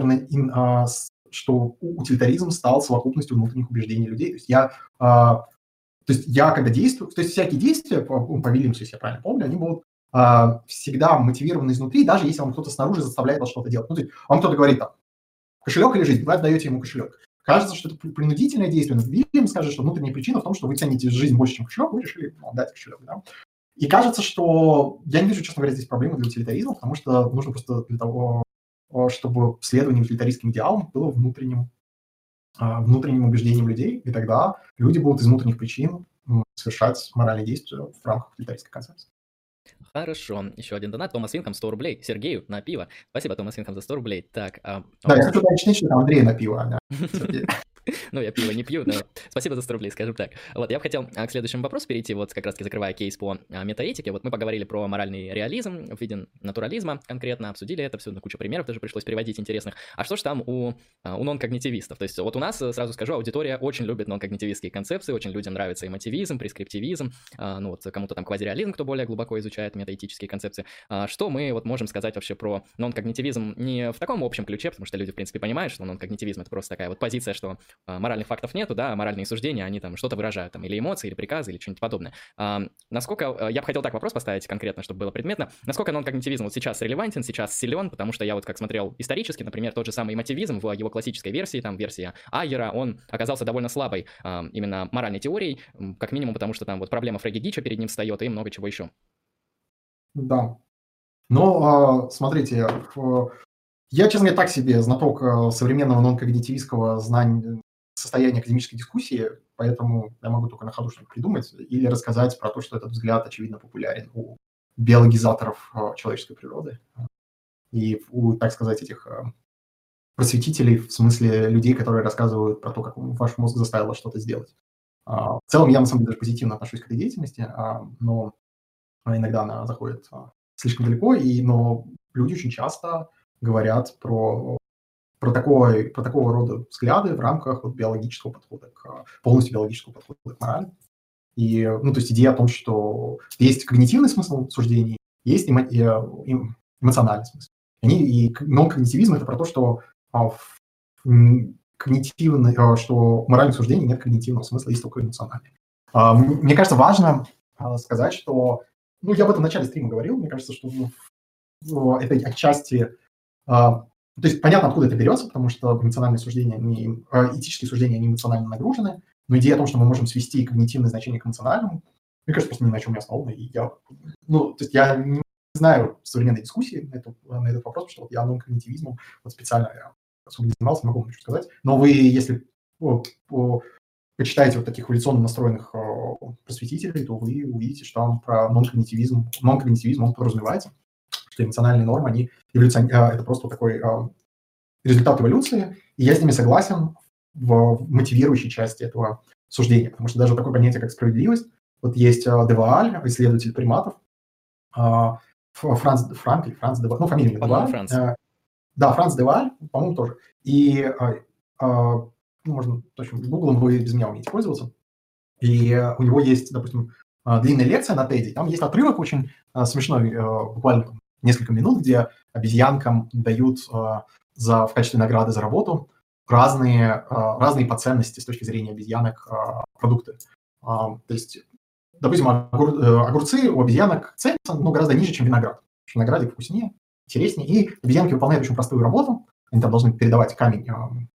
что утилитаризм стал совокупностью внутренних убеждений людей. То есть я когда действую, то есть всякие действия, по Вильямсу, если я правильно помню, они будут всегда мотивированы изнутри, даже если вам кто-то снаружи заставляет вас что-то делать. То есть вам кто-то говорит там, кошелек или жизнь, вы отдаете ему кошелек. Кажется, что это принудительное действие, но Вильямс скажет, что внутренняя причина в том, что вы цените жизнь больше, чем кошелек, вы решили отдать кошелек. Да? И кажется, что я не вижу, честно говоря, здесь проблемы для утилитаризма, потому что нужно просто для того, чтобы следование утилитаристским идеалам было внутренним убеждением людей, и тогда люди будут из внутренних причин совершать моральные действия в рамках утилитаристской концепции. Хорошо. Еще один донат. Томас Винком, 100 рублей. Сергею на пиво. Спасибо, Томас Винком, за 100 рублей. Так, да, я хочу уточнить, что там Андрея на пиво, да. Ну, я пиво не пью, но спасибо за 100 рублей, скажем так. Вот, я бы хотел к следующему вопросу перейти, вот как раз-таки закрывая кейс по метаэтике. Вот мы поговорили про моральный реализм в виде натурализма конкретно, обсудили это все, на кучу примеров даже пришлось приводить интересных. А что же там у нон-когнитивистов? То есть вот у нас, сразу скажу, аудитория очень любит нон-когнитивистские концепции, очень людям нравится эмотивизм, прескриптивизм, кому-то там квазиреализм, кто более глубоко изучает метаэтические концепции. Что мы вот можем сказать вообще про нон-когнитивизм не в таком общем ключе, потому что люди, в принципе, понимают, что нон-когнитивизм — это просто такая вот позиция, что моральных фактов нету, да, моральные суждения, они там что-то выражают, там, или эмоции, или приказы, или что-нибудь подобное. Насколько, я бы хотел так вопрос поставить конкретно, чтобы было предметно, насколько нон-когнитивизм вот сейчас релевантен, сейчас силен, потому что я вот как смотрел исторически, например, тот же самый мотивизм в его классической версии, там, версия Айера, он оказался довольно слабой именно моральной теорией, как минимум, потому что там вот проблема Фрейги Гича перед ним встает и много чего еще. Да. Но, смотрите, я, честно говоря, так себе знаток современного нон-когнитивистского состояния академической дискуссии, поэтому я могу только на ходу что-то придумать или рассказать про то, что этот взгляд, очевидно, популярен у биологизаторов человеческой природы и у, так сказать, этих просветителей, в смысле людей, которые рассказывают про то, как ваш мозг заставил вас что-то сделать. В целом, я, на самом деле, даже позитивно отношусь к этой деятельности, но иногда она заходит слишком далеко, но люди очень часто говорят про такого рода взгляды в рамках вот биологического подхода, полностью биологического подхода к морали. И, то есть идея о том, что есть когнитивный смысл суждений, есть эмоциональный смысл. И нон-когнитивизм – это про то, что что в моральных суждениях нет когнитивного смысла, есть только эмоциональный. Мне кажется, важно сказать, что, я об этом в начале стрима говорил, мне кажется, что это отчасти, то есть понятно, откуда это берется, потому что эмоциональные суждения, этические суждения, они эмоционально нагружены, но идея о том, что мы можем свести когнитивное значение к эмоциональному, мне кажется, просто ни на чем не основана. И я не знаю современной дискуссии на этот вопрос, потому что я нон-когнитивизмом специально особо не занимался, могу вам ничего сказать. Но вы, если почитаете вот таких эволюционно настроенных просветителей, то вы увидите, что там про нон-когнитивизм он подразумевается, что эмоциональные нормы, они это просто такой результат эволюции, и я с ними согласен в мотивирующей части этого суждения, потому что даже такое понятие, как справедливость, вот есть де Вааль, исследователь приматов, Франц де Вааль, фамилия де Вааль. Да, Франц де Вааль, по-моему, тоже. И можно точно гуглом вы без меня умеете пользоваться. И у него есть, допустим, длинная лекция на TED, там есть отрывок очень смешной, буквально несколько минут, где обезьянкам дают в качестве награды за работу разные по ценности с точки зрения обезьянок продукты. То есть, допустим, огурцы у обезьянок ценятся, но гораздо ниже, чем виноград. Потому что виноград вкуснее, интереснее. И обезьянки выполняют очень простую работу. Они там должны передавать камень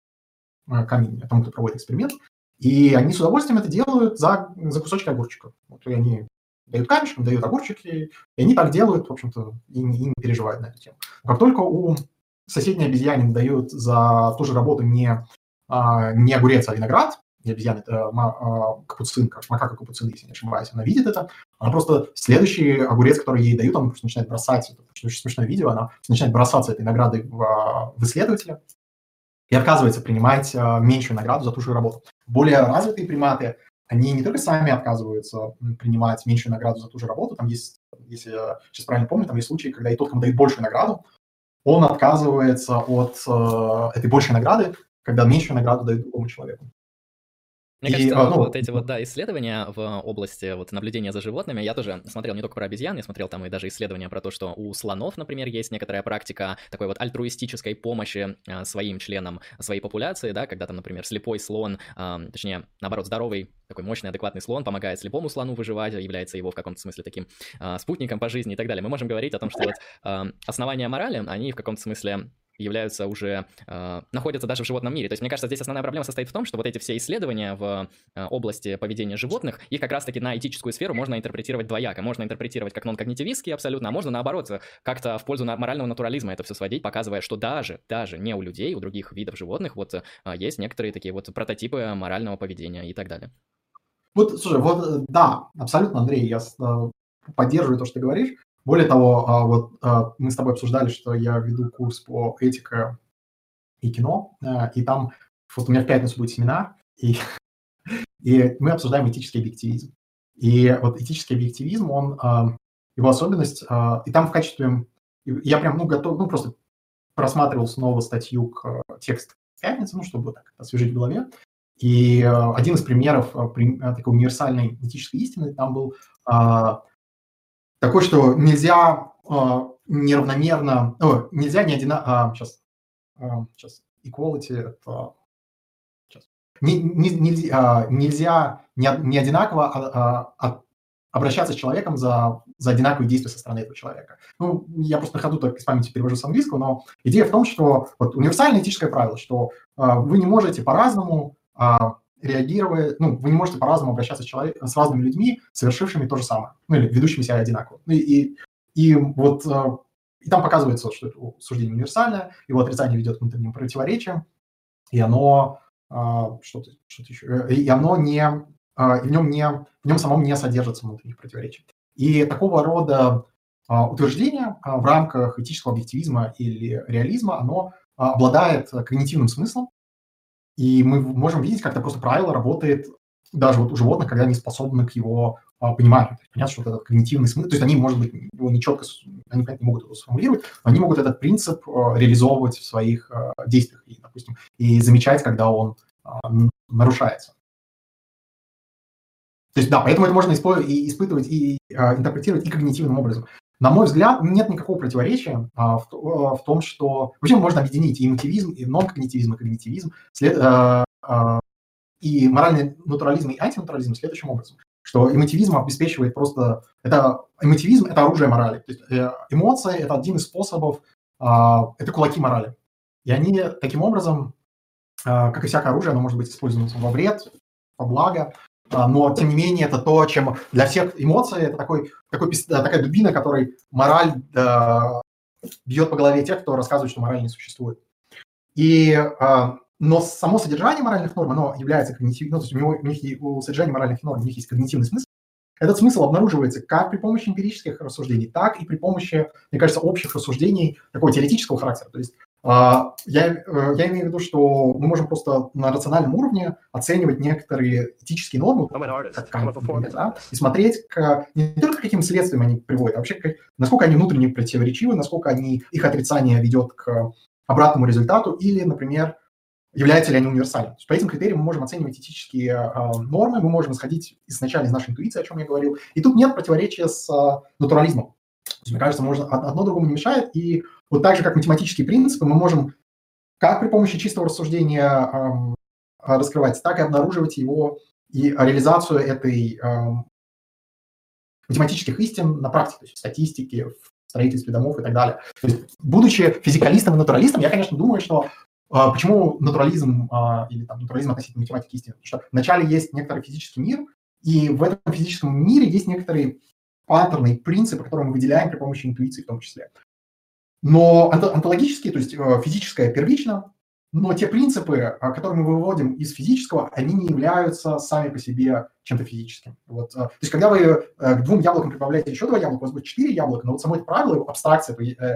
тому, кто проводит эксперимент. И они с удовольствием это делают за кусочки огурчика. Вот, и они дают камешек, дают огурчики, и они так делают, в общем-то, и не переживают на эту тему. Как только у соседней обезьяне дают за ту же работу не огурец, а виноград, и обезьяна – это капуцинка, макака капуцин, если не ошибаюсь, она видит это, она просто следующий огурец, который ей дают, она просто начинает бросать, это очень смешное видео, она начинает бросаться этой наградой в исследователя и отказывается принимать меньшую награду за ту же работу. Более развитые приматы, они не только сами отказываются принимать меньшую награду за ту же работу, там есть, если я сейчас правильно помню, там есть случаи, когда и тот, кому дают большую награду, он отказывается от этой большей награды, когда меньшую награду дают другому человеку. Мне кажется, вот эти исследования в области наблюдения за животными, я тоже смотрел не только про обезьян, я смотрел там и даже исследования про то, что у слонов, например, есть некоторая практика такой альтруистической помощи своим членам своей популяции, да, когда там, например, слепой слон, точнее, наоборот, здоровый, такой мощный, адекватный слон помогает слепому слону выживать, является его в каком-то смысле таким спутником по жизни и так далее. Мы можем говорить о том, что основания морали, они в каком-то смысле являются уже, находятся даже в животном мире. То есть, мне кажется, здесь основная проблема состоит в том, что вот эти все исследования в области поведения животных, их как раз-таки на этическую сферу можно интерпретировать двояко. Можно интерпретировать как нон-когнитивистские абсолютно, а можно наоборот, как-то в пользу морального натурализма это все сводить, показывая, что даже не у людей, у других видов животных есть некоторые такие прототипы морального поведения и так далее. Слушай, да, абсолютно, Андрей, я поддерживаю то, что ты говоришь. Более того, мы с тобой обсуждали, что я веду курс по этике и кино, и там у меня в пятницу будет семинар, и мы обсуждаем этический объективизм. И вот этический объективизм, его особенность, и там в качестве, я прям, готов, просто просматривал снова статью к тексту в пятницу, чтобы так освежить в голове. И один из примеров такой универсальной этической истины там был такой, что нельзя неравномерно, нельзя не одинаково, сейчас, equality, это, нельзя не одинаково обращаться с человеком за одинаковые действия со стороны этого человека. Ну, я просто на ходу так из памяти перевожу с английского, но идея в том, что вот универсальное этическое правило, что вы не можете по-разному реагировать, ну, вы не можете по-разному обращаться с разными людьми, совершившими то же самое, ну, или ведущими себя одинаково. Ну, и там показывается, что это суждение универсальное, его отрицание ведет к внутренним противоречиям, и оно что-то еще, и оно в нем самом не содержится внутренних противоречий. И такого рода утверждение в рамках этического объективизма или реализма, оно обладает когнитивным смыслом, и мы можем видеть, как это просто правило работает даже вот у животных, когда они способны к его пониманию. Понятно, что вот этот когнитивный смысл, то есть они, может быть, его не четко, они не могут его сформулировать, но они могут этот принцип реализовывать в своих действиях, и, допустим, и замечать, когда он нарушается. То есть, да, поэтому это можно испытывать и интерпретировать и когнитивным образом. На мой взгляд, нет никакого противоречия в том, что вообще можно объединить и эмотивизм, и нон-когнитивизм, и когнитивизм, и моральный натурализм, и антинатурализм следующим образом, что эмотивизм обеспечивает просто... Эмотивизм – это оружие морали. То есть эмоции – это один из способов, это кулаки морали. И они таким образом, как и всякое оружие, оно может быть использовано во вред, во благо, но, тем не менее, это то, чем для всех эмоций, это такая дубина, которой мораль бьет по голове тех, кто рассказывает, что мораль не существует. Но само содержание моральных норм, оно является когнитивным, ну, то есть у содержания моральных норм у них есть когнитивный смысл. Этот смысл обнаруживается как при помощи эмпирических рассуждений, так и при помощи, мне кажется, общих рассуждений такого теоретического характера. То есть я имею в виду, что мы можем просто на рациональном уровне оценивать некоторые этические нормы, да, и смотреть не только к каким следствиям они приводят, а вообще насколько они внутренне противоречивы, насколько их отрицание ведет к обратному результату или, например, являются ли они универсальными. По этим критериям мы можем оценивать этические нормы, мы можем исходить изначально из нашей интуиции, о чем я говорил. И тут нет противоречия с натурализмом. То есть, мне кажется, одно другому не мешает. И вот так же, как математические принципы, мы можем как при помощи чистого рассуждения раскрывать, так и обнаруживать его и реализацию этой математических истин на практике, то есть в статистике, в строительстве домов и так далее. То есть, будучи физикалистом и натуралистом, я, конечно, думаю, что почему натурализм или натурализм относительно математики истины? Потому что вначале есть некоторый физический мир, и в этом физическом мире есть некоторые паттерны, принципы, которые мы выделяем при помощи интуиции в том числе. Но онтологически, то есть физическое первично, но те принципы, которые мы выводим из физического, они не являются сами по себе чем-то физическим. Вот. То есть когда вы к 2 яблокам прибавляете еще 2 яблока, у вас будет 4 яблока, но вот само это правило, абстракция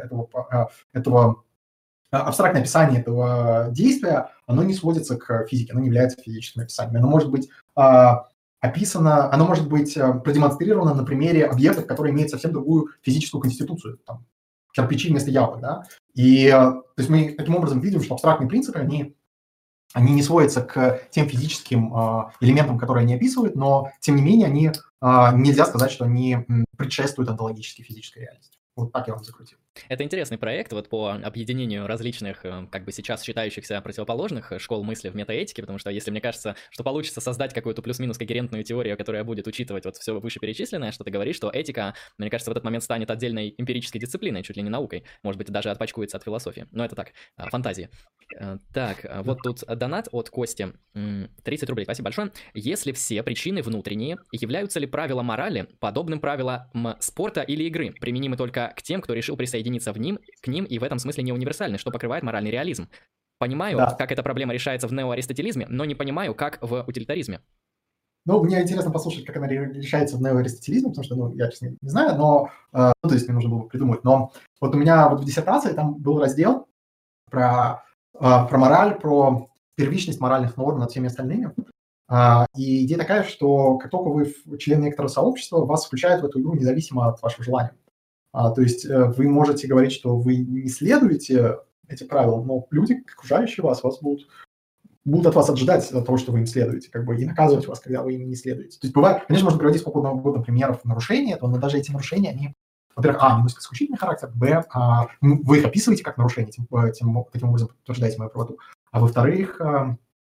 этого абстрактное описание этого действия, оно не сводится к физике, оно не является физическим описанием. Оно может быть описано, оно может быть продемонстрировано на примере объектов, которые имеют совсем другую физическую конституцию, там, кирпичи вместо яблок, да. И то есть мы таким образом видим, что абстрактные принципы, они не сводятся к тем физическим элементам, которые они описывают, но, тем не менее, нельзя сказать, что они предшествуют онтологической физической реальности. Вот так я вам закрутил. Это интересный проект вот по объединению различных, как бы сейчас считающихся противоположных школ мысли в метаэтике, потому что если мне кажется, что получится создать какую-то плюс-минус когерентную теорию, которая будет учитывать вот все вышеперечисленное, что ты говоришь, что этика, мне кажется, в этот момент станет отдельной эмпирической дисциплиной, чуть ли не наукой, может быть, даже отпочкуется от философии, но это так, фантазии. Так, вот тут донат от Кости, 30 рублей, спасибо большое. Если все причины внутренние, являются ли правила морали подобным правилам спорта или игры, применимы только к тем, кто решил присоединиться к ним и в этом смысле не универсальны, что покрывает моральный реализм? Понимаю, как эта проблема решается в неоаристотелизме, но не понимаю, как в утилитаризме. Ну, мне интересно послушать, как она решается в неоаристотелизме, потому что, я, честно, не знаю, но, то есть мне нужно было придумать. Но вот у меня вот в диссертации там был раздел про мораль, про первичность моральных норм над всеми остальными. И идея такая, что как только вы член некоторого сообщества, вас включают в эту игру независимо от вашего желания. То есть вы можете говорить, что вы не следуете этим правилам, но люди, окружающие вас будут от вас ожидать того, что вы им следуете, как бы, и наказывать вас, когда вы им не следуете. То есть бывает, конечно, можно приводить сколько угодно примеров нарушений, но даже эти нарушения, они, во-первых, не носят исключительный характер, вы их описываете как нарушение, таким образом подтверждаете мою правоту, а во-вторых,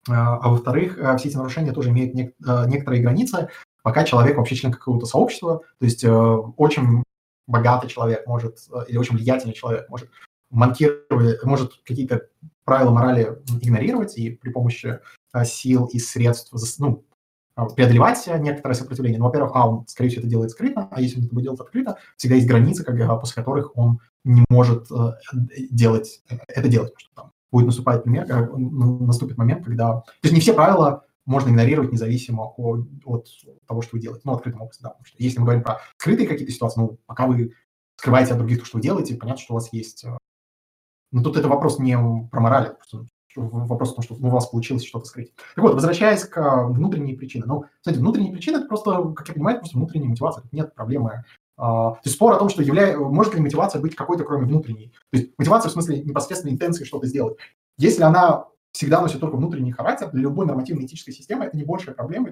А во-вторых, все эти нарушения тоже имеют некоторые границы, пока человек вообще член какого-то сообщества, то есть очень богатый человек может, или очень влиятельный человек может монтировать, может какие-то правила морали игнорировать и при помощи сил и средств преодолевать некоторое сопротивление. Но, во-первых, он, скорее всего, это делает скрытно, а если он это будет делать открыто, всегда есть границы, после которых он не может это делать, потому что там будет наступит момент, когда... То есть не все правила можно игнорировать независимо от того, что вы делаете. Ну, открытым образом, да. Потому что если мы говорим про скрытые какие-то ситуации, пока вы скрываете от других то, что вы делаете, понятно, что у вас есть... Но тут это вопрос не про мораль, вопрос в том, что у вас получилось что-то скрыть. Так вот, возвращаясь к внутренней причине. Кстати, внутренние причины – это просто, как я понимаю, это просто внутренняя мотивация. Тут нет проблемы. То есть спор о том, что может ли мотивация быть какой-то, кроме внутренней. То есть мотивация в смысле непосредственной интенции что-то сделать. Если она всегда носит только внутренний характер, для любой нормативной этической системы это не большая проблема,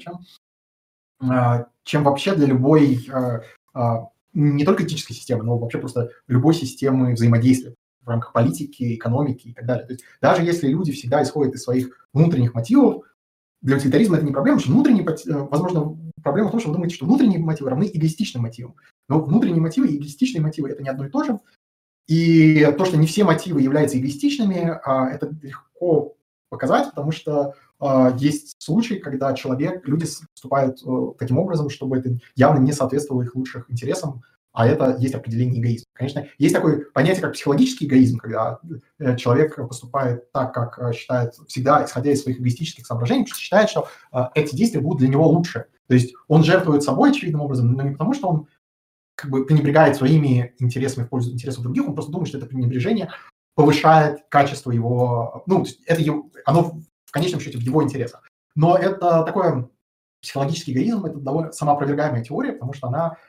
чем вообще для любой, не только этической системы, но вообще просто любой системы взаимодействия в рамках политики, экономики и так далее. То есть даже если люди всегда исходят из своих внутренних мотивов, для утилитаризма это не проблема, потому что возможно, проблема в том, что вы думаете, что внутренние мотивы равны эгоистичным мотивам. Но внутренние мотивы и эгоистичные мотивы – это не одно и то же. И то, что не все мотивы являются эгоистичными, это легко показать, потому что есть случаи, когда люди поступают таким образом, чтобы это явно не соответствовало их лучшим интересам, а это есть определение эгоизма. Конечно, есть такое понятие, как психологический эгоизм, когда человек поступает так, как считает, всегда исходя из своих эгоистических соображений, потому что считает, что эти действия будут для него лучше. То есть он жертвует собой очевидным образом, но не потому, что он пренебрегает своими интересами в пользу интересов других, он просто думает, что это пренебрежение повышает качество его, оно в конечном счете в его интересах. Но это такой психологический эгоизм, это довольно самоопровергаемая теория, потому что она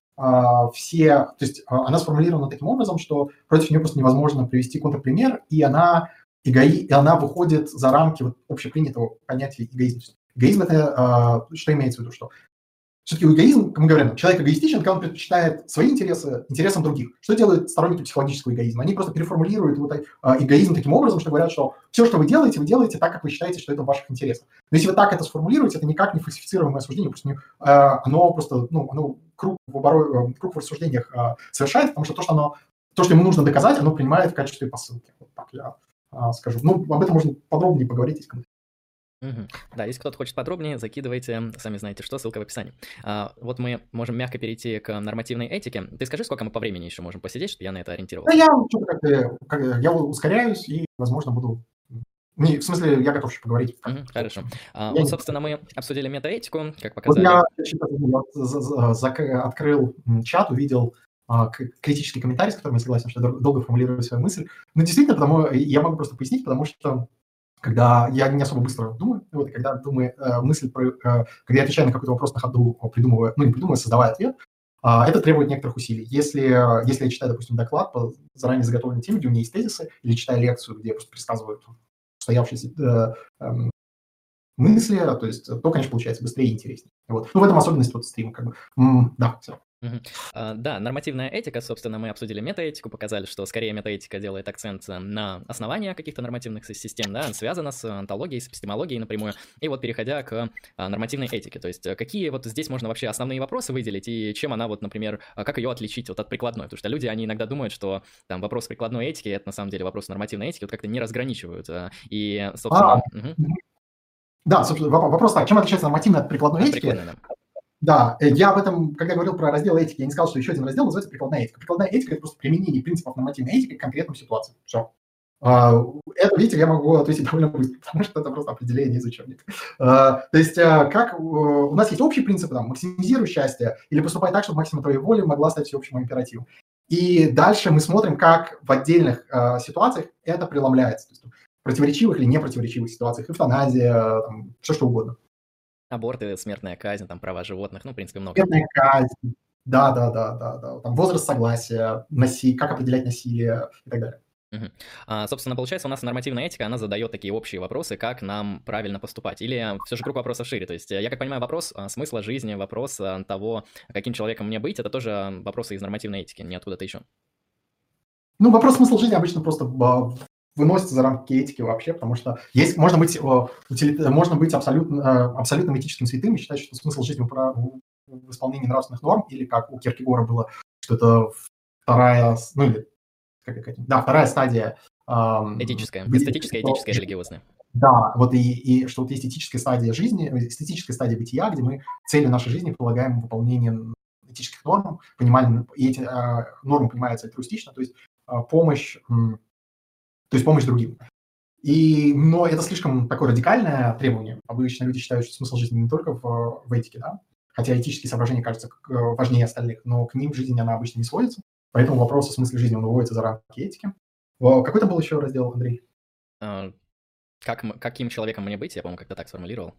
она сформулирована таким образом, что против нее просто невозможно привести контрпример, и она выходит за рамки общепринятого понятия эгоизма. Эгоизм – это что имеется в виду, что все-таки эгоизм, как мы говорим, человек эгоистичен, когда он предпочитает свои интересы интересам других. Что делают сторонники психологического эгоизма? Они просто переформулируют эгоизм таким образом, что говорят, что все, что вы делаете так, как вы считаете, что это в ваших интересах. Но если вы так это сформулируете, это никак не фальсифицируемое суждение, оно круг в рассуждениях совершает, потому что то, что ему нужно доказать, оно принимает в качестве посылки. Вот так я скажу. Об этом можно подробнее поговорить, если кому-то. Да, если кто-то хочет подробнее, закидывайте, сами знаете что, ссылка в описании. Вот мы можем мягко перейти к нормативной этике. Ты скажи, сколько мы по времени еще можем посидеть, чтобы я на это ориентировался? Я ускоряюсь и, возможно, буду... В смысле, я готов еще поговорить. Хорошо. Вот, собственно, мы обсудили метаэтику, как показали. Я открыл чат, увидел критический комментарий, с которым я согласен, что я долго формулирую свою мысль. Но действительно, я могу просто пояснить, потому что когда я не особо быстро думаю, когда думаю когда я отвечаю на какой-то вопрос на ходу, создавая ответ, это требует некоторых усилий. Если я читаю, допустим, доклад по заранее заготовленной теме, где у меня есть тезисы, или читаю лекцию, где я просто пересказываю устоявшиеся мысли, то, конечно, получается быстрее и интереснее. В этом особенность стрима. Да, все. Да, нормативная этика, собственно, мы обсудили метаэтику, показали, что скорее метаэтика делает акцент на основания каких-то нормативных систем, да, связана с онтологией, с эпистемологией напрямую. И вот переходя к нормативной этике, то есть какие здесь можно вообще основные вопросы выделить и чем она например, как ее отличить от прикладной, потому что люди, они иногда думают, что там вопрос прикладной этики, это на самом деле вопрос нормативной этики, как-то не разграничивают. И, собственно... Да, собственно, вопрос так, чем отличается нормативная от прикладной этики? Да, я об этом, когда говорил про раздел этики, я не сказал, что еще один раздел называется прикладная этика. Прикладная этика – это просто применение принципов нормативной этики к конкретным ситуациям. Все. Это, видите, я могу ответить довольно быстро, потому что это просто определение из учебника. То есть, как у нас есть общие принципы, максимизируй счастье или поступай так, чтобы максимум твоей воли могла стать всеобщим императивом. И дальше мы смотрим, как в отдельных ситуациях это преломляется. То есть, противоречивых или непротиворечивых ситуациях, эвтаназия, все что угодно. Аборты, смертная казнь, права животных, в принципе, много. Смертная казнь, да. Возраст согласия, как определять насилие и так далее. Собственно, получается, у нас нормативная этика, она задает такие общие вопросы, как нам правильно поступать. Или все же круг вопросов шире. То есть, я как понимаю, вопрос смысла жизни, вопрос того, каким человеком мне быть, это тоже вопросы из нормативной этики, не откуда-то еще. Вопрос смысла жизни обычно просто выносится за рамки этики вообще, потому что можно быть абсолютным этическим святым и считать, что смысл жизни в исполнении нравственных норм, или как у Киркегора было, что это вторая стадия. Этическая, эстетическая, этическая, религиозная. Да, вот и что вот есть этическая стадия жизни, эстетическая стадия бытия, где мы целью нашей жизни полагаем выполнение этических норм, и эти нормы понимаются альтруистично, то есть помощь другим. Но это слишком такое радикальное требование. Обычно люди считают, что смысл жизни не только в этике, да, хотя этические соображения кажутся важнее остальных, но к ним жизнь, она обычно не сводится, поэтому вопрос о смысле жизни, он выводится за рамки этики. Какой-то был еще раздел, Андрей? Каким человеком мне быть, я, по-моему, как-то так сформулировал.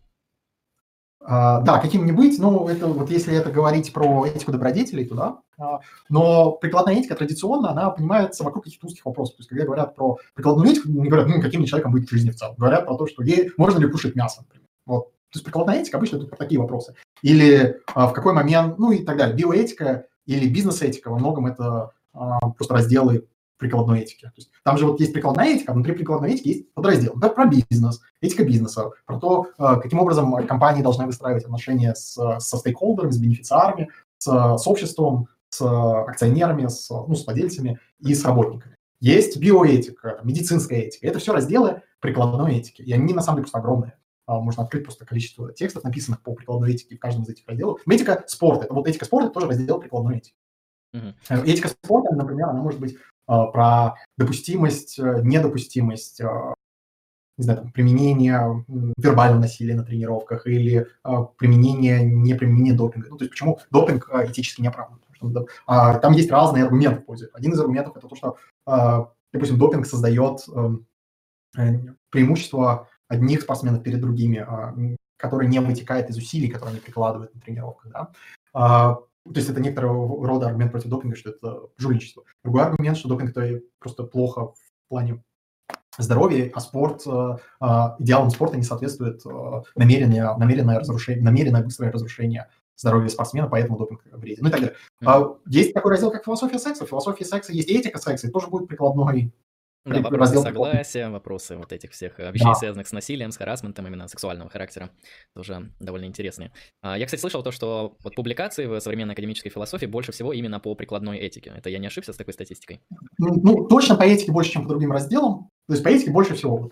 Да, каким не быть, это вот если это говорить про этику добродетелей, то да. Но прикладная этика традиционно, она понимается вокруг каких-то узких вопросов. То есть, когда говорят про прикладную этику, не говорят, каким человеком быть в жизни в целом. Говорят про то, что можно ли кушать мясо, например. Вот. То есть прикладная этика обычно это про такие вопросы. Или в какой момент, и так далее. Биоэтика или бизнес-этика, во многом это просто разделы прикладной этики. То есть там же вот есть прикладная этика, а внутри прикладной этики есть подраздел. Например, про бизнес, этика бизнеса, про то, каким образом компании должны выстраивать отношения со стейкхолдерами, с бенефициарами, с обществом, с акционерами, с владельцами и с работниками. Есть биоэтика, медицинская этика. Это все разделы прикладной этики. И они на самом деле просто огромные. Можно открыть просто количество текстов, написанных по прикладной этике в каждом из этих разделов. Этика спорта. Этика спорта – это тоже раздел прикладной этики. Этика спорта, например, она может быть про допустимость, недопустимость, не знаю, применение вербального насилия на тренировках или неприменение допинга. То есть почему допинг этически неоправдан? Там есть разные аргументы в пользу. Один из аргументов – это то, что, допустим, допинг создает преимущество одних спортсменов перед другими, которые не вытекает из усилий, которые они прикладывают на тренировках. Да? То есть это некоторого рода аргумент против допинга, что это жульничество. Другой аргумент, что допинг – это просто плохо в плане здоровья, а спорт, идеалам спорта не соответствует намеренное быстрое разрушение здоровья спортсмена, поэтому допинг вреден. И так далее. Есть такой раздел, как философия секса. В философии секса есть этика секса, и тоже будет прикладной. Да, вопросы согласия, вопросы вот этих всех вещей, связанных с насилием, с харассментом именно сексуального характера, тоже довольно интересные. Я, кстати, слышал то, что вот публикации в современной академической философии больше всего именно по прикладной этике. Это я не ошибся с такой статистикой? Точно по этике больше, чем по другим разделам. То есть по этике больше всего.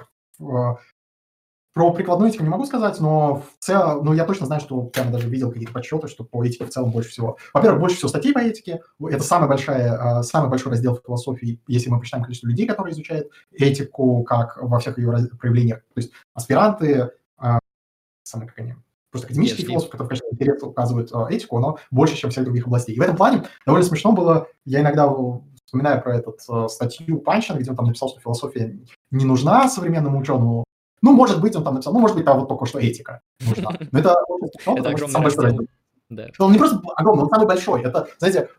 Про прикладную этику не могу сказать, но в целом, я точно знаю, что прямо даже видел какие-то подсчеты, что по этике в целом больше всего. Во-первых, больше всего статей по этике. Это самый большой раздел в философии, если мы посчитаем количество людей, которые изучают этику, как во всех ее проявлениях. То есть аспиранты, просто академические философы, которые в качестве интереса указывают этику, но больше, чем всех других областей. И в этом плане довольно смешно было, я иногда вспоминаю про эту статью Панчина, где он там написал, что философия не нужна современному ученому. Может быть, он там написал, может быть, вот только что этика нужна. Но это огромный раздел. Да. Он не просто огромный, он самый большой. Это, знаете,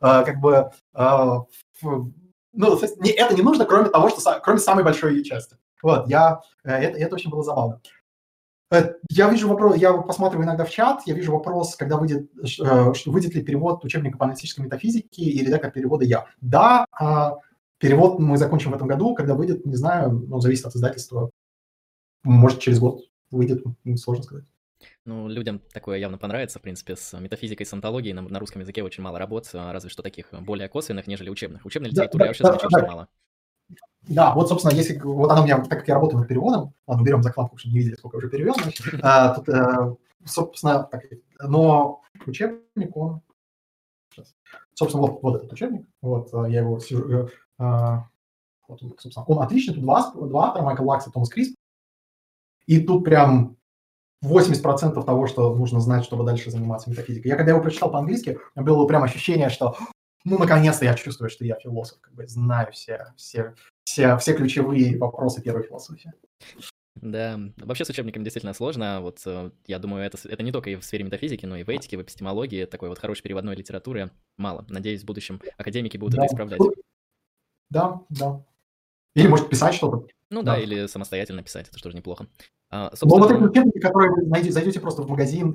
это не нужно, кроме самой большой ее части. Вот, это очень было забавно. Я вижу вопрос, я посматриваю иногда в чат, я вижу вопрос, когда выйдет ли перевод учебника по аналитической метафизике и редактор перевода я. Да, перевод мы закончим в этом году, когда выйдет, не знаю, зависит от издательства. Может, через год выйдет, сложно сказать. Людям такое явно понравится, в принципе, с метафизикой, с онтологией на русском языке очень мало работ, разве что таких более косвенных, нежели учебных. Учебной литературы я вообще замечаю, что мало. Да, вот, собственно, если вот она у меня, так как я работаю над переводом, ладно, берем закладку, чтобы не видели, сколько я уже перевел, тут, собственно, но учебник, он... Собственно, вот этот учебник, вот, я его сижу... Вот, собственно, он отличный, тут два автора, Майкл Лакс и Томас Крисп. И тут прям 80% того, что нужно знать, чтобы дальше заниматься метафизикой. Я когда его прочитал по-английски, у меня было прям ощущение, что наконец-то я чувствую, что я философ, знаю все ключевые вопросы первой философии. Да, вообще с учебниками действительно сложно. Вот я думаю, это не только и в сфере метафизики, но и в этике, в эпистемологии. Такой вот хорошей переводной литературы мало. Надеюсь, в будущем академики будут это исправлять. Да. Или, может, писать что-то. Или самостоятельно писать, это что же неплохо. Вот эти учебники, которые вы зайдете просто в магазин и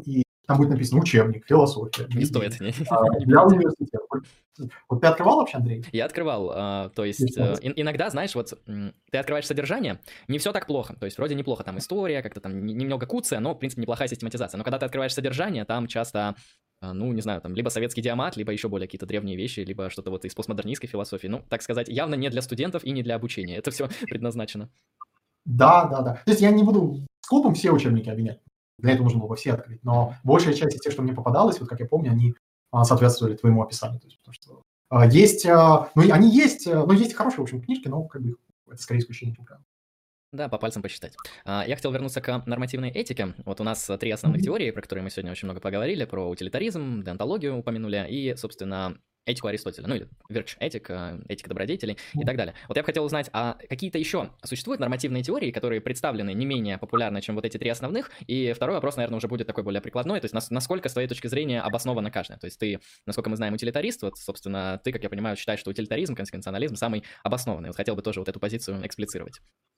там будет написано учебник, философия, Не Библия, стоит. Не для берите. университета. Вот ты открывал вообще, Андрей? Я открывал, то И есть что? иногда, знаешь, вот ты открываешь содержание, не все так плохо, то есть вроде неплохо там история, как-то там немного куция, но, в принципе, неплохая систематизация. Но когда ты открываешь содержание, там часто, ну, не знаю, там либо советский диамат, либо еще более какие-то древние вещи, либо что-то вот из постмодернистской философии. Ну, так сказать, явно не для студентов и не для обучения. Это все предназначено. Да. То есть я не буду скопом все учебники обвинять. Для этого нужно было бы все открыть. Но большая часть из тех, что мне попадалось, вот как я помню, они соответствовали твоему описанию. То есть, потому что есть, ну, они есть, ну, есть хорошие, в общем, книжки, но как бы это скорее исключение, чем правило. Да, по пальцам посчитать. Я хотел вернуться к нормативной этике. Вот у нас 3 основных теории, про которые мы сегодня очень много поговорили, про утилитаризм, деонтологию упомянули и, собственно, этику Аристотеля, ну или virtue этика, этика добродетелей и так далее. Вот я бы хотел узнать, а какие-то еще существуют нормативные теории, которые представлены не менее популярно, чем вот эти 3 основных? И второй вопрос, наверное, уже будет такой более прикладной, то есть насколько, с твоей точки зрения, обоснована каждая? То есть ты, насколько мы знаем, утилитарист, вот, собственно, ты, как я понимаю, считаешь, что утилитаризм, консеквенционализм самый обоснованный. Вот хотел бы тоже вот эту позицию эксплицировать.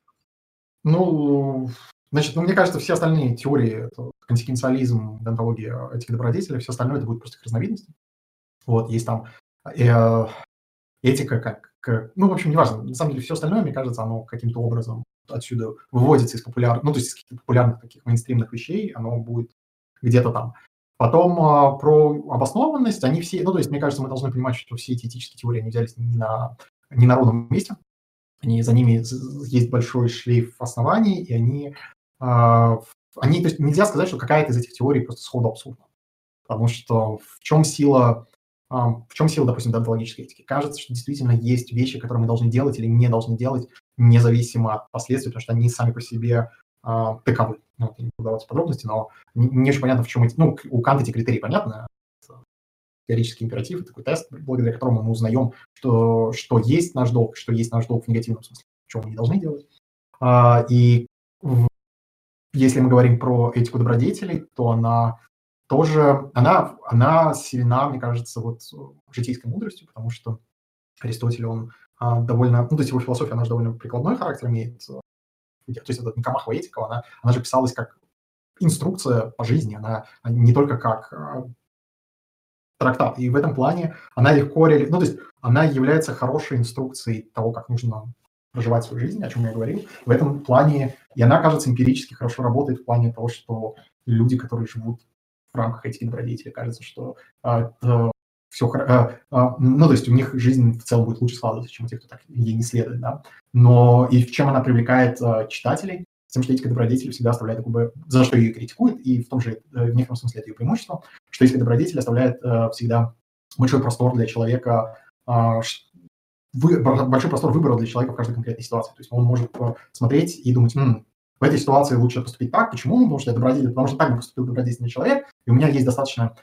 Ну, значит, мне кажется, все остальные теории, это консеквенциализм, деонтология, этика добродетели, все остальное это будет просто их разновидности. Вот, есть там э, этика ну, в общем, неважно. На самом деле, все остальное, мне кажется, оно каким-то образом отсюда выводится из популярных, ну, то есть из каких-то популярных таких мейнстримных вещей, оно будет где-то там. Потом про обоснованность, они все, ну, то есть, мне кажется, мы должны понимать, что все эти этические теории, они взялись не на ровном месте, за ними есть большой шлейф оснований, и то есть нельзя сказать, что какая-то из этих теорий просто сходу абсурдна. Потому что в чем сила, допустим, деонтологической этики? Кажется, что действительно есть вещи, которые мы должны делать или не должны делать, независимо от последствий, потому что они сами по себе таковы. Ну, я не буду давать подробности, но не очень понятно, в чем эти... Ну, у Канта эти критерии понятны. Теоретический императив, это такой тест, благодаря которому мы узнаем, что есть наш долг, что есть наш долг в негативном смысле, чего мы не должны делать. И если мы говорим про этику добродетелей, то она тоже, она сильна, мне кажется, вот житейской мудростью, потому что Аристотель, он довольно, ну, то есть его философия, она же довольно прикладной характер имеет. То есть это Никомахова этика, она же писалась как инструкция по жизни, она не только как трактат. И в этом плане она легко, ну, то есть она является хорошей инструкцией того, как нужно проживать свою жизнь, о чем я говорил. В этом плане, и она, кажется, эмпирически хорошо работает в плане того, что люди, которые живут в рамках этих добродетелей, кажется, что все, ну, то есть у них жизнь в целом будет лучше складываться, чем у тех, кто так ей не следует, да. Но и в чем она привлекает читателей? Тем, что этика добродетели всегда оставляет такой, за что ее критикуют, и в том же, в некотором смысле, это ее преимущество, что этика добродетели оставляет всегда большой простор для человека, большой простор выбора для человека в каждой конкретной ситуации. То есть он может смотреть и думать, в этой ситуации лучше поступить так. Почему? Потому что я добродетель, потому что так бы поступил добродетельный человек, и у меня есть достаточно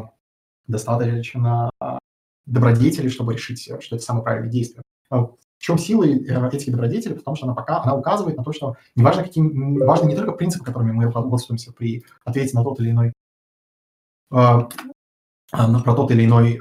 добродетели, чтобы решить, что это самое правильное действие. В чем сила этих добродетелей? Потому что она указывает на то, что важны не только принципы, которыми мы руководствуемся при ответе на тот или иной про тот или иной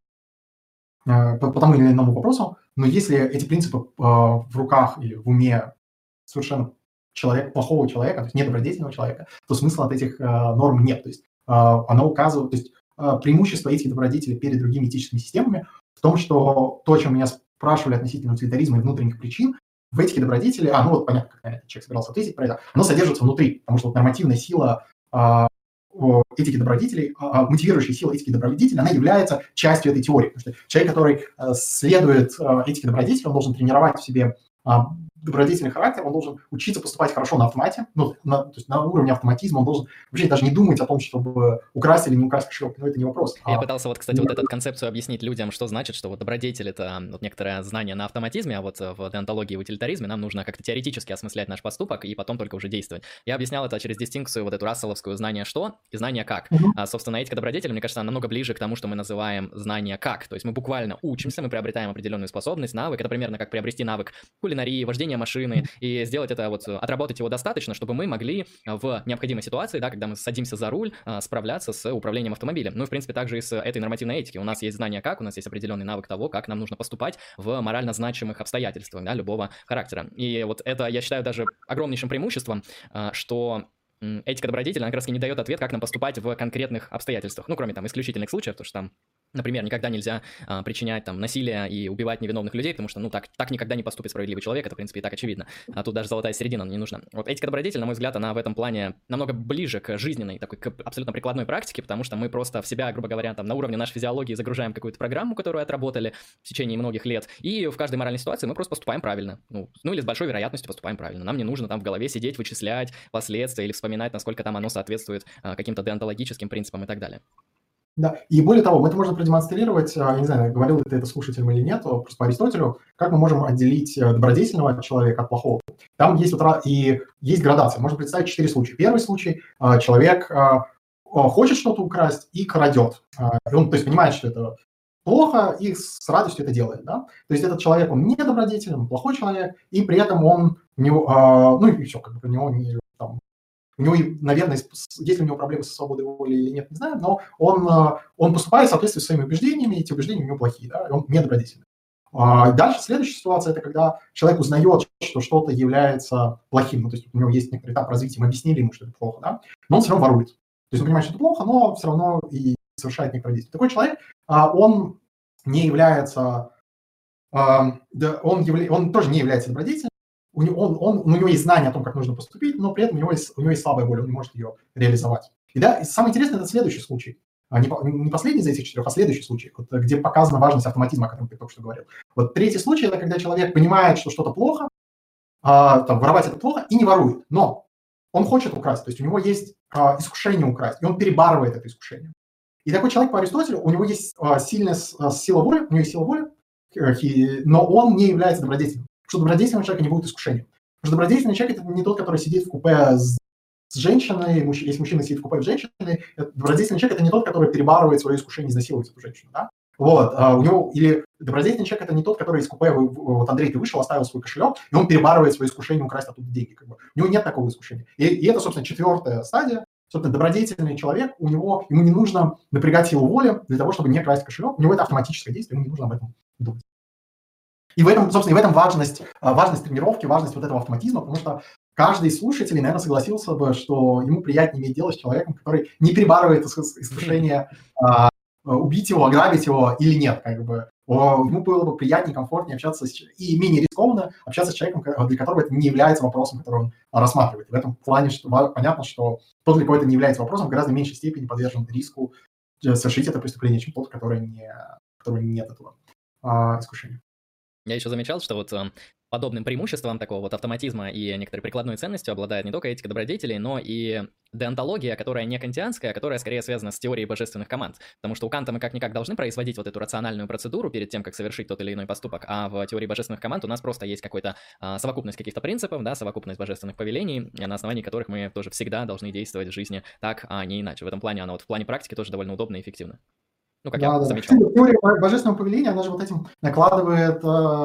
по тому или иному вопросу, но если эти принципы в руках или в уме совершенно плохого человека, то есть недобродетельного человека, то смысла от этих норм нет. То есть оно указывает, то есть преимущество этих добродетелей перед другими этическими системами в том, что то, о чем меня спрашивали относительно утилитаризма и внутренних причин, в этике добродетели, ну вот понятно, как этот человек собирался ответить про это, оно содержится внутри, потому что вот нормативная сила этики добродетелей, мотивирующая сила этики добродетелей, она является частью этой теории. Потому что человек, который следует этике добродетелей, он должен тренировать в себе добродетельный характер, он должен учиться поступать хорошо на автомате, то есть на уровне автоматизма, он должен вообще даже не думать о том, чтобы украсть или не украсть кошелек, но это не вопрос. Я пытался вот, кстати, вот эту концепцию объяснить людям, что значит, что вот добродетель — это вот некоторое знание на автоматизме, а вот в деонтологии и утилитаризме нам нужно как-то теоретически осмыслять наш поступок и потом только уже действовать. Я объяснял это через дистинкцию вот эту расселовскую знание что и знание как. Собственно, этика добродетели, мне кажется, намного ближе к тому, что мы называем знание как. То есть мы буквально учимся, мы приобретаем определенную способность, навык. Это примерно как приобрести навык кулинарии, вождения машины, и сделать это вот, отработать его достаточно, чтобы мы могли в необходимой ситуации, да, когда мы садимся за руль, справляться с управлением автомобилем. Ну и, в принципе, также и с этой нормативной этики. У нас есть знание как, у нас есть определенный навык того, как нам нужно поступать в морально значимых обстоятельствах, да, любого характера. И вот это, я считаю, даже огромнейшим преимуществом, что этика добродетели, она как раз не дает ответ, как нам поступать в конкретных обстоятельствах. Ну, кроме там исключительных случаев, потому что там, например, никогда нельзя причинять там насилие и убивать невиновных людей, потому что, ну, так никогда не поступит справедливый человек, это, в принципе, и так очевидно. А тут даже золотая середина не нужна. Вот этика добродетели, на мой взгляд, она в этом плане намного ближе к жизненной, такой, к абсолютно прикладной практике, потому что мы просто в себя, грубо говоря, там на уровне нашей физиологии загружаем какую-то программу, которую отработали в течение многих лет, и в каждой моральной ситуации мы просто поступаем правильно. Ну или с большой вероятностью поступаем правильно. Нам не нужно там в голове сидеть, вычислять последствия или вспоминать, насколько там оно соответствует каким-то деонтологическим принципам и так далее. Да, и более того, это можно продемонстрировать, я не знаю, говорил ли ты это слушателям или нет, просто по Аристотелю, как мы можем отделить добродетельного человека от плохого. Там есть и есть градация. Можно представить 4 случая. Первый случай – человек хочет что-то украсть и крадет. Он, то есть, понимает, что это плохо, и с радостью это делает. Да? То есть этот человек, он не добродетельный, он плохой человек, и при этом у него, и все, как бы у него у него, наверное, есть ли у него проблемы со свободой воли или нет, не знаю, но он поступает в соответствии с своими убеждениями, и эти убеждения у него плохие, да, и он недобродетельный. Дальше следующая ситуация – это когда человек узнает, что что-то является плохим, ну, то есть у него есть некоторый этап развития, мы объяснили ему, что это плохо, да, но он все равно ворует. То есть он понимает, что это плохо, но все равно и совершает некоторые действия. Такой человек, он не является, он тоже не является добродетельным. У него есть знание о том, как нужно поступить, но при этом у него есть слабая воля, он не может ее реализовать. И самое интересное – это следующий случай. Не последний из этих 4, а следующий случай, где показана важность автоматизма, о котором ты только что говорил. Вот третий случай – это когда человек понимает, что что-то плохо, воровать это плохо, и не ворует, но он хочет украсть, то есть у него есть искушение украсть, и он перебарывает это искушение. И такой человек по Аристотелю, у него есть сильная сила воли, у него есть сила воли, но он не является добродетельным. Что добродетельного человека не будет искушения. Потому что добродетельный человек – это не тот, который сидит в купе с женщиной, если мужчина сидит в купе с женщиной, добродетельный человек – это не тот, который перебарывает свое искушение изнасиловать эту женщину. Да? Вот, или добродетельный человек – это не тот, который из купе, вот Андрей, ты вышел, оставил свой кошелек, и он перебарывает свое искушение украсть оттуда деньги. Как бы. У него нет такого искушения. И это, собственно, 4-я стадия. Собственно, добродетельный человек, ему не нужно напрягать силу воли для того, чтобы не красть кошелек, у него это автоматическое действие, ему не нужно об этом думать. И в этом, собственно, важность тренировки, важность вот этого автоматизма, потому что каждый из слушателей, наверное, согласился бы, что ему приятнее иметь дело с человеком, который не перебарывает искушение убить его, ограбить его или нет. Как бы. Ему было бы приятнее, комфортнее общаться и менее рискованно общаться с человеком, для которого это не является вопросом, который он рассматривает. В этом плане понятно, что тот, для кого это не является вопросом, в гораздо меньшей степени подвержен риску совершить это преступление, чем тот, который нет этого искушения. Я еще замечал, что вот подобным преимуществом такого вот автоматизма и некоторой прикладной ценностью обладает не только этика добродетелей, но и деонтология, которая не кантианская, а которая скорее связана с теорией божественных команд. Потому что у Канта мы как-никак должны производить вот эту рациональную процедуру перед тем, как совершить тот или иной поступок, а в теории божественных команд у нас просто есть какая-то совокупность каких-то принципов, да, совокупность божественных повелений, на основании которых мы тоже всегда должны действовать в жизни так, а не иначе. В этом плане она вот в плане практики тоже довольно удобна и эффективна. Ну, как я замечал. Теория божественного повеления, она же вот этим накладывает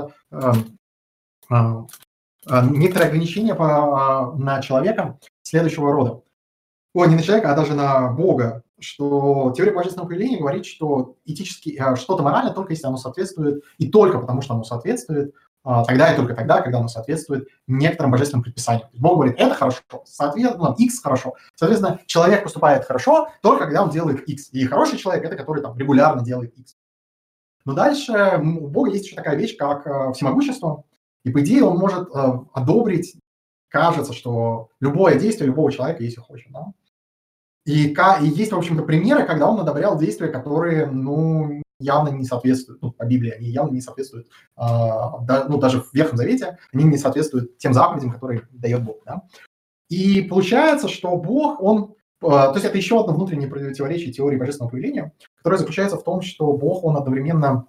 некоторые ограничения на человека следующего рода. Не на человека, а даже на Бога. Что теория божественного повеления говорит, что этически что-то морально только если оно соответствует, и только потому, что оно соответствует, тогда и только тогда, когда оно соответствует некоторым божественным предписаниям. Бог говорит, это хорошо, соответственно, X хорошо. Соответственно, человек поступает хорошо только когда он делает X. И хороший человек – это который там регулярно делает X. Но дальше у Бога есть еще такая вещь, как всемогущество. И, по идее, он может одобрить, кажется, что любое действие любого человека, если хочет. Да? И есть, в общем-то, примеры, когда он одобрял действия, которые, явно не соответствуют, по Библии, они явно не соответствуют, даже в Ветхом Завете, они не соответствуют тем заповедям, которые дает Бог. Да? И получается, что Бог, то есть это еще одно внутреннее противоречие теории божественного повеления, которое заключается в том, что Бог, он одновременно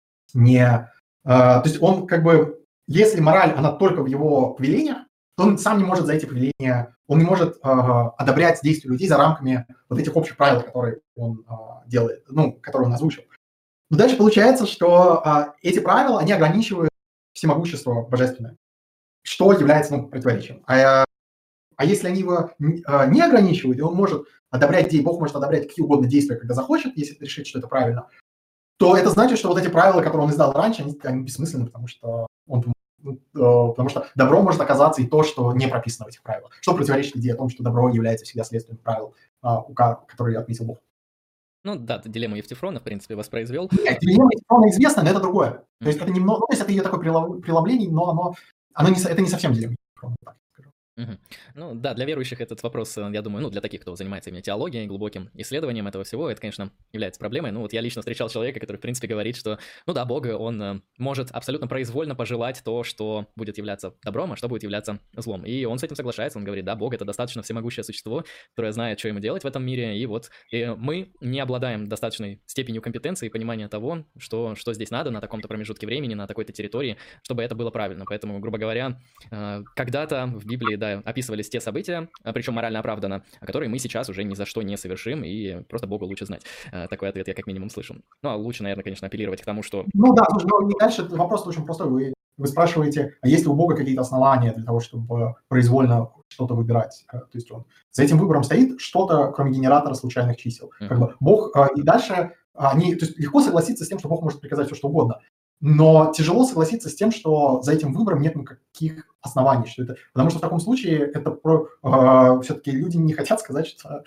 то есть он как бы, если мораль, она только в его повелениях, то он сам не может за эти повеления, он не может одобрять действия людей за рамками вот этих общих правил, которые он делает, которые он озвучил. Но дальше получается, что эти правила, они ограничивают всемогущество божественное, что является противоречием. А если они его не ограничивают, и он может одобрять, Бог может одобрять какие угодно действия, когда захочет, если решит, что это правильно, то это значит, что вот эти правила, которые он издал раньше, они бессмысленны, потому что он Потому что добро может оказаться и то, что не прописано в этих правилах. Что противоречит идее о том, что добро является всегда следствием правил, которые отметил Бог. Ну да, ты дилемму Евтифрона, в принципе, воспроизвел. Нет, дилемма Евтифрона известна, но это другое. То есть это немного, то есть это ее такое преломление, но это не совсем дилемма Евтифрона, так скажу. Ну да, для верующих этот вопрос, я думаю, для таких, кто занимается именно теологией, глубоким исследованием этого всего, это, конечно, является проблемой. Ну вот я лично встречал человека, который, в принципе, говорит, что, да, Бог, он может абсолютно произвольно пожелать то, что будет являться добром, а что будет являться злом. И он с этим соглашается, он говорит, да, Бог — это достаточно всемогущее существо, которое знает, что ему делать в этом мире, и вот мы не обладаем достаточной степенью компетенции и понимания того, что здесь надо на таком-то промежутке времени, на такой-то территории, чтобы это было правильно. Поэтому, грубо говоря, когда-то в Библии, да, описывались те события, причем морально оправданно, которые мы сейчас уже ни за что не совершим, и просто Богу лучше знать. Такой ответ я как минимум слышу. Ну, а лучше, наверное, конечно, апеллировать к тому, что... Ну да, но дальше вопрос очень простой. Вы спрашиваете, а есть ли у Бога какие-то основания для того, чтобы произвольно что-то выбирать? То есть за этим выбором стоит что-то, кроме генератора случайных чисел. Как бы Бог, и дальше то есть легко согласиться с тем, что Бог может приказать все, что угодно. Но тяжело согласиться с тем, что за этим выбором нет никаких оснований. Потому что в таком случае это все-таки люди не хотят сказать, что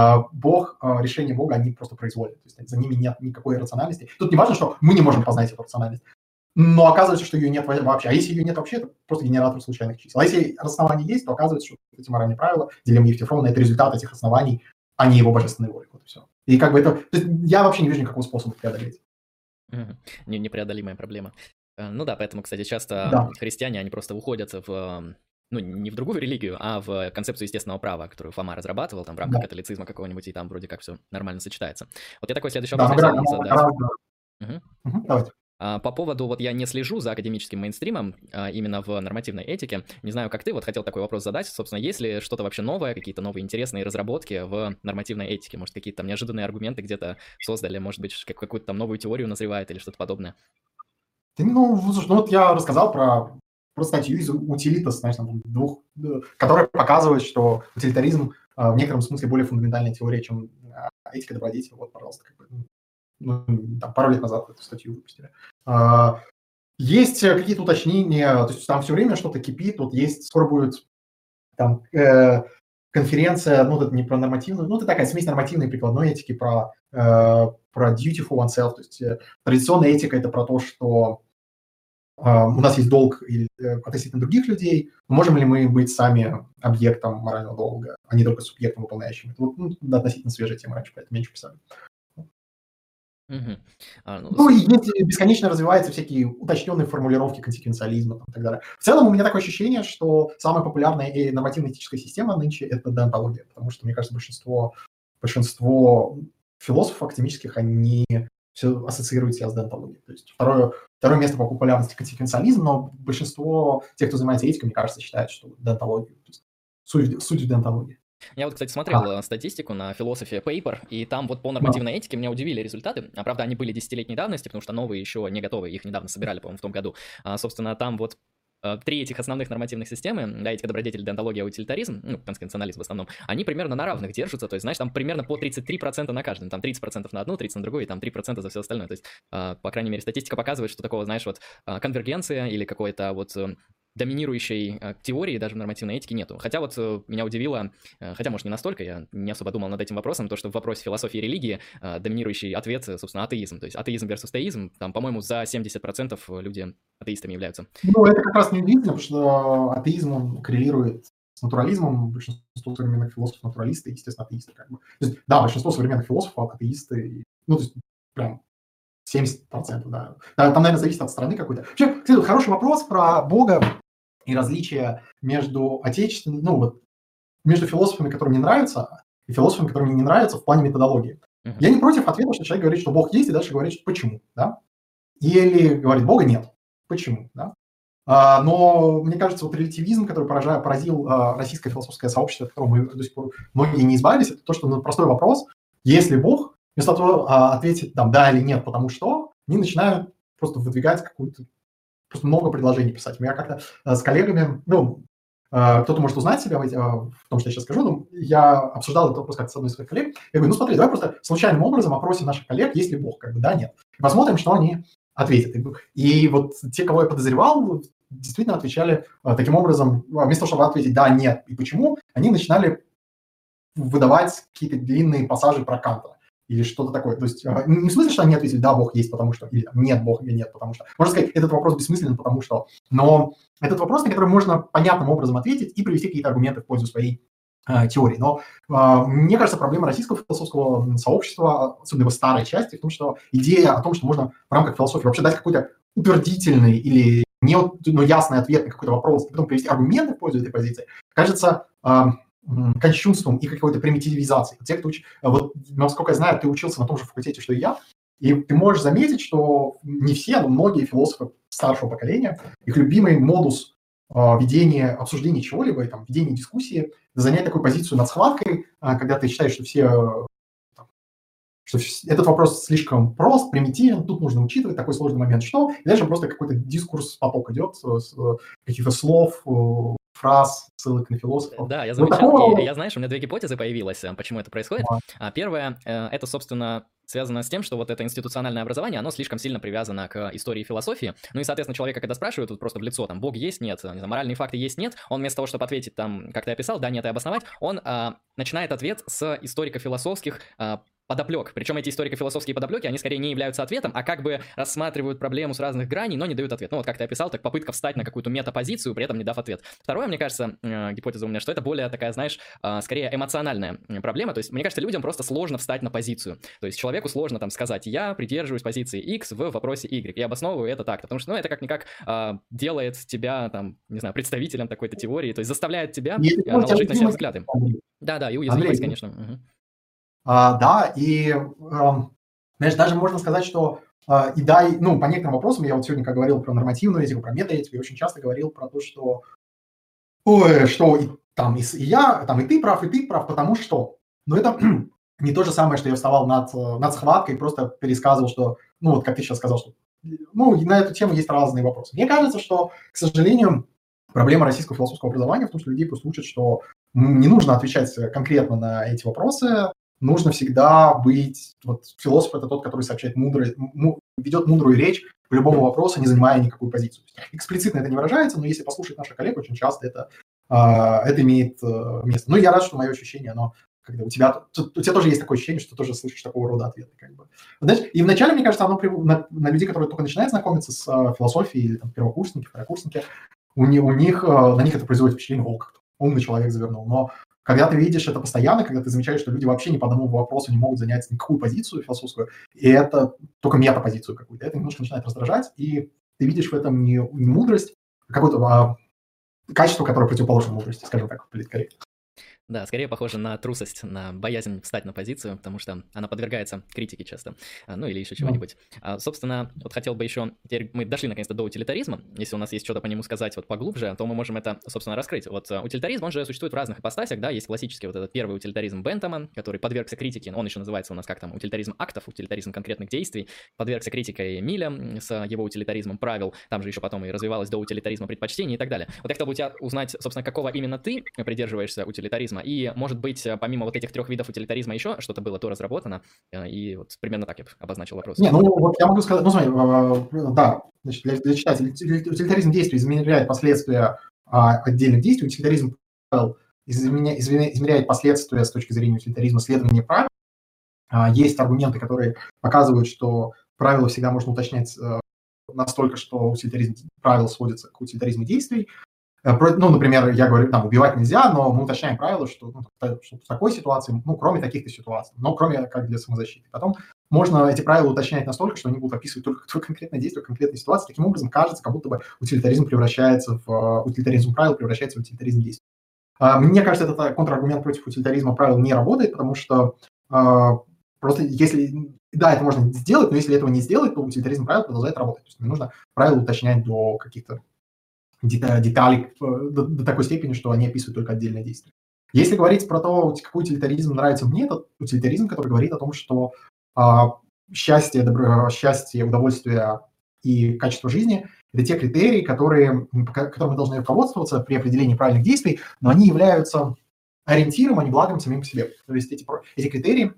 решение Бога, они просто произвольны. То есть за ними нет никакой рациональности. Тут не важно, что мы не можем познать эту рациональность, но оказывается, что ее нет вообще. А если ее нет вообще, это просто генератор случайных чисел. А если основания есть, то оказывается, что эти моральные правила, дилемма Евтифрона — это результат этих оснований, а не его божественной воли. Вот и все. И как бы это... То есть я вообще не вижу никакого способа преодолеть. Непреодолимая проблема. Ну да, поэтому, кстати, часто христиане, они просто уходят не в другую религию, а в концепцию естественного права, которую Фома разрабатывал там в рамках католицизма какого-нибудь, и там вроде как все нормально сочетается. Вот я такой следующий вопрос хотел задать. Давайте. По поводу, я не слежу за академическим мейнстримом, именно в нормативной этике. Не знаю, как ты, хотел такой вопрос задать. Собственно, есть ли что-то вообще новое, какие-то новые интересные разработки в нормативной этике? Может, какие-то там неожиданные аргументы где-то создали? Может быть, какую-то там новую теорию назревает или что-то подобное? Я рассказал про статью из Утилитас, которая показывает, что утилитаризм в некотором смысле более фундаментальная теория, чем этика добродетели. Вот, пожалуйста, пару лет назад эту статью выпустили. Есть какие-то уточнения, то есть там все время что-то кипит, скоро будет там конференция, это не про нормативную, это такая смесь нормативной и прикладной этики про duty for oneself, то есть традиционная этика — это про то, что у нас есть долг относительно других людей, можем ли мы быть сами объектом морального долга, а не только субъектом выполняющим. Это относительно свежая тема, раньше про это меньше писали. И здесь бесконечно развиваются всякие уточненные формулировки консеквенциализма и так далее. В целом у меня такое ощущение, что самая популярная и нормативно-этическая система нынче — это деонтология, потому что, мне кажется, большинство философов академических, они все ассоциируют себя с деонтологией. То есть второе место по популярности консеквенциализм, но большинство тех, кто занимается этикой, мне кажется, считают, что деонтология, суть в деонтологии. Я кстати, смотрел статистику на Philosophy Paper, и там по нормативной этике меня удивили результаты. Правда, они были десятилетней давности, потому что новые еще не готовы, их недавно собирали, по-моему, в том году. Собственно, там 3 этих основных нормативных системы, этика, добродетель, деонтология, утилитаризм, консеквенционализм в основном, они примерно на равных держатся, то есть, знаешь, там примерно по 33% на каждом, там 30% на одну, 30% на другую, и там 3% за все остальное. То есть, по крайней мере, статистика показывает, что такого, знаешь, конвергенция или какой-то доминирующей теории даже в нормативной этике нету. Хотя меня удивило, хотя, может, не настолько, я не особо думал над этим вопросом, то, что в вопросе философии и религии доминирующий ответ, собственно, атеизм. То есть атеизм versus теизм, там, по-моему, за 70% люди атеистами являются. Это как раз неудивительно, потому что атеизм, он коррелирует с натурализмом. Большинство современных философов натуралисты, естественно, атеисты. То есть, да, большинство современных философов атеисты, то есть прям 70%, да. Там, наверное, зависит от страны какой-то. Вообще, кстати, хороший вопрос про Бога и различия между между философами, которые мне нравятся, и философами, которые мне не нравятся в плане методологии. Я не против ответа, что человек говорит, что Бог есть, и дальше говорит, что почему, да? Или говорит, Бога нет. Почему, да? Но мне кажется, релятивизм, который поразил российское философское сообщество, от которого мы до сих пор многие не избавились, это то, что на простой вопрос, если Бог, вместо того ответить да или нет, потому что, они начинают просто выдвигать просто много предложений писать. Я как-то с коллегами, кто-то может узнать себя в том, что я сейчас скажу, но я обсуждал этот вопрос как-то с одной из своих коллег. Я говорю, смотри, давай просто случайным образом опросим наших коллег, есть ли Бог, да, нет. И посмотрим, что они ответят. И те, кого я подозревал, действительно отвечали таким образом, вместо того, чтобы ответить «да», «нет» и «почему», они начинали выдавать какие-то длинные пассажи про Канта или что-то такое. То есть не в смысле, что они ответили «да, Бог есть, потому что», или «нет, Бог или нет, потому что». Можно сказать, этот вопрос бессмысленен, потому что. Но этот вопрос, на который можно понятным образом ответить и привести какие-то аргументы в пользу своей теории. Но мне кажется, проблема российского философского сообщества, особенно его старой части, в том, что идея о том, что можно в рамках философии вообще дать какой-то утвердительный или но ясный ответ на какой-то вопрос, и потом привести аргументы в пользу этой позиции, кажется кощунством и какой-то примитивизацией. Те, кто вот, насколько я знаю, ты учился на том же факультете, что и я, и ты можешь заметить, что не все, но многие философы старшего поколения, их любимый модус ведения, обсуждения чего-либо, и, ведения дискуссии, занять такую позицию над схваткой, когда ты считаешь, что этот вопрос слишком прост, примитивен, тут нужно учитывать такой сложный момент, что, и дальше просто какой-то дискурс, поток идет с каких-то слов, фраз, ссылок на философов. Да, я замечал, и я, знаешь, у меня две гипотезы появилось, почему это происходит. Первое, это, собственно, связано с тем, что вот это институциональное образование, оно слишком сильно привязано к истории философии. Ну и, соответственно, человека, когда спрашивают, вот просто в лицо, Бог есть, нет, не знаю, моральные факты есть, нет, он вместо того, чтобы ответить, как ты описал, да, нет, и обосновать, он начинает ответ с историко-философских подоплек. Причем эти историко-философские подоплеки, они скорее не являются ответом, а как бы рассматривают проблему с разных граней, но не дают ответ. Ну вот как ты описал, так попытка встать на какую-то метапозицию, при этом не дав ответ. Второе, мне кажется, гипотеза у меня, что это более такая, знаешь, скорее эмоциональная проблема. То есть, мне кажется, людям просто сложно встать на позицию. То есть человеку сложно сказать, я придерживаюсь позиции X в вопросе Y, и обосновываю это так, потому что, это как-никак делает тебя, не знаю, представителем такой-то теории, то есть заставляет тебя наложить на себя взгляды. Да, и уязвимость, конечно. Да, и, знаешь, даже можно сказать, что по некоторым вопросам, я вот сегодня, как говорил про нормативную этику, про метаэтику, я очень часто говорил про то, что и я, и ты прав, потому что. Но это не то же самое, что я вставал над схваткой и просто пересказывал, что, вот как ты сейчас сказал, что, на эту тему есть разные вопросы. Мне кажется, что, к сожалению, проблема российского философского образования в том, что людей просто учат, что не нужно отвечать конкретно на эти вопросы, нужно всегда быть... философ – это тот, который сообщает ведет мудрую речь по любому вопросу, не занимая никакую позицию. Эксплицитно это не выражается, но если послушать наших коллег, очень часто это имеет место. Я рад, что мое ощущение, когда у тебя тоже есть такое ощущение, что ты тоже слышишь такого рода ответы. Знаешь, и вначале, мне кажется, оно на людей, которые только начинают знакомиться с философией, или первокурсники, второкурсники, на них это производит впечатление, как умный человек завернул. Но когда ты видишь это постоянно, когда ты замечаешь, что люди вообще ни по одному вопросу не могут занять никакую позицию философскую, и это только метапозицию какую-то, это немножко начинает раздражать, и ты видишь в этом не мудрость, а какое-то качество, которое противоположно мудрости, скажем так, политкорректно. Да, скорее похоже на трусость, на боязнь встать на позицию, потому что она подвергается критике часто, или еще чего-нибудь. Собственно, хотел бы еще, теперь мы дошли наконец-то до утилитаризма, если у нас есть что-то по нему сказать поглубже, то мы можем это, собственно, раскрыть. Утилитаризм, он же существует в разных ипостасях, да, есть классический этот первый утилитаризм Бентама, который подвергся критике, он еще называется у нас утилитаризм актов, утилитаризм конкретных действий, подвергся критике Миля с его утилитаризмом правил, там же еще потом и развивалось до утилитаризма предпочтений и так далее. Я хотел бы у тебя узнать, собственно, какого именно ты придерживаешься утилитаризма, и, может быть, помимо этих трех видов утилитаризма еще что-то было разработано, и примерно так я обозначил вопрос. Я могу сказать, смотри, да, значит, для читателей, утилитаризм действий измеряет последствия отдельных действий, утилитаризм правил измеряет последствия с точки зрения утилитаризма следования правил. Есть аргументы, которые показывают, что правила всегда можно уточнять настолько, что утилитаризм правил сводится к утилитаризму действий. Например, я говорю, убивать нельзя, но мы уточняем правила, что в такой ситуации, кроме таких-то ситуаций, но кроме как для самозащиты. Потом можно эти правила уточнять настолько, что они будут описывать только конкретное действие, конкретной ситуации. Таким образом, кажется, как будто бы утилитаризм правил превращается в утилитаризм действий. Мне кажется, этот контраргумент против утилитаризма правил не работает, потому что просто если... Да, это можно сделать, но если этого не сделать, то утилитаризм правил продолжает работать. То есть не нужно правила уточнять до каких-то деталей до такой степени, что они описывают только отдельные действия. Если говорить про то, какой утилитаризм нравится мне, это утилитаризм, который говорит о том, что счастье, удовольствие и качество жизни – это те критерии, которыми мы должны руководствоваться при определении правильных действий, но они являются ориентиром, а не благом самим по себе. То есть эти критерии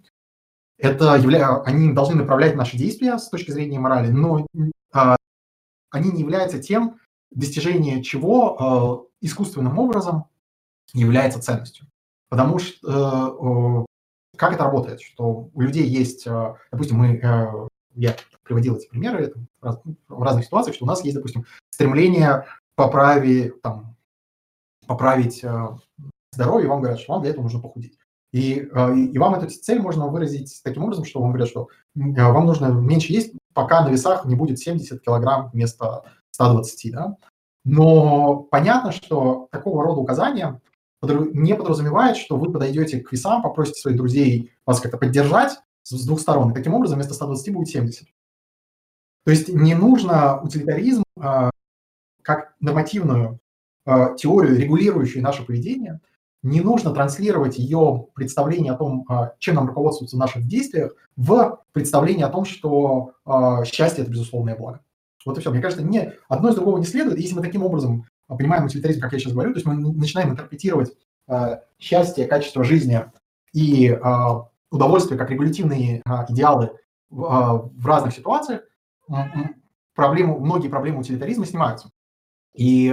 они должны направлять наши действия с точки зрения морали, но они не являются тем, достижение чего искусственным образом является ценностью. Потому что как это работает? Что у людей есть, допустим, я приводил эти примеры в разных ситуациях, что у нас есть, допустим, стремление поправить здоровье, и вам говорят, что вам для этого нужно похудеть. И вам эту цель можно выразить таким образом, что вам говорят, что вам нужно меньше есть, пока на весах не будет 70 килограмм вместо 120, да? Но понятно, что такого рода указания не подразумевает, что вы подойдете к весам, попросите своих друзей вас как-то поддержать с двух сторон, и таким образом вместо 120 будет 70. То есть не нужно утилитаризм как нормативную теорию, регулирующую наше поведение, не нужно транслировать ее представление о том, чем нам руководствуются в наших действиях, в представление о том, что счастье – это безусловное благо. Вот и все. Мне кажется, одно из другого не следует. И если мы таким образом понимаем утилитаризм, как я сейчас говорю, то есть мы начинаем интерпретировать счастье, качество жизни и удовольствие как регулятивные идеалы в разных ситуациях, многие проблемы утилитаризма снимаются. И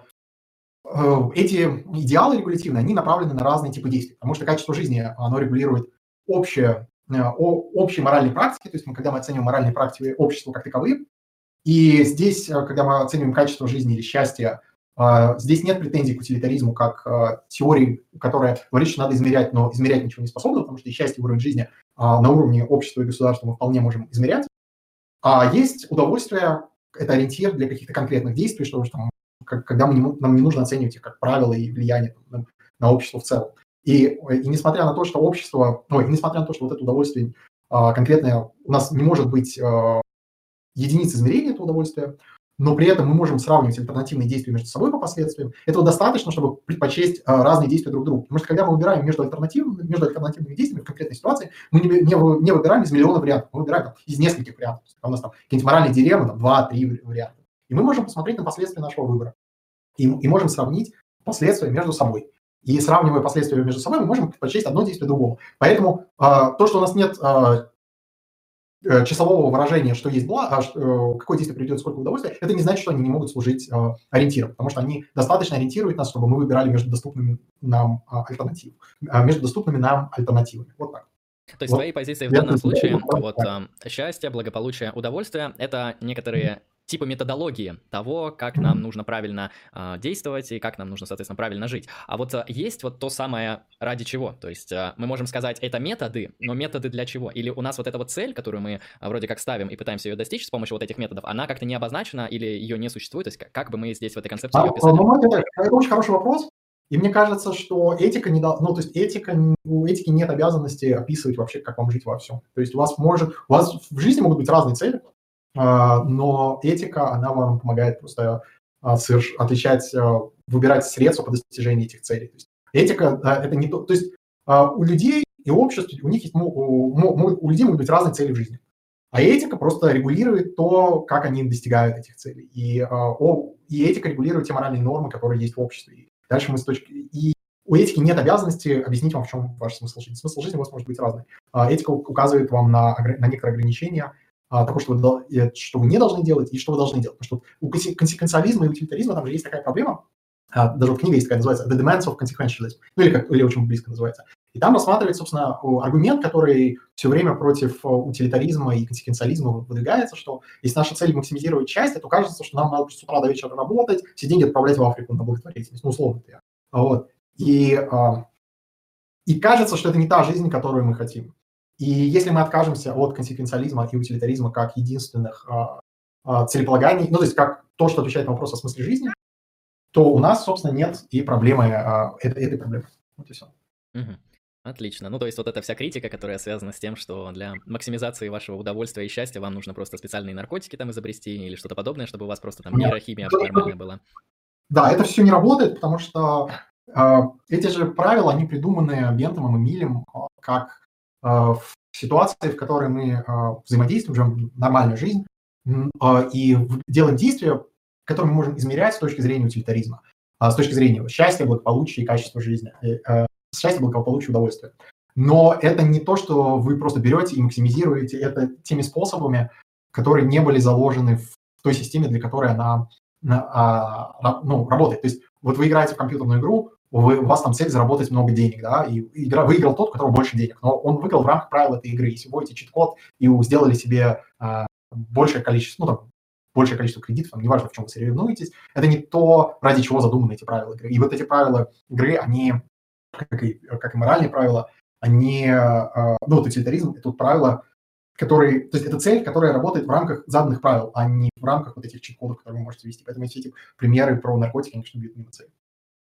эти идеалы регулятивные, они направлены на разные типы действий, потому что качество жизни, оно регулирует общие моральные практики, то есть когда мы оцениваем моральные практики общества как таковые, и здесь, когда мы оцениваем качество жизни или счастье, здесь нет претензий к утилитаризму как теории, которая говорит, что надо измерять, но измерять ничего не способна, потому что и счастье, и уровень жизни на уровне общества и государства мы вполне можем измерять. А есть удовольствие, это ориентир для каких-то конкретных действий, что там, когда нам не нужно оценивать их как правила и влияние на общество в целом. И несмотря на то, что несмотря на то, что вот это удовольствие конкретное, у нас не может быть единиц измерения этого удовольствия, но при этом мы можем сравнивать альтернативные действия между собой по последствиям. Этого достаточно, чтобы предпочесть разные действия друг другу. Потому что когда мы выбираем между альтернативными действиями в конкретной ситуации, мы не выбираем из миллиона вариантов, мы выбираем из нескольких вариантов. У нас там какие-нибудь моральные дилеммы, 2-3 варианта. И мы можем посмотреть на последствия нашего выбора. И можем сравнить последствия между собой. И сравнивая последствия между собой, мы можем предпочесть одно действие другому. Поэтому то, что у нас нет числового выражения, что есть какое действие приведет сколько удовольствия, это не значит, что они не могут служить ориентиром, потому что они достаточно ориентируют нас, чтобы мы выбирали между доступными нам альтернативами. Вот так. То есть твоей позиции в данном случае счастье, благополучие, удовольствие – это некоторые типы методологии того, как нам нужно правильно действовать и как нам нужно, соответственно, правильно жить. А вот есть вот то самое ради чего? То есть мы можем сказать, это методы, но методы для чего? Или у нас вот эта вот цель, которую мы вроде как ставим и пытаемся ее достичь с помощью вот этих методов, она как-то не обозначена или ее не существует? То есть как бы мы здесь в этой концепции ее описали? Это очень хороший вопрос. И мне кажется, что этика у этики нет обязанности описывать вообще, как вам жить во всем. То есть у вас в жизни могут быть разные цели, но этика, она вам помогает просто выбирать средства по достижению этих целей. То есть этика это не то. То есть у людей и обществ, у людей могут быть разные цели в жизни. А этика просто регулирует то, как они достигают этих целей. И этика регулирует те моральные нормы, которые есть в обществе. Дальше и у этики нет обязанности объяснить вам, в чем ваш смысл жизни. Смысл жизни у вас может быть разный. Этика указывает вам на некоторые ограничения того, что вы не должны делать и что вы должны делать. Потому что у консеквенциализма и утилитаризма там же есть такая проблема. Даже в книге есть такая, называется «The Demands of Consequentialism», или очень близко называется. И там рассматривается, собственно, аргумент, который все время против утилитаризма и консеквенциализма выдвигается, что если наша цель максимизировать счастье, то кажется, что нам надо с утра до вечера работать, все деньги отправлять в Африку на благотворительность, условно-то. Вот. И кажется, что это не та жизнь, которую мы хотим. И если мы откажемся от консеквенциализма и утилитаризма как единственных целеполаганий, то есть как то, что отвечает на вопрос о смысле жизни, то у нас, собственно, нет и проблемы этой проблемы. Вот и все. Угу. Отлично. То есть вот эта вся критика, которая связана с тем, что для максимизации вашего удовольствия и счастья вам нужно просто специальные наркотики там изобрести или что-то подобное, чтобы у вас просто там нейрохимия нормальная была. Да, это все не работает, потому что эти же правила, они придуманы Бентомом и Миллем как в ситуации, в которой мы взаимодействуем, живем нормальную жизнь и делаем действия, которые мы можем измерять с точки зрения утилитаризма, с точки зрения счастья, благополучия и качества жизни, счастья, благополучия, удовольствия. Но это не то, что вы просто берете и максимизируете это теми способами, которые не были заложены в той системе, для которой она работает. То есть вот вы играете в компьютерную игру, у вас там цель заработать много денег, да, и выиграл тот, у которого больше денег, но он выиграл в рамках правил этой игры. Если вы вводите чит-код и сделали себе большее количество кредитов, там, неважно, в чем вы соревнуетесь, это не то, ради чего задуманы эти правила игры. И вот эти правила игры, они, как и моральные правила, они, утилитаризм – это правила, то есть это цель, которая работает в рамках заданных правил, а не в рамках вот этих чит-кодов, которые вы можете ввести. Поэтому все эти примеры про наркотики, конечно, бьют мимо цели.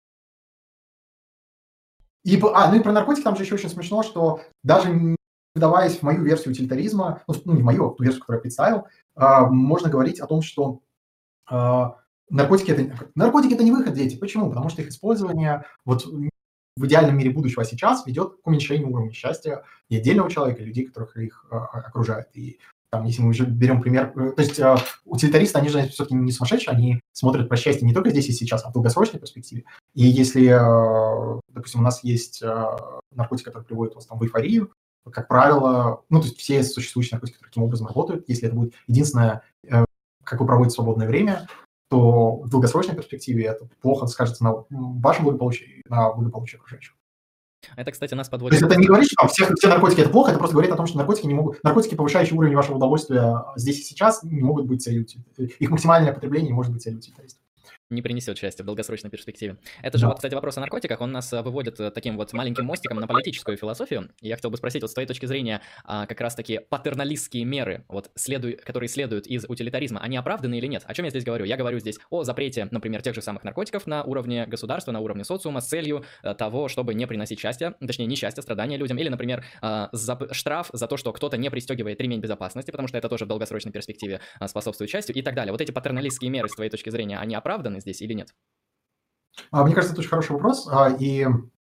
И про наркотики там же еще очень смешно, что даже не вдаваясь в мою версию утилитаризма, не в мою, а в ту версию, которую я представил, можно говорить о том, что наркотики это не выход, дети. Почему? Потому что их использование вот в идеальном мире будущего сейчас ведет к уменьшению уровня счастья и отдельного человека, и людей, которых их окружают. И там, если мы уже берем пример, то есть утилитаристы, они же все-таки не сумасшедшие, они смотрят про счастье не только здесь и сейчас, а в долгосрочной перспективе. И если, допустим, у нас есть наркотики, которые приводят вас там в эйфорию, как правило, то есть все существующие наркотики, которые таким образом работают, если это будет единственное, как вы проводите свободное время, то в долгосрочной перспективе это плохо скажется на вашем благополучии и на благополучии окружающих. Это, кстати, нас То подводит... есть это не говорит, что все наркотики это плохо, это просто говорит о том, что наркотики, повышающие уровень вашего удовольствия здесь и сейчас, не могут быть целью. Их максимальное потребление не может быть целью утилитариста. Не принесет счастья в долгосрочной перспективе. Это же, кстати, вопрос о наркотиках, он нас выводит таким вот маленьким мостиком на политическую философию. И я хотел бы спросить, вот с твоей точки зрения, как раз-таки патерналистские меры, которые следуют из утилитаризма, они оправданы или нет? О чем я здесь говорю? Я говорю здесь о запрете, например, тех же самых наркотиков на уровне государства, на уровне социума с целью того, чтобы не приносить счастья, точнее, несчастья, страдания людям. Или, например, штраф за то, что кто-то не пристегивает ремень безопасности, потому что это тоже в долгосрочной перспективе способствует счастью и так далее. Вот эти патерналистские меры, с твоей точки зрения, они оправданы здесь или нет? Мне кажется, это очень хороший вопрос. И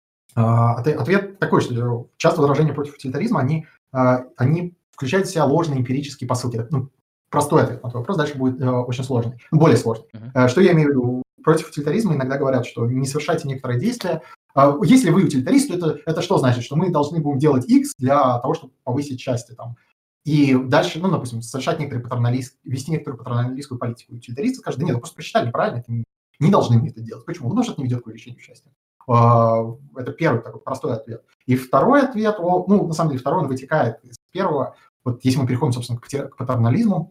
ответ такой, что часто возражения против утилитаризма, они включают в себя ложные эмпирические посылки. Простой ответ на твой вопрос, дальше будет очень сложный, более сложный. Что я имею в виду? Против утилитаризма иногда говорят, что не совершайте некоторые действия. Если вы утилитарист, то это что значит? Что мы должны будем делать X для того, чтобы повысить счастье там. И дальше, допустим, вести некоторую патерналистскую политику. Утилитаристы скажут, да нет, вы просто посчитали неправильно, это не должны мы это делать. Почему? Потому что это не ведет к увеличению счастья. Это первый такой простой ответ. И второй ответ, на самом деле второй, он вытекает из первого. Вот если мы переходим, собственно, к патернализму,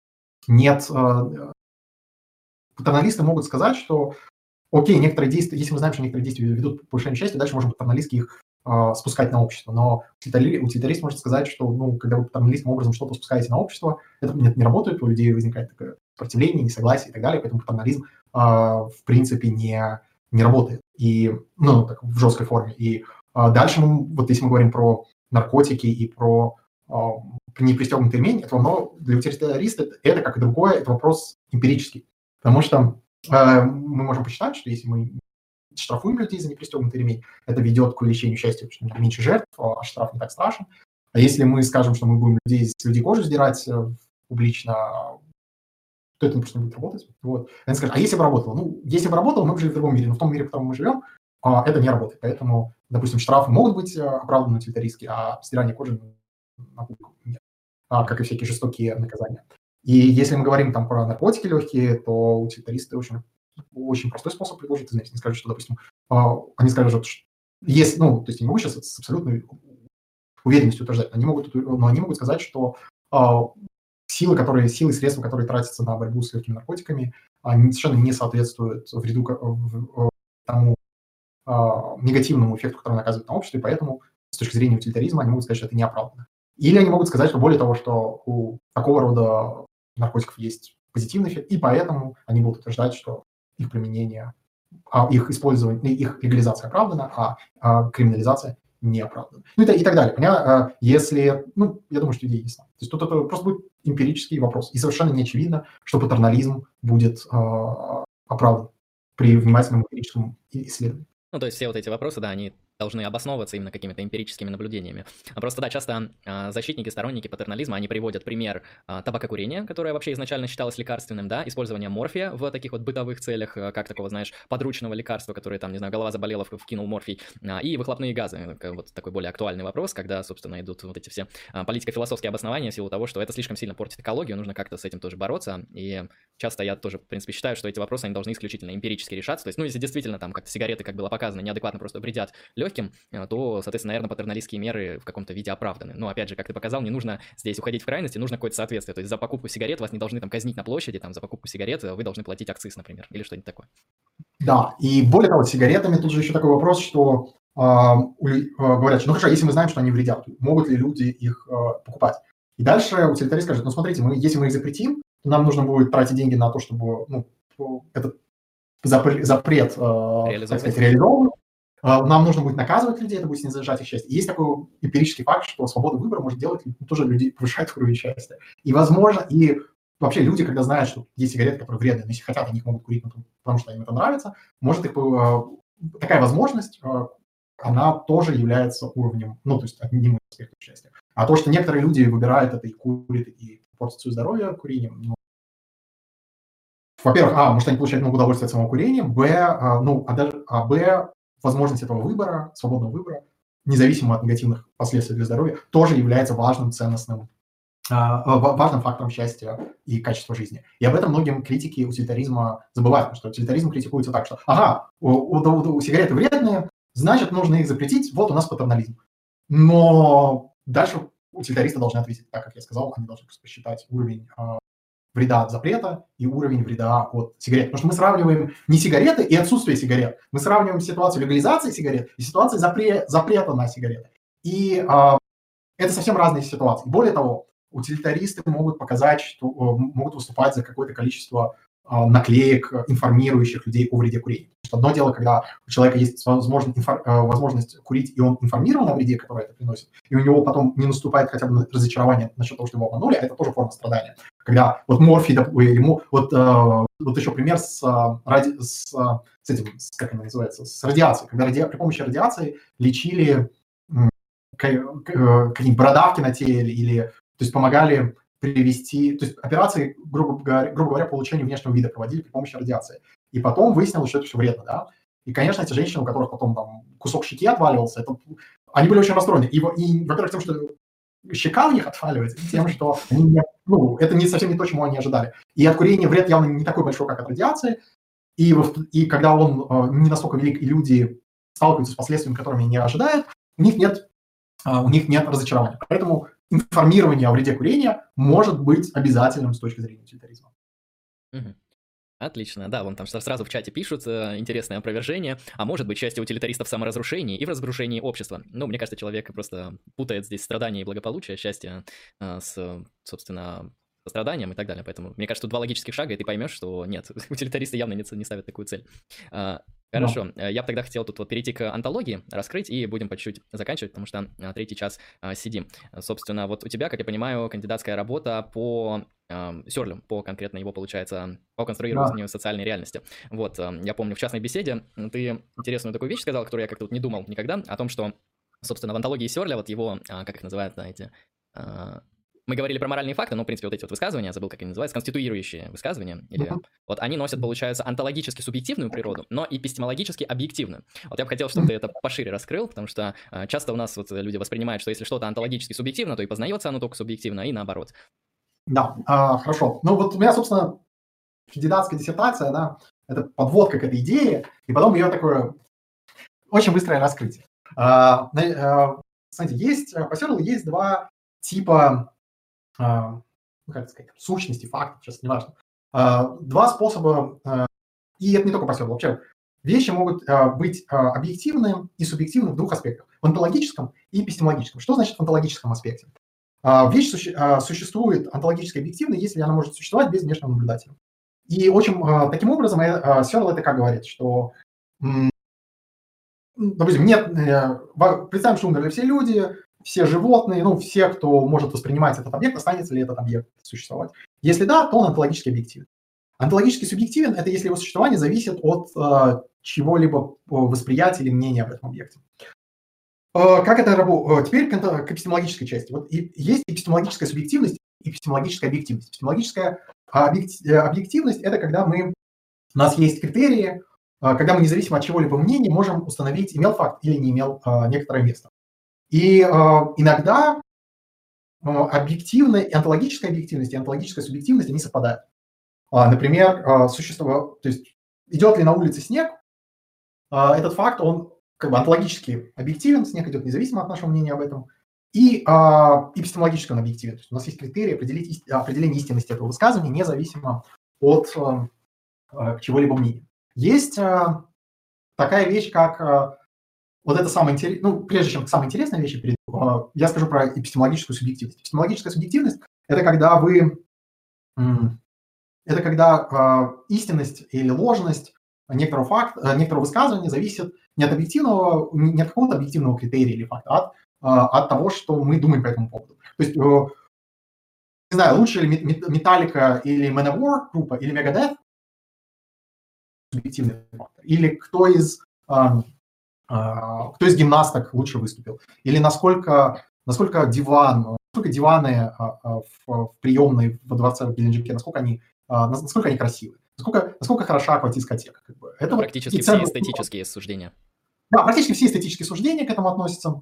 патерналисты могут сказать, что окей, некоторые действия, если мы знаем, что некоторые действия ведут к повышению счастья, дальше можем патерналистски их спускать на общество. Но утилитарист может сказать, что когда вы патерналистским образом что-то спускаете на общество, это не работает, у людей возникает такое сопротивление, несогласие и так далее, поэтому патернализм в принципе не работает и так, в жесткой форме. И дальше, если мы говорим про наркотики и про непристегнутый ремень, это для утилитариста это, как и другое, это вопрос эмпирический. Потому что мы можем посчитать, что если мы штрафуем людей за непристегнутый ремень, это ведет к увеличению счастья, потому что меньше жертв, а штраф не так страшен. А если мы скажем, что мы будем с людей кожу сдирать публично, то это просто не будет работать. Вот. Они скажут, а если бы работало? Если бы работало, мы бы жили в другом мире, но в том мире, в котором мы живем, это не работает. Поэтому, допустим, штрафы могут быть оправданы утилитаристски, а стирание кожи на публику нет, как и всякие жестокие наказания. И если мы говорим там про наркотики легкие, то утилитаристы очень простой способ предложить. Они скажут, что, допустим, они скажут, что есть, то есть я не могу сейчас с абсолютной уверенностью утверждать, но они могут сказать, что силы и средства, которые тратятся на борьбу с легкими наркотиками, они совершенно не соответствуют тому негативному эффекту, который он оказывает на общество, и поэтому с точки зрения утилитаризма они могут сказать, что это неоправданно. Или они могут сказать, что более того, что у такого рода наркотиков есть позитивный эффект, и поэтому они будут утверждать, что их применение, их использование, их легализация оправдана, а криминализация не оправдана. И так далее. Понятно? Если, я думаю, что идея ясна. То есть тут это просто будет эмпирический вопрос. И совершенно не очевидно, что патернализм будет оправдан при внимательном эмпирическом исследовании. То есть все вот эти вопросы, да, они должны обосновываться именно какими-то эмпирическими наблюдениями. Просто, да, часто защитники, сторонники патернализма, они приводят пример табакокурения, которое вообще изначально считалось лекарственным, да, использование морфия в таких вот бытовых целях, как такого, знаешь, подручного лекарства, которое там, не знаю, голова заболела, вкинул морфий, и выхлопные газы. Вот такой более актуальный вопрос, когда, собственно, идут вот эти все политико-философские обоснования в силу того, что это слишком сильно портит экологию, нужно как-то с этим тоже бороться, и часто я тоже, в принципе, считаю, что эти вопросы, они должны исключительно эмпирически решаться, то есть, ну, если действительно там как-то сигареты, как было показано, неадекватно просто вредят легким, то, соответственно, наверное, патерналистские меры в каком-то виде оправданы. Но, опять же, как ты показал, не нужно здесь уходить в крайности, нужно какое-то соответствие. То есть за покупку сигарет вас не должны там казнить на площади, там за покупку сигарет вы должны платить акциз, например, или что-нибудь такое. Да, и более того, с сигаретами тут же еще такой вопрос, что говорят, что, ну хорошо, если мы знаем, что они вредят, могут ли люди их покупать? И дальше утилитарист скажет, ну смотрите, если мы их запретим, то нам нужно будет тратить деньги на то, чтобы этот запрет, так сказать, реализован. Нам нужно будет наказывать людей, это будет снижать их счастье. И есть такой эмпирический факт, что свобода выбора может делать тоже людей, повышает уровень счастья. И, возможно, и вообще люди, когда знают, что есть сигареты, которые вредные, но если хотят, они их могут курить, потому что им это нравится, может, такая возможность, она тоже является уровнем, ну, то есть одним из аспектов счастья. А то, что некоторые люди выбирают это и курят, и портят свое здоровье курением, ну, во-первых, может, они получают много удовольствия от самого курения, б, возможность этого выбора, свободного выбора, независимо от негативных последствий для здоровья, тоже является важным фактором счастья и качества жизни. И об этом многим критики утилитаризма забывают, потому что утилитаризм критикуется так, что у сигареты вредные, значит, нужно их запретить, вот у нас патернализм. Но дальше утилитаристы должны ответить, так как я сказал, они должны просто посчитать уровень вреда от запрета и уровень вреда от сигарет. Потому что мы сравниваем не сигареты и отсутствие сигарет. Мы сравниваем ситуацию легализации сигарет и ситуацию запрета на сигареты. И это совсем разные ситуации. Более того, утилитаристы могут показать, что могут выступать за какое-то количество наклеек, информирующих людей о вреде курения. Потому что одно дело, когда у человека есть возможность курить, и он информирован о вреде, который это приносит, и у него потом не наступает хотя бы разочарование насчет того, что его обманули, а это тоже форма страдания. Когда вот морфий, вот еще пример с этим, как оно называется, с радиацией. Когда при помощи радиации лечили какие-нибудь бородавки на теле или, то есть помогали привести, то есть операции, грубо говоря, по улучшению внешнего вида проводили при помощи радиации. И потом выяснилось, что это все вредно, да. И, конечно, эти женщины, у которых потом там кусок щеки отваливался, они были очень расстроены. И во-первых, тем, что щека у них отваливается, и тем, что это не совсем не то, чему они ожидали. И от курения вред явно не такой большой, как от радиации. И когда он не настолько велик, и люди сталкиваются с последствиями, которыми они не ожидают, у них нет разочарования. Поэтому информирование о вреде курения может быть обязательным с точки зрения утилитаризма. Отлично, да, вон там сразу в чате пишут интересное опровержение, а может быть счастье утилитаристов в саморазрушении и в разрушении общества. Ну, мне кажется, человек просто путает здесь страдания и благополучие, счастье с, собственно, страданием и так далее. Поэтому, мне кажется, тут два логических шага, и ты поймешь, что нет, утилитаристы явно не ставят такую цель. Хорошо, я бы тогда хотел тут вот перейти к антологии, раскрыть, и будем по чуть-чуть заканчивать, потому что третий час сидим. Собственно, вот у тебя, как я понимаю, кандидатская работа по Сёрлю, по конкретно его, получается, по конструированию социальной реальности. Вот, я помню, в частной беседе ты интересную такую вещь сказал, которую я как-то вот не думал никогда, о том, что, собственно, в антологии Сёрля, вот его, как их называют, знаете, мы говорили про моральные факты, но, в принципе, вот эти вот высказывания, я забыл, как они называются, конституирующие высказывания, или вот они носят, получается, онтологически субъективную природу, но эпистемологически объективную. Вот я бы хотел, чтобы ты это пошире раскрыл, потому что часто у нас вот люди воспринимают, что если что-то онтологически субъективно, то и познается оно только субъективно, и наоборот. Да, хорошо. Ну вот у меня, собственно, кандидатская диссертация, да, это подводка к этой идее, и потом ее такое очень быстрое раскрытие. Смотрите, по Сёрлу есть два типа как сказать, сущности, фактов, сейчас не важно. Два способа, и это не только по Сёрлу, вообще вещи могут быть объективны и субъективны в двух аспектах, в онтологическом и эпистемологическом. Что значит в онтологическом аспекте? Вещь существует онтологически объективно, если она может существовать без внешнего наблюдателя. И таким образом Сёрл это как говорит, что, допустим, представим, что умерли все люди, все животные, все, кто может воспринимать этот объект, останется ли этот объект существовать. Если да, то он онтологически объективен. Онтологически субъективен – это если его существование зависит от чего-либо восприятия или мнения об этом объекте. как это работает? Теперь к эпистемологической части. Вот есть эпистемологическая субъективность и эпистемологическая объективность. Эпистемологическая объективность – это когда у нас есть критерии, когда мы независимо от чего-либо мнения можем установить, имел факт или не имел некоторое место. И иногда объективная, онтологическая объективность и онтологическая субъективность, они совпадают. Например, то есть идет ли на улице снег, этот факт, он как бы онтологически объективен, снег идет независимо от нашего мнения об этом, и эпистемологически он объективен. То есть у нас есть критерии определения истинности этого высказывания, независимо от чего-либо мнения. Есть такая вещь, как вот это самое интересное, прежде чем к самой интересной вещи перейду, я скажу про эпистемологическую субъективность. Эпистемологическая субъективность – это когда истинность или ложность некоторого факта, некоторого высказывания зависит не от объективного, не от какого-то объективного критерия или факта, а от того, что мы думаем по этому поводу. То есть, не знаю, лучше ли Metallica или Manowar группа, или Megadeth субъективный фактор, или кто из гимнасток лучше выступил, или насколько диваны в приемной во дворце в Геленджике, насколько они красивы, насколько хороша аквадискотека. Как бы. Это практически все эстетические суждения. Да, практически все эстетические суждения к этому относятся.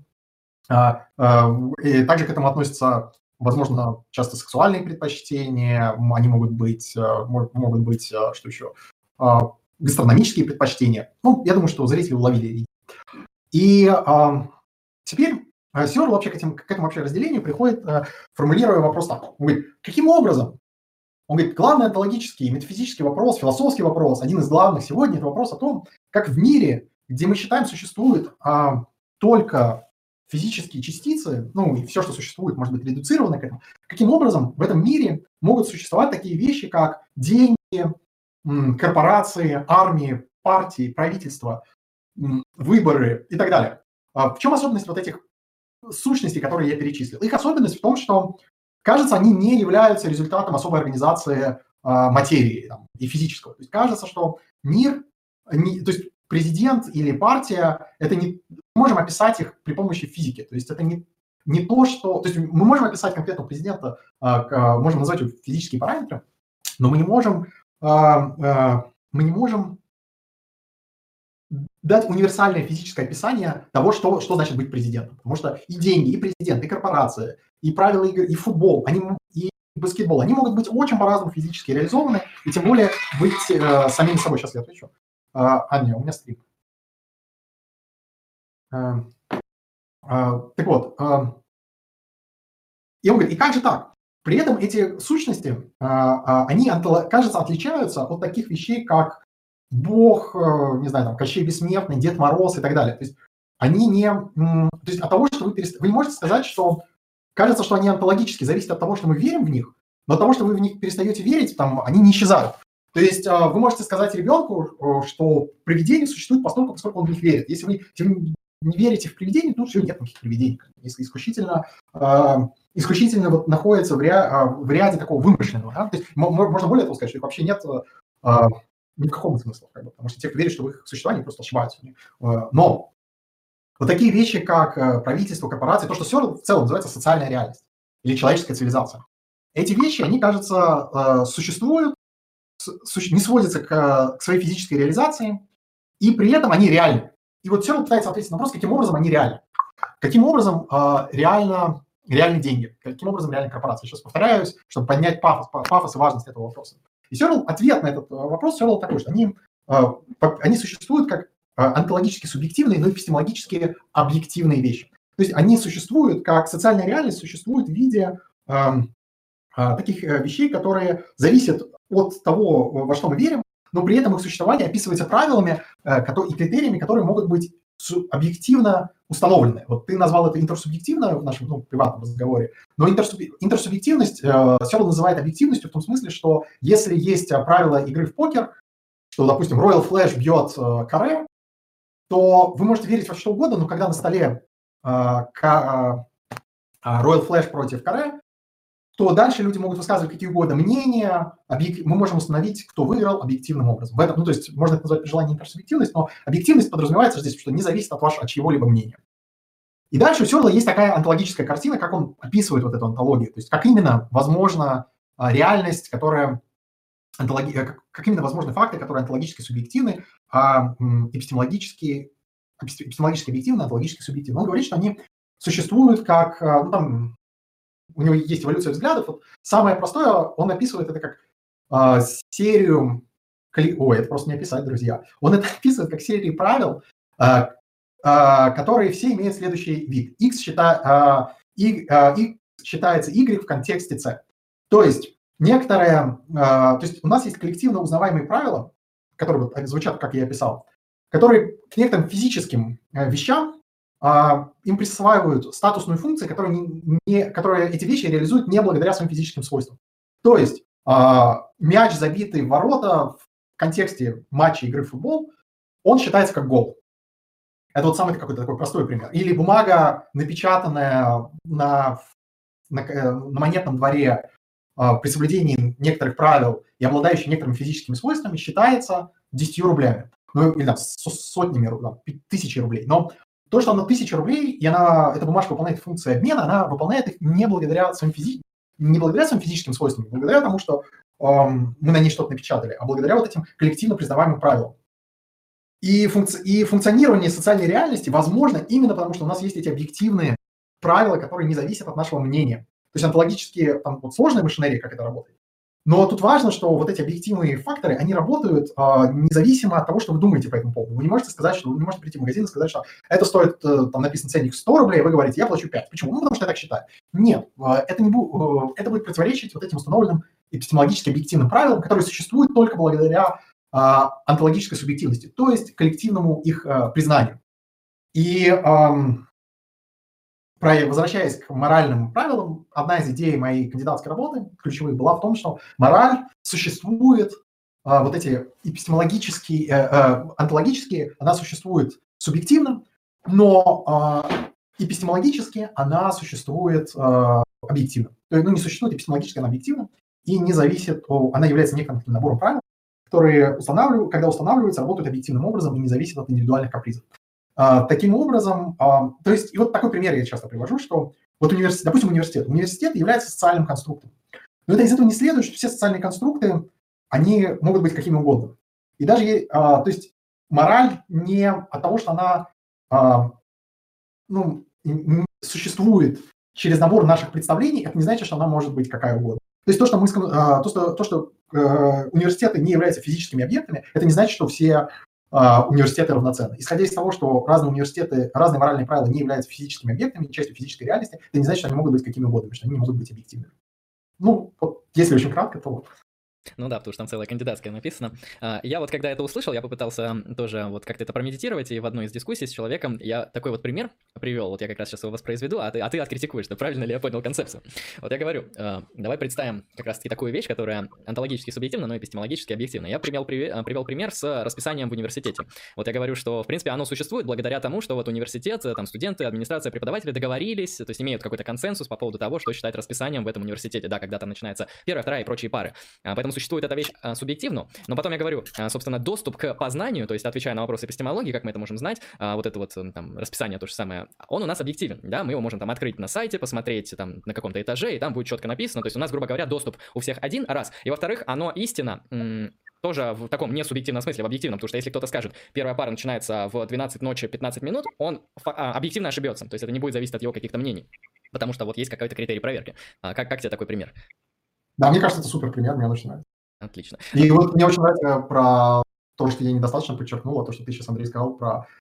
И также к этому относятся, возможно, часто сексуальные предпочтения, они могут быть, что еще, гастрономические предпочтения. Я думаю, что зрители уловили. И теперь Сёрл вообще к этому вообще разделению приходит, формулируя вопрос так. Он говорит, каким образом? Он говорит, главный онтологический, метафизический вопрос, философский вопрос, один из главных сегодня, это вопрос о том, как в мире, где мы считаем, существуют только физические частицы, и все, что существует, может быть редуцировано к этому, каким образом в этом мире могут существовать такие вещи, как деньги, корпорации, армии, партии, правительства, выборы и так далее. В чем особенность вот этих сущностей, которые я перечислил? Их особенность в том, что, кажется, они не являются результатом особой организации материи и физического. То есть кажется, что мир, то есть президент или партия, это не мы можем описать их при помощи физики. То есть это не то, что... То есть мы можем описать конкретного президента, можем назвать его физические параметры, но мы не можем дать универсальное физическое описание того, что значит быть президентом. Потому что и деньги, и президент, и корпорация, и правила игры, и футбол, и баскетбол, они могут быть очень по-разному физически реализованы, и тем более быть самими собой. Сейчас я отвечу. Аня, у меня стрим. Так вот. И он говорит, и как же так? При этом эти сущности, они, кажется, отличаются от таких вещей, как Бог, не знаю, там, Кощей Бессмертный, Дед Мороз и так далее. То есть они не... То есть от того, что вы не можете сказать, что кажется, что они онтологически зависят от того, что мы верим в них, но от того, что вы в них перестаете верить, они не исчезают. То есть вы можете сказать ребенку, что привидения существуют поскольку он в них верит. Если вы не верите в привидения, то все, нет никаких привидений. Если исключительно вот находится в ряде такого вымышленного. Да? То есть можно более того сказать, что их вообще нет никакого смысла. Потому что те, кто верит, что в их существовании, просто ошибаются. Но вот такие вещи, как правительство, корпорации, то, что все в целом называется социальная реальность или человеческая цивилизация. Эти вещи, они, кажется, существуют, не сводятся к своей физической реализации, и при этом они реальны. И вот Сёрл пытается ответить на вопрос, каким образом они реальны. Каким образом реальны деньги, каким образом реальны корпорации. Сейчас повторяюсь, чтобы поднять пафос и важность этого вопроса. И Сёрл, ответ на этот вопрос Сёрл такой, что они существуют как онтологически субъективные, но эпистемологически объективные вещи. То есть они существуют, как социальная реальность существует в виде таких вещей, которые зависят от того, во что мы верим, но при этом их существование описывается правилами и критериями, которые могут быть объективно установлены. Вот ты назвал это интерсубъективно в нашем приватном разговоре, но интерсубъективность Сёрл называет объективностью в том смысле, что если есть правила игры в покер, что, допустим, Royal Flush бьет каре, то вы можете верить во что угодно, но когда на столе Royal Flush против каре, то дальше люди могут высказывать какие угодно мнения, мы можем установить, кто выиграл объективным образом. То есть можно это назвать при желании интерсубъективность, но объективность подразумевается здесь, что не зависит от чьего-либо мнения. И дальше у Сёрла есть такая онтологическая картина, как он описывает вот эту онтологию. То есть как именно возможна реальность, которая как именно возможны факты, которые онтологически субъективны, а эпистемологически объективны, онтологически субъективны. Он говорит, что они существуют как, у него есть эволюция взглядов. Вот самое простое, он описывает это как серию, это просто не описать, друзья. Он это описывает как серию правил, которые все имеют следующий вид. X считается Y в контексте C. То есть то есть у нас есть коллективно узнаваемые правила, которые вот звучат, как я описал, которые к некоторым физическим вещам им присваивают статусную функцию, которые эти вещи реализуют не благодаря своим физическим свойствам. То есть мяч, забитый в ворота в контексте матча игры в футбол, он считается как гол. Это вот самый какой-то такой простой пример. Или бумага, напечатанная на монетном дворе при соблюдении некоторых правил и обладающая некоторыми физическими свойствами, считается 10 рублями. Ну, или сотнями, тысячи рублей. Но то, что она 1000 рублей, и эта бумажка выполняет функции обмена, она выполняет их не благодаря своим физическим свойствам, не благодаря тому, что мы на ней что-то напечатали, а благодаря вот этим коллективно признаваемым правилам. И функционирование социальной реальности возможно именно потому, что у нас есть эти объективные правила, которые не зависят от нашего мнения. То есть онтологически сложная машинерия, как это работает. Но тут важно, что вот эти объективные факторы, они работают независимо от того, что вы думаете по этому поводу. Вы не можете сказать, что вы не можете прийти в магазин и сказать, что это стоит, там написан ценник 100 рублей, а вы говорите, я плачу 5. Почему? Ну, потому что я так считаю. Нет, это будет противоречить вот этим установленным эпистемологически объективным правилам, которые существуют только благодаря онтологической субъективности, то есть коллективному их признанию. И возвращаясь к моральным правилам, одна из идей моей кандидатской работы, ключевой, была в том, что мораль существует, вот эти онтологические, она существует субъективно, но эпистемологически она существует объективно. То есть, не существует эпистемологически, она объективна, и не зависит, она является некоторым таким набором правил, которые, когда устанавливаются, работают объективным образом и не зависят от индивидуальных капризов. Таким образом, то есть, и вот такой пример я часто привожу, что вот допустим, университет является социальным конструктом. Но это из этого не следует, что все социальные конструкты, они могут быть какими угодно. И даже, то есть, мораль не от того, что она существует через набор наших представлений, это не значит, что она может быть какая угодно. То есть то, что университеты не являются физическими объектами, это не значит, что все университеты равноценны. Исходя из того, что разные университеты, разные моральные правила не являются физическими объектами, частью физической реальности, это не значит, что они могут быть какими угодно, потому что они не могут быть объективными. Ну, вот, если очень кратко, то вот. Ну да, потому что там целая кандидатская написано. Я вот когда это услышал, я попытался тоже вот как-то это промедитировать, и в одной из дискуссий с человеком я такой вот пример привел, вот я как раз сейчас его воспроизведу, а ты откритикуешь, да, правильно ли я понял концепцию. Вот я говорю, давай представим как раз-таки такую вещь, которая онтологически субъективна, но эпистемологически объективна. Я привел пример с расписанием в университете. Вот я говорю, что в принципе оно существует благодаря тому, что вот университет, там студенты, администрация, преподаватели договорились, то есть имеют какой-то консенсус по поводу того, что считать расписанием в этом университете, да, когда там начинается первая, вторая и прочие пары. Поэтому существует эта вещь субъективно, но потом я говорю, собственно, доступ к познанию, то есть отвечая на вопросы эпистемологии, как мы это можем знать, вот это вот там расписание то же самое, он у нас объективен, да, мы его можем там открыть на сайте, посмотреть там на каком-то этаже, и там будет четко написано, то есть у нас, грубо говоря, доступ у всех один, раз, и во-вторых, оно истина, тоже в таком не субъективном смысле, в объективном, потому что если кто-то скажет, первая пара начинается в 12 ночи 15 минут, он объективно ошибется, то есть это не будет зависеть от его каких-то мнений, потому что вот есть какой-то критерий проверки. Как тебе такой пример? Да, мне кажется, это супер пример, мне очень нравится. Отлично. И вот мне очень нравится про то, что я недостаточно подчеркнул, то, что ты сейчас, Андрей, сказал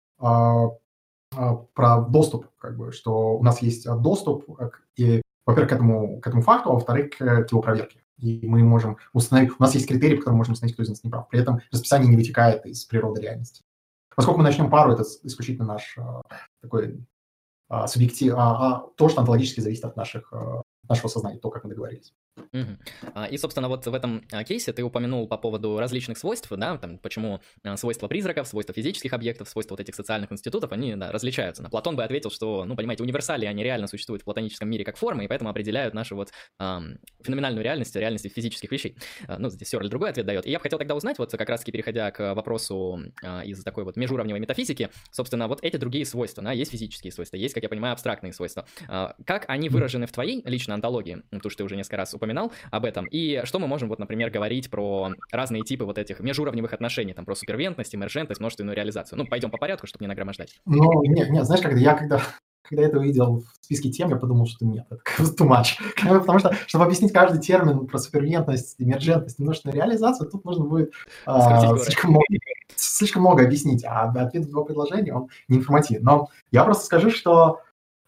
про доступ, как бы, что у нас есть доступ, и, во-первых, к этому факту, а во-вторых, к его проверке. И мы можем установить, у нас есть критерии, по которым мы можем установить, кто из нас не прав. При этом расписание не вытекает из природы реальности. Поскольку мы начнем пару, это исключительно наш такой субъектив, то, что онтологически зависит от наших нашего сознания, то, как мы договорились. Мгм. И, собственно, вот в этом кейсе ты упомянул по поводу различных свойств, да, там, почему свойства призраков, свойства физических объектов, свойства вот этих социальных институтов, они, да, различаются. Платон бы ответил, что, ну, понимаете, универсалии, они реально существуют в платоническом мире как формы, и поэтому определяют нашу вот феноменальную реальность физических вещей. Ну, здесь Сёрль другой ответ дает. И я бы хотел тогда узнать, вот как раз-таки переходя к вопросу из такой вот межуровневой метафизики, собственно, вот эти другие свойства, да, есть физические свойства, есть, как я понимаю, абстрактные свойства. Как они выражены в твоей личной онтологии, потому что ты уже несколько раз упоминал об этом, и что мы можем, вот, например, говорить про разные типы вот этих межуровневых отношений, там, про супервентность, эмержентность, множественную реализацию. Ну, пойдем по порядку, чтобы не нагромождать. Ну, нет, знаешь, когда это увидел в списке тем, я подумал, что нет, это too much. Потому что, чтобы объяснить каждый термин про супервентность, эмержентность, множественную реализацию, тут нужно будет слишком много объяснить, а ответ в два предложения, он не информативен. Но я просто скажу, что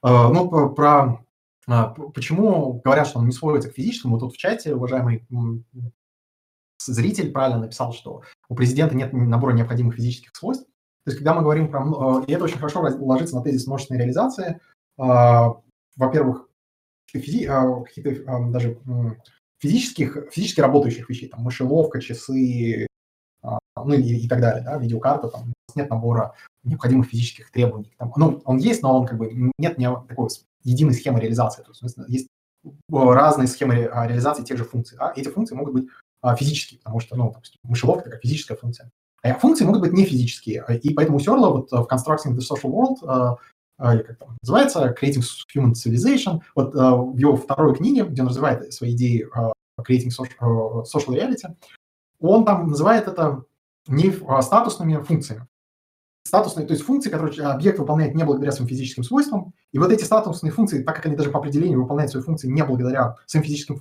почему говорят, что он не сводится к физическому. Тут в чате уважаемый зритель правильно написал, что у президента нет набора необходимых физических свойств. То есть, когда мы говорим про... И это очень хорошо ложится на тезис множественной реализации. Во-первых, каких-то даже физически работающих вещей, там, мышеловка, часы, ну и так далее, да, видеокарта, там, нет набора необходимых физических требований. Там, ну, он есть, но он как бы нет такой единой схемы реализации. То есть, есть разные схемы реализации тех же функций. Да? Эти функции могут быть физические, потому что, ну, допустим, мышеловка – такая физическая функция. А функции могут быть не физические. И поэтому у Сёрла вот в Constructing the Social World, или как там называется, Creating Human Civilization, вот в его второй книге, где он развивает свои идеи Creating Social Reality, он там называет это не статусными функциями. Статусные, то есть функции, которые объект выполняет не благодаря своим физическим свойствам, и вот эти статусные функции, так как они даже по определению выполняют свои функции не благодаря своим физическим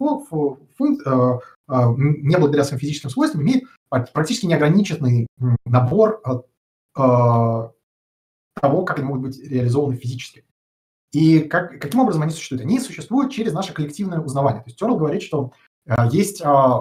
не благодаря своим физическим свойствам, имеют практически неограниченный набор того, как они могут быть реализованы физически. И каким образом они существуют? Они существуют через наше коллективное узнавание. То есть Сёрл говорит, что есть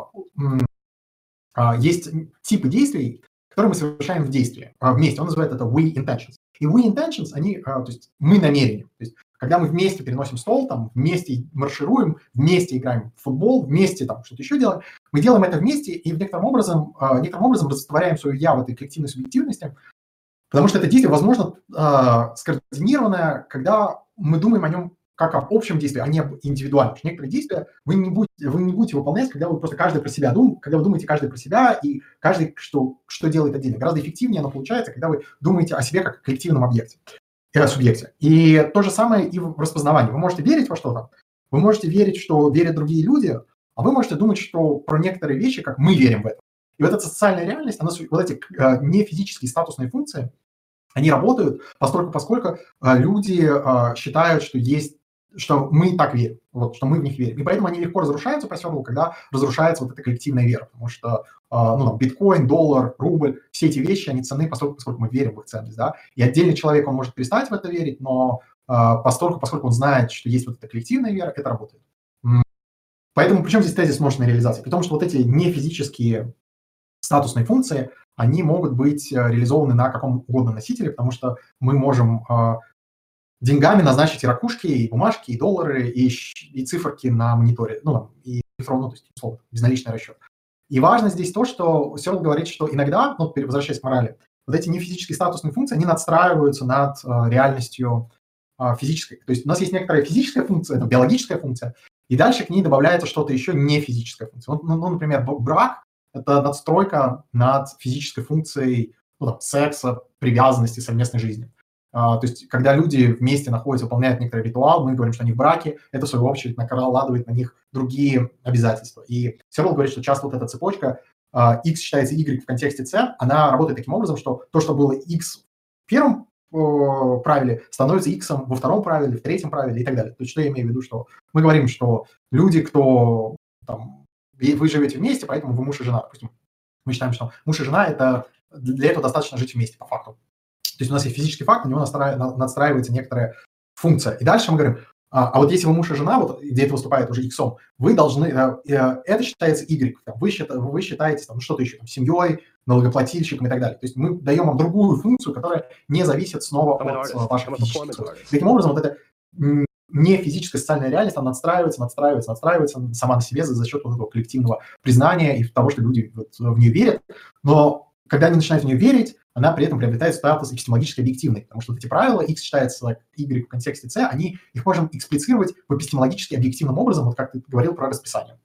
типы действий, которые мы совершаем в действии вместе. Он называет это we intentions. И we intentions, то есть мы намерения. То есть когда мы вместе переносим стол, там, вместе маршируем, вместе играем в футбол, вместе там что-то еще делаем, мы делаем это вместе и некоторым образом растворяем свое «я» в этой коллективной субъективности, потому что это действие, возможно, скоординированное, когда мы думаем о нем как об общем действии, а не индивидуальном. Потому что некоторые действия вы не будете выполнять, когда вы просто каждый про себя думаете, когда вы думаете каждый про себя, и каждый, что делает отдельно. Гораздо эффективнее оно получается, когда вы думаете о себе как о коллективном субъекте. И то же самое и в распознавании. Вы можете верить во что-то, вы можете верить, что верят другие люди, а вы можете думать, что про некоторые вещи, как мы верим в это. И вот эта социальная реальность, вот эти нефизические статусные функции, они работают, поскольку люди считают, что мы так верим, вот, что мы в них верим. И поэтому они легко разрушаются по Сёрлу, когда разрушается вот эта коллективная вера. Потому что биткоин, доллар, рубль, все эти вещи, они ценны, поскольку мы верим в их ценность. Да? И отдельный человек, он может перестать в это верить, но поскольку он знает, что есть вот эта коллективная вера, это работает. Поэтому причем здесь тезис множественной реализации? Потому что вот эти нефизические статусные функции, они могут быть реализованы на каком угодно носителе, потому что мы можем деньгами назначить и ракушки, и бумажки, и доллары, и циферки на мониторе, и цифровой, то есть, условно, безналичный расчет. И важно здесь то, что Сёрл говорит, что иногда, возвращаясь к морали, вот эти нефизические статусные функции, они надстраиваются над реальностью физической. То есть у нас есть некоторая физическая функция, это биологическая функция, и дальше к ней добавляется что-то еще не физическая функция. Например, брак – это надстройка над физической функцией секса, привязанности, совместной жизни. То есть, когда люди вместе находятся, выполняют некоторый ритуал, мы говорим, что они в браке, это, в свою очередь, накладывает на них другие обязательства. И Сёрл говорит, что часто вот эта цепочка X считается Y в контексте C, она работает таким образом, что то, что было X в первом правиле, становится X во втором правиле, в третьем правиле и так далее. То есть, что я имею в виду, что мы говорим, что люди, кто вы живете вместе, поэтому вы муж и жена. Допустим, мы считаем, что муж и жена для этого достаточно жить вместе по факту. То есть у нас есть физический факт, на него надстраивается некоторая функция. И дальше мы говорим, а вот если вы муж и жена, вот где это выступает уже иксом, вы должны, это считается Y. Вы считаете что-то еще, семьей, налогоплательщиком и так далее. То есть мы даем вам другую функцию, которая не зависит снова от ваших физических свойств. Таким образом, вот это не физическая социальная реальность, она надстраивается сама на себе за счет вот этого коллективного признания и того, что люди вот в нее верят. Но когда они начинают в нее верить, она при этом приобретает статус эпистемологически объективный, потому что вот эти правила x считается y в контексте c, их можем эксплицировать в эпистемологически объективным образом, вот как ты говорил про расписание.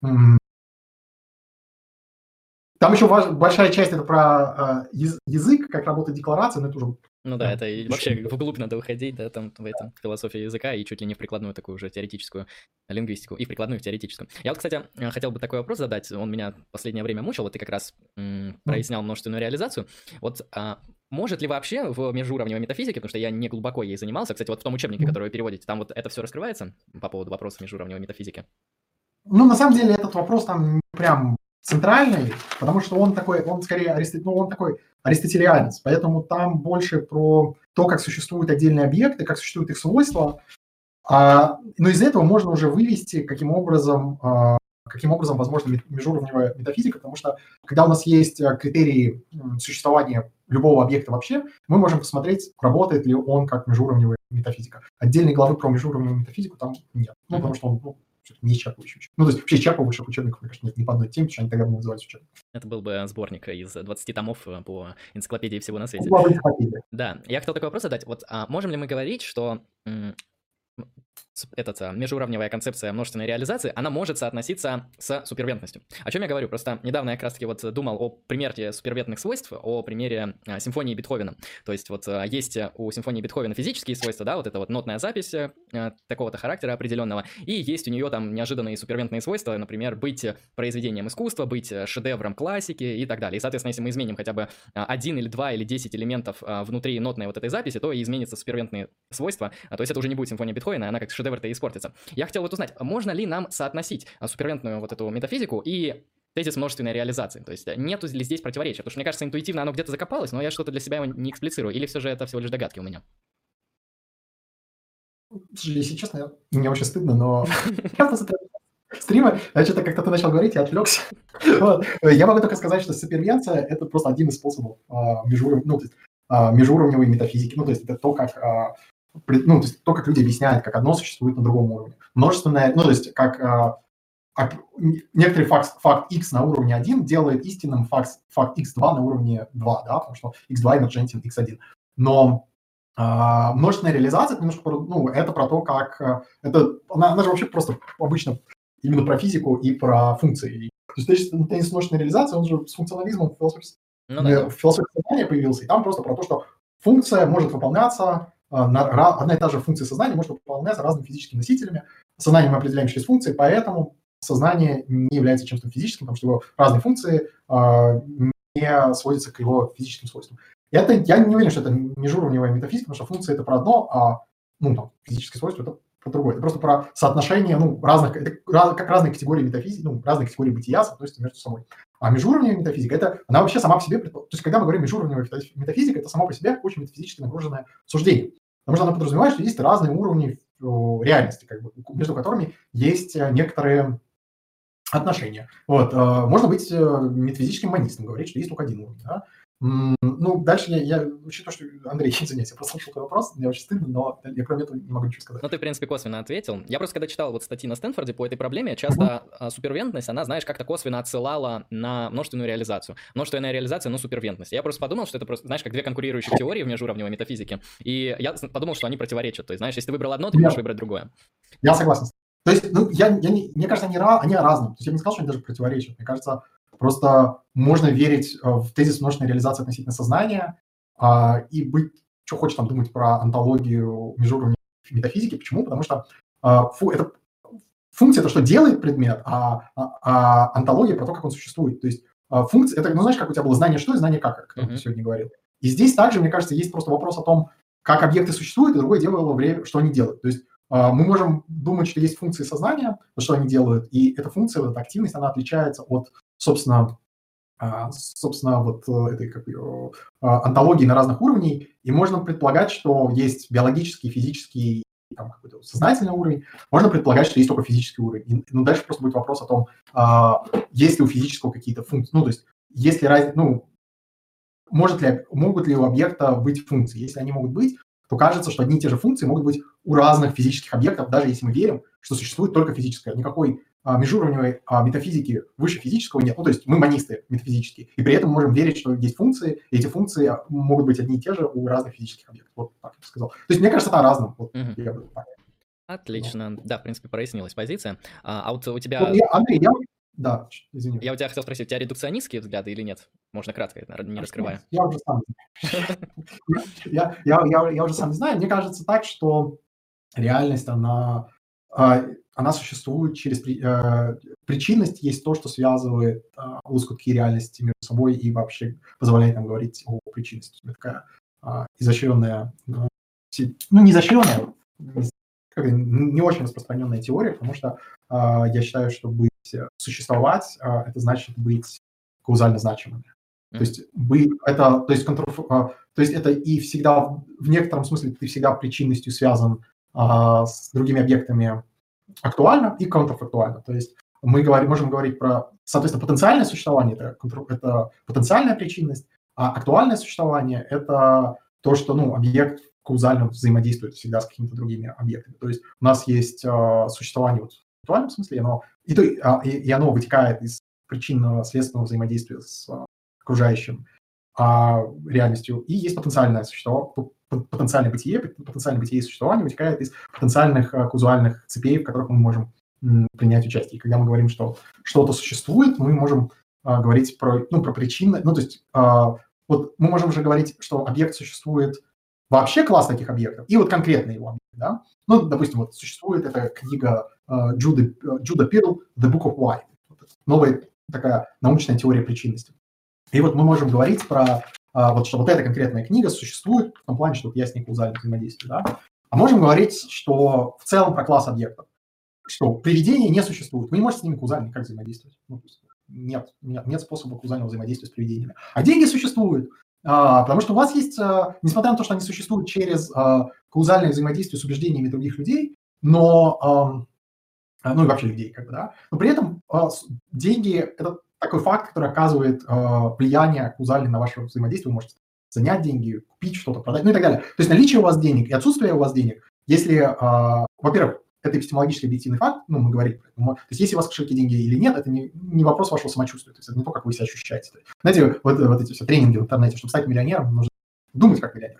Там еще большая часть это про язык, как работает декларация, но это уже... Ну да, это и вообще вглубь надо уходить, да, там в этом философии языка и чуть ли не в прикладную такую уже теоретическую лингвистику, и в прикладную, и в теоретическую. Я вот, кстати, хотел бы такой вопрос задать, он меня в последнее время мучил, вот ты как раз прояснял множественную реализацию. Вот может ли вообще в межуровневой метафизике, потому что я не глубоко ей занимался, кстати, вот в том учебнике, который вы переводите, там вот это все раскрывается по поводу вопросов межуровневой метафизики? Ну, на самом деле, этот вопрос там прям центральный, потому что он скорее он такой аристотелианец, поэтому там больше про то, как существуют отдельные объекты, как существуют их свойства, но из этого можно уже вывести, каким образом возможна межуровневая метафизика, потому что когда у нас есть критерии существования любого объекта вообще, мы можем посмотреть, работает ли он как межуровневая метафизика. Отдельной главы про межуровневую метафизику там нет, потому что он не исчерпывающий. Ну, то есть вообще исчерпывающих учебников, мне кажется, нет ни по одной теме, потому что они тогда бы назывались учебником. Это был бы сборник из 20 томов по энциклопедии всего на свете. Да, я хотел такой вопрос задать. Вот можем ли мы говорить, что межуровневая концепция множественной реализации, она может соотноситься с супервентностью. О чем я говорю? Просто недавно я как раз-таки вот думал о примере супервентных свойств, о примере симфонии Бетховена. То есть вот есть у симфонии Бетховена физические свойства, да, вот это вот нотная запись такого-то характера определенного, и есть у нее там неожиданные супервентные свойства, например, быть произведением искусства, быть шедевром классики и так далее. И, соответственно, если мы изменим хотя бы 1 или 2 или 10 элементов внутри нотной вот этой записи, то и изменятся супервентные свойства. То есть это уже не будет симфония Бетховена, она как шедевр-то испортится. Я хотел вот узнать, можно ли нам соотносить супервентную вот эту метафизику и тезис множественной реализации? То есть нету ли здесь противоречия? Потому что, мне кажется, интуитивно оно где-то закопалось, но я что-то для себя не эксплицирую. Или все же это всего лишь догадки у меня? Слушай, если честно, мне очень стыдно, но я после стрима, что-то как-то ты начал говорить, я отвлекся. Я могу только сказать, что супервенция – это просто один из способов межуровневой метафизики. Ну, то есть это то, как люди объясняют, как одно существует на другом уровне. Множественное, то есть как некоторый факт x на уровне 1 делает истинным факт x2 на уровне 2, да, потому что x2 эмерджентен x1. Но множественная реализация, это немножко это про то, как... Она же вообще просто обычно именно про физику и про функции. То есть тезис множественной реализации, он же с функционализмом в философии сознания появился, и там просто про то, что функция может выполняться, одна и та же функция сознания может выполняться разными физическими носителями. Сознание мы определяем через функции, поэтому сознание не является чем-то физическим, потому что его разные функции не сводятся к его физическим свойствам. Я не уверен, что это межуровневая метафизика, потому что функция – это про одно, а физические свойства – это про другое. Это просто про соотношение как разные категории метафизики, разные категории бытия соотносятся между собой. А межуровневая метафизика – она вообще сама по себе… То есть когда мы говорим межуровневая метафизика, это само по себе очень метафизически нагруженное суждение. Потому что она подразумевает, что есть разные уровни реальности, между которыми есть некоторые отношения. Можно быть метафизическим монистом, говорить, что есть только один уровень. Да? Дальше я учитывая, что, Андрей, извиняюсь, я прослушал твой вопрос, мне очень стыдно, но я кроме этого не могу ничего сказать. Ты, в принципе, косвенно ответил. Я просто, когда читал вот статьи на Стэнфорде по этой проблеме, часто супервентность, она, знаешь, как-то косвенно отсылала на множественную реализацию. Множественная реализация, но супервентность. Я просто подумал, что это просто, знаешь, как две конкурирующих теории в межуровневой метафизике, и я подумал, что они противоречат. То есть, знаешь, если ты выбрал одно, ты можешь выбрать другое. Я согласен. То есть, мне кажется, они разные. То есть я не сказал, что они даже противоречат. Мне кажется, просто можно верить в тезис множественной реализации относительно сознания и быть, что хочешь там думать про онтологию межуровневой метафизики. Почему? Потому что функция – это что делает предмет, а онтология – про то, как он существует. То есть функция – это, знаешь, как у тебя было знание что и знание как, о котором ты сегодня говорил. И здесь также, мне кажется, есть просто вопрос о том, как объекты существуют, и другое дело, что они делают. То есть мы можем думать, что есть функции сознания, что они делают, и эта функция, эта активность, она отличается от, собственно, вот этой онтологии на разных уровнях, и можно предполагать, что есть биологический, физический, какой-то сознательный уровень, можно предполагать, что есть только физический уровень. Дальше просто будет вопрос о том, есть ли у физического какие-то функции, то есть есть ли могут ли у объекта быть функции. Если они могут быть, то кажется, что одни и те же функции могут быть у разных физических объектов, даже если мы верим, что существует только физическое. Никакой межуровневой метафизики выше физического нет. Ну, то есть мы монисты метафизические. И при этом мы можем верить, что есть функции, и эти функции могут быть одни и те же у разных физических объектов. Вот так я бы сказал. То есть мне кажется, это о разном. Вот, я бы так сказал. Отлично. Да, в принципе, прояснилась позиция. А вот у Вот тебя... Андрей, да, извини. Я у тебя хотел спросить, у тебя редукционистские взгляды или нет? Можно кратко, не раскрывая. Я уже сам я уже сам не знаю. Мне кажется так, что реальность, она существует через причинность, есть то, что связывает лоскутки реальности между собой и вообще позволяет нам говорить о причинности. Это такая изощренная, ну, не изощренная, не очень распространенная теория, потому что я считаю, что существовать, это значит быть каузально значимыми. То есть это и всегда, в некотором смысле, ты всегда причинностью связан с другими объектами актуально и контрфактуально. То есть мы можем говорить про, соответственно, потенциальное существование, это потенциальная причинность, а актуальное существование – это то, что объект каузально взаимодействует всегда с какими-то другими объектами. То есть у нас есть существование в актуальном смысле, и оно вытекает из причинно-следственного взаимодействия с окружающим реальностью, и есть потенциальное бытие. Потенциальное бытие и существование вытекает из потенциальных каузуальных цепей, в которых мы можем принять участие. И когда мы говорим, что что-то существует, мы можем говорить про причины. То есть вот мы можем же говорить, что объект существует, вообще класс таких объектов, и вот конкретно его объект. Да? Допустим, вот существует эта книга Джуда Пирл «The Book of Why». Новая такая научная теория причинности. И вот мы можем говорить про что вот эта конкретная книга существует в том плане, что я с ней каузально взаимодействую. Да? А можем говорить, что в целом про класс объектов, что привидения не существуют. Вы не можете с ними каузально никак взаимодействовать. Нет способа каузального взаимодействия с привидениями. А деньги существуют, потому что у вас есть, несмотря на то, что они существуют через каузальное взаимодействие с убеждениями других людей, но и вообще людей, да, но при этом деньги – это такой факт, который оказывает влияние каузально на ваше взаимодействие. Вы можете занять деньги, купить что-то, продать, и так далее. То есть наличие у вас денег и отсутствие у вас денег, если, во-первых, это эпистемологически объективный факт, мы говорим про это. То есть если у вас в кошельке деньги или нет, это не вопрос вашего самочувствия, то есть это не то, как вы себя ощущаете. Знаете, вот эти все тренинги в интернете, чтобы стать миллионером, нужно думать как миллионер.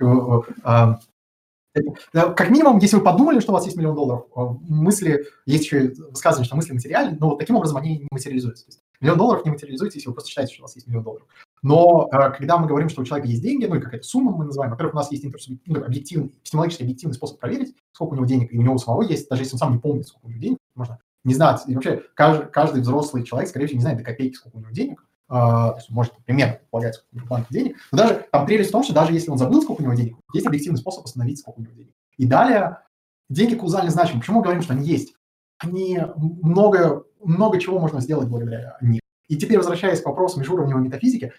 Как минимум, если вы подумали, что у вас есть $1 000 000, мысли, есть еще высказывание, что мысли материальны, но вот таким образом они не материализуются. То есть $1 000 000 не материализуется, если вы просто считаете, что у вас есть $1 000 000. Но когда мы говорим, что у человека есть деньги, и какая-то сумма мы называем, во-первых, у нас есть объективный, эпистемологически объективный способ проверить, сколько у него денег, и у него самого есть, даже если он сам не помнит, сколько у него денег, можно не знать. И вообще каждый взрослый человек, скорее всего, не знает до копейки, сколько у него денег. То есть он может примерно предполагать, сколько у него в банке денег. Но даже там прелесть в том, что даже если он забыл, сколько у него денег, есть объективный способ установить, сколько у него денег. И далее деньги каузально значимы. Почему мы говорим, что они есть? Они много чего можно сделать благодаря них. И теперь, возвращаясь к вопросу межуровневой метафизики,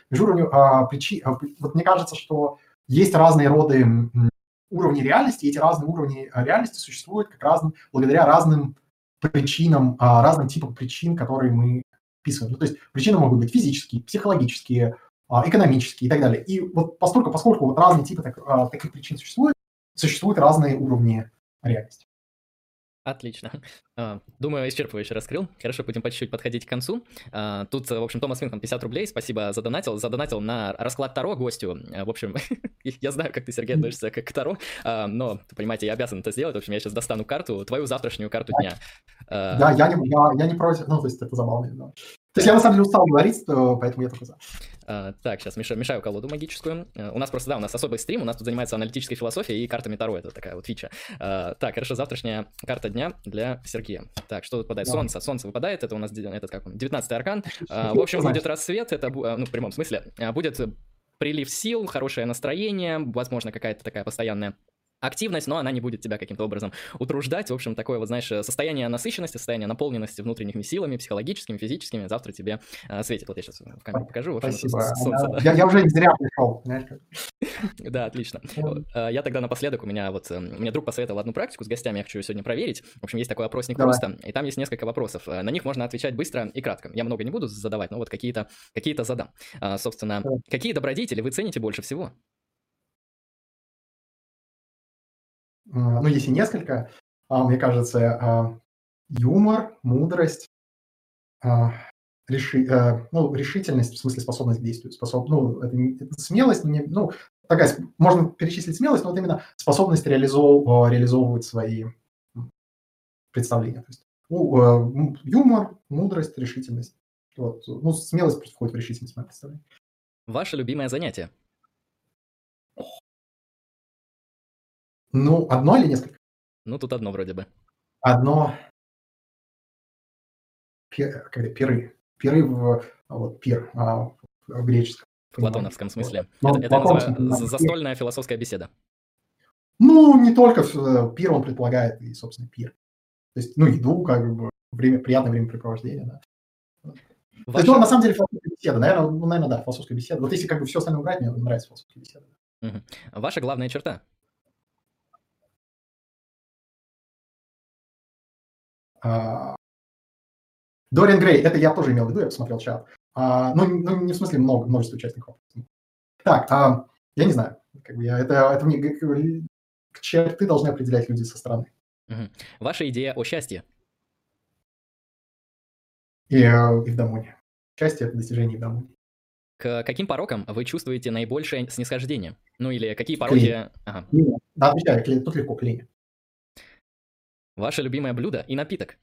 вот мне кажется, что есть разные роды уровней реальности, и эти разные уровни реальности существуют благодаря разным причинам, разным типам причин, которые мы описываем. То есть причины могут быть физические, психологические, экономические и так далее. И вот поскольку вот разные типы таких причин существуют разные уровни реальности. Отлично. Думаю, исчерпывающе раскрыл. Хорошо, будем по чуть-чуть подходить к концу. Тут, в общем, Томас Финкман 50 рублей, спасибо, задонатил на расклад Таро гостю. В общем, я знаю, как ты, Сергей, относишься к Таро, но, понимаете, я обязан это сделать. В общем, я сейчас достану карту, твою завтрашнюю карту дня. Да, я не против, то есть это забавно. Да. То есть я на самом деле устал говорить, поэтому я только за. Так, сейчас мешаю колоду магическую. У нас просто, у нас особый стрим, у нас тут занимается аналитической философией и картами Таро, это такая вот фича. Так, хорошо, завтрашняя карта дня для Сергея. Так, что выпадает? Да. Солнце выпадает, это у нас 19-й аркан. В общем, будет рассвет, это, в прямом смысле, будет прилив сил, хорошее настроение, возможно, какая-то такая постоянная активность, но она не будет тебя каким-то образом утруждать. В общем, такое вот, знаешь, состояние насыщенности, состояние наполненности внутренними силами, психологическими, физическими, завтра тебе светит. Вот я сейчас в камеру покажу. В общем, спасибо. Солнце, да. Я уже не зря пришел, знаешь как. Да, отлично. Я тогда напоследок, у меня друг посоветовал одну практику с гостями, я хочу ее сегодня проверить. В общем, есть такой опросник просто, и там есть несколько вопросов. На них можно отвечать быстро и кратко. Я много не буду задавать, но вот какие-то задам. Собственно, какие добродетели вы цените больше всего? ну, есть и несколько, мне кажется, юмор, мудрость, решительность, в смысле способность к действию. Ну, это смелость, ну, такая, можно перечислить смелость, но вот именно способность реализовывать свои представления. То есть, юмор, мудрость, решительность. Вот. Ну, смелость просто входит в решительность, мое представление. Ваше любимое занятие? Ну, одно или несколько? Ну, тут одно вроде бы. Одно. Пиры. Пир в греческом. В платоновском смысле. Вот. Это я называю застольная философская беседа. Ну, не только пир, он предполагает и, собственно, пир. То есть, ну, еду, как бы, приятное времяпрепровождение, да. То есть, ну, на самом деле, философская беседа, наверное, да, философская беседа. Вот если как бы все остальное убрать, мне нравится философская беседа. Ваша главная черта? Дориан Грей, это я тоже имел в виду, я посмотрел чат. Ну, не в смысле множество участников. Так, я не знаю. Как бы это мне черты должны определять люди со стороны. Ваша идея о счастье? И в Дамоне. Счастье – это достижение в Дамоне. К каким порокам вы чувствуете наибольшее снисхождение? Ну или какие пороки... Ага. Да, отвечаю, тут легко, к лени. Ваше любимое блюдо и напиток?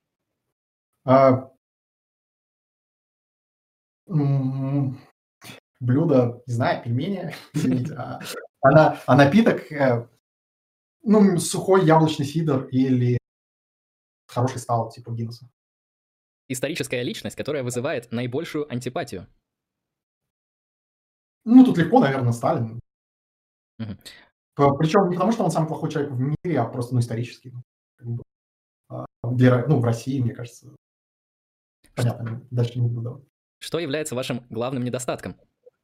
Блюдо, не знаю, пельмени, извините. А напиток, ну, сухой яблочный сидр или хороший стаут, типа Гиннесса. Историческая личность, которая вызывает наибольшую антипатию? Ну, тут легко, наверное, Сталин. Причем не потому, что он самый плохой человек в мире, а просто, ну, исторически. В России, мне кажется. Понятно, дальше не буду давать. Что является вашим главным недостатком?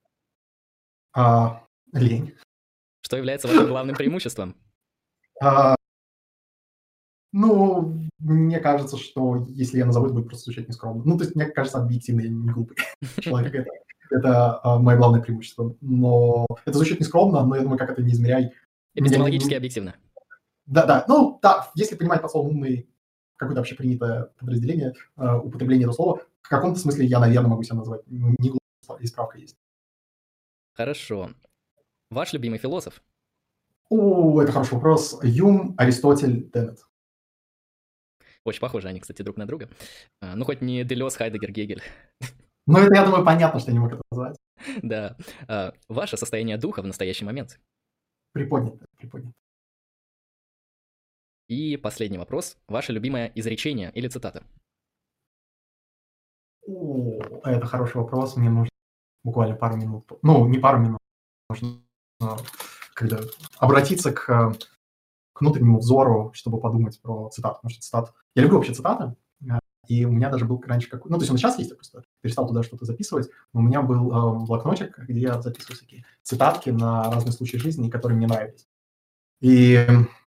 Лень. Что является вашим главным преимуществом? Ну, мне кажется, что если я назову, это будет просто звучать нескромно. Ну, то есть, мне кажется, объективно я не глупый человек. Это мое главное преимущество. Но это звучит нескромно, но я думаю, как это не измеряй. Эпистемологически объективно. Да. Ну, да, если понимать под словом «умный» какое-то вообще принятое подразделение, употребление этого слова, в каком-то смысле я, наверное, могу себя назвать. Не глупо, и справка есть. Хорошо. Ваш любимый философ? Это хороший вопрос. Юм, Аристотель, Деннет. Очень похожи они, кстати, друг на друга. Ну, хоть не Делез, Хайдегер, Гегель. Ну, это, я думаю, понятно, что я не мог это назвать. Да. Ваше состояние духа в настоящий момент? Приподнято. И последний вопрос. Ваше любимое изречение или цитата? Это хороший вопрос. Мне нужно буквально пару минут. Ну, не пару минут. Нужно обратиться к внутреннему взору, чтобы подумать про цитату. Потому что цитат... Я люблю вообще цитаты. И у меня даже был раньше какой... Ну, то есть он сейчас есть, я просто перестал туда что-то записывать. Но у меня был блокнотик, где я записывал всякие цитатки на разные случаи жизни, которые мне нравились. И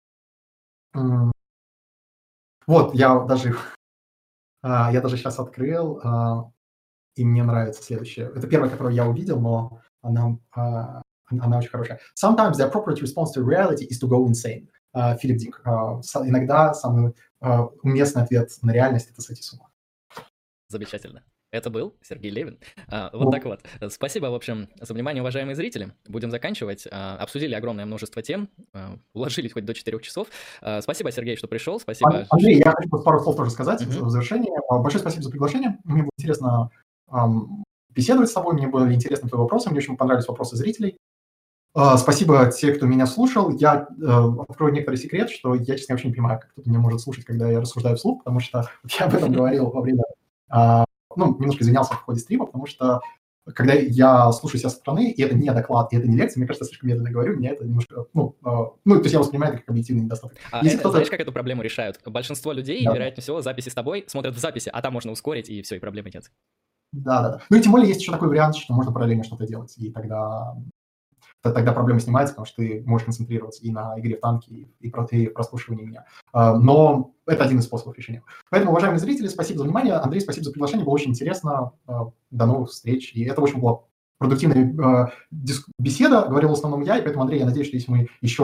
вот, я даже сейчас открыл, и мне нравится следующее. Это первое, которое я увидел, но она очень хорошая. Sometimes the appropriate response to reality is to go insane. Филипп Дик. Иногда самый уместный ответ на реальность – это сойти с ума. Замечательно. Это был Сергей Левин. Вот так вот. Спасибо, в общем, за внимание, уважаемые зрители. Будем заканчивать. Обсудили огромное множество тем. Уложились хоть до 4 часов. Спасибо, Сергей, что пришел. Спасибо. Андрей, я хочу пару слов тоже сказать в завершение. Большое спасибо за приглашение. Мне было интересно беседовать с тобой. Мне были интересны твои вопросы. Мне очень понравились вопросы зрителей. Спасибо те, кто меня слушал. Я открою некоторый секрет, что я, честно, вообще не понимаю, как кто-то меня может слушать, когда я рассуждаю вслух, потому что я об этом говорил во время... немножко извинялся в ходе стрима, потому что когда я слушаю себя со стороны, и это не доклад, и это не лекция, мне кажется, я слишком медленно говорю, меня это немножко... то есть я воспринимаю это как объективный недостаток. Знаешь, как эту проблему решают? Большинство людей, вероятнее всего, записи с тобой смотрят в записи, а там можно ускорить, и все, и проблемы нет. Да. Ну и тем более есть еще такой вариант, что можно параллельно что-то делать, и тогда проблема снимается, потому что ты можешь концентрироваться и на игре в танки, и прослушивании меня. Но это один из способов решения. Поэтому, уважаемые зрители, спасибо за внимание. Андрей, спасибо за приглашение, было очень интересно. До новых встреч. И это очень была продуктивная беседа, говорил в основном я, и поэтому, Андрей, я надеюсь, что если мы еще раз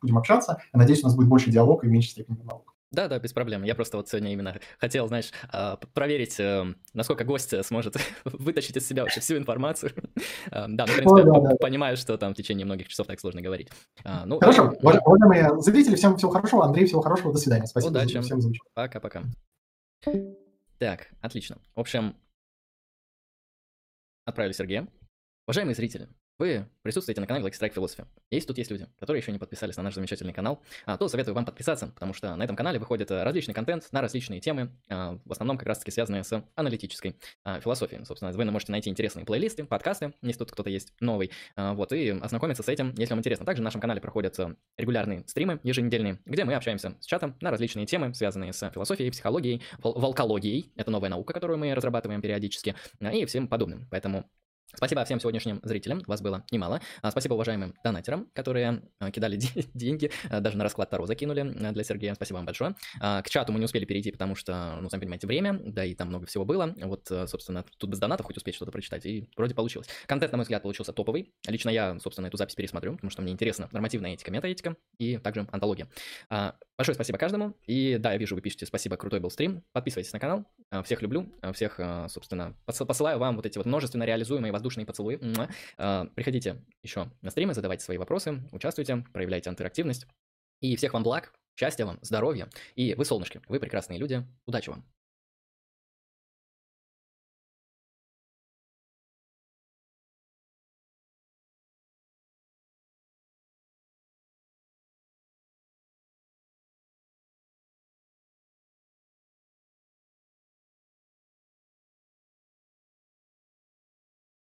будем общаться. Я надеюсь, у нас будет больше диалога и в меньшей степени монолог. Да, без проблем. Я просто вот сегодня именно хотел, знаешь, проверить, насколько гость сможет вытащить из себя вообще всю информацию. Да, ну, в принципе, понимаю, что там в течение многих часов так сложно говорить. Хорошо, уважаемые зрители, всем всего хорошего. Андрей, всего хорошего, до свидания. Спасибо. Удачи. Всем за участие. Пока-пока. Так, отлично. В общем, отправили Сергея. Уважаемые зрители, вы присутствуете на канале Lucky Strike Philosophy. Если тут есть люди, которые еще не подписались на наш замечательный канал, то советую вам подписаться, потому что на этом канале выходит различный контент на различные темы, в основном как раз-таки связанные с аналитической философией. Собственно, вы можете найти интересные плейлисты, подкасты, если тут кто-то есть новый, вот, и ознакомиться с этим, если вам интересно. Также на нашем канале проходят регулярные стримы еженедельные, где мы общаемся с чатом на различные темы, связанные с философией, психологией, волкологией, это новая наука, которую мы разрабатываем периодически, и всем подобным. Поэтому спасибо всем сегодняшним зрителям, вас было немало. Спасибо уважаемым донатерам, которые кидали деньги, даже на расклад Таро закинули для Сергея. Спасибо вам большое. К чату мы не успели перейти, потому что, ну, сами понимаете, время, да и там много всего было. Вот, собственно, тут без донатов хоть успеть что-то прочитать, и вроде получилось. Контент, на мой взгляд, получился топовый. Лично я, собственно, эту запись пересмотрю, потому что мне интересна нормативная этика, метаэтика и также антология. Большое спасибо каждому. И да, я вижу, вы пишете спасибо, крутой был стрим. Подписывайтесь на канал. Всех люблю. Всех, собственно, посылаю вам вот эти вот множественно реализуемые воздушные поцелуи. Приходите еще на стримы, задавайте свои вопросы, участвуйте, проявляйте интерактивность. И всех вам благ, счастья вам, здоровья. И вы солнышки, вы прекрасные люди. Удачи вам.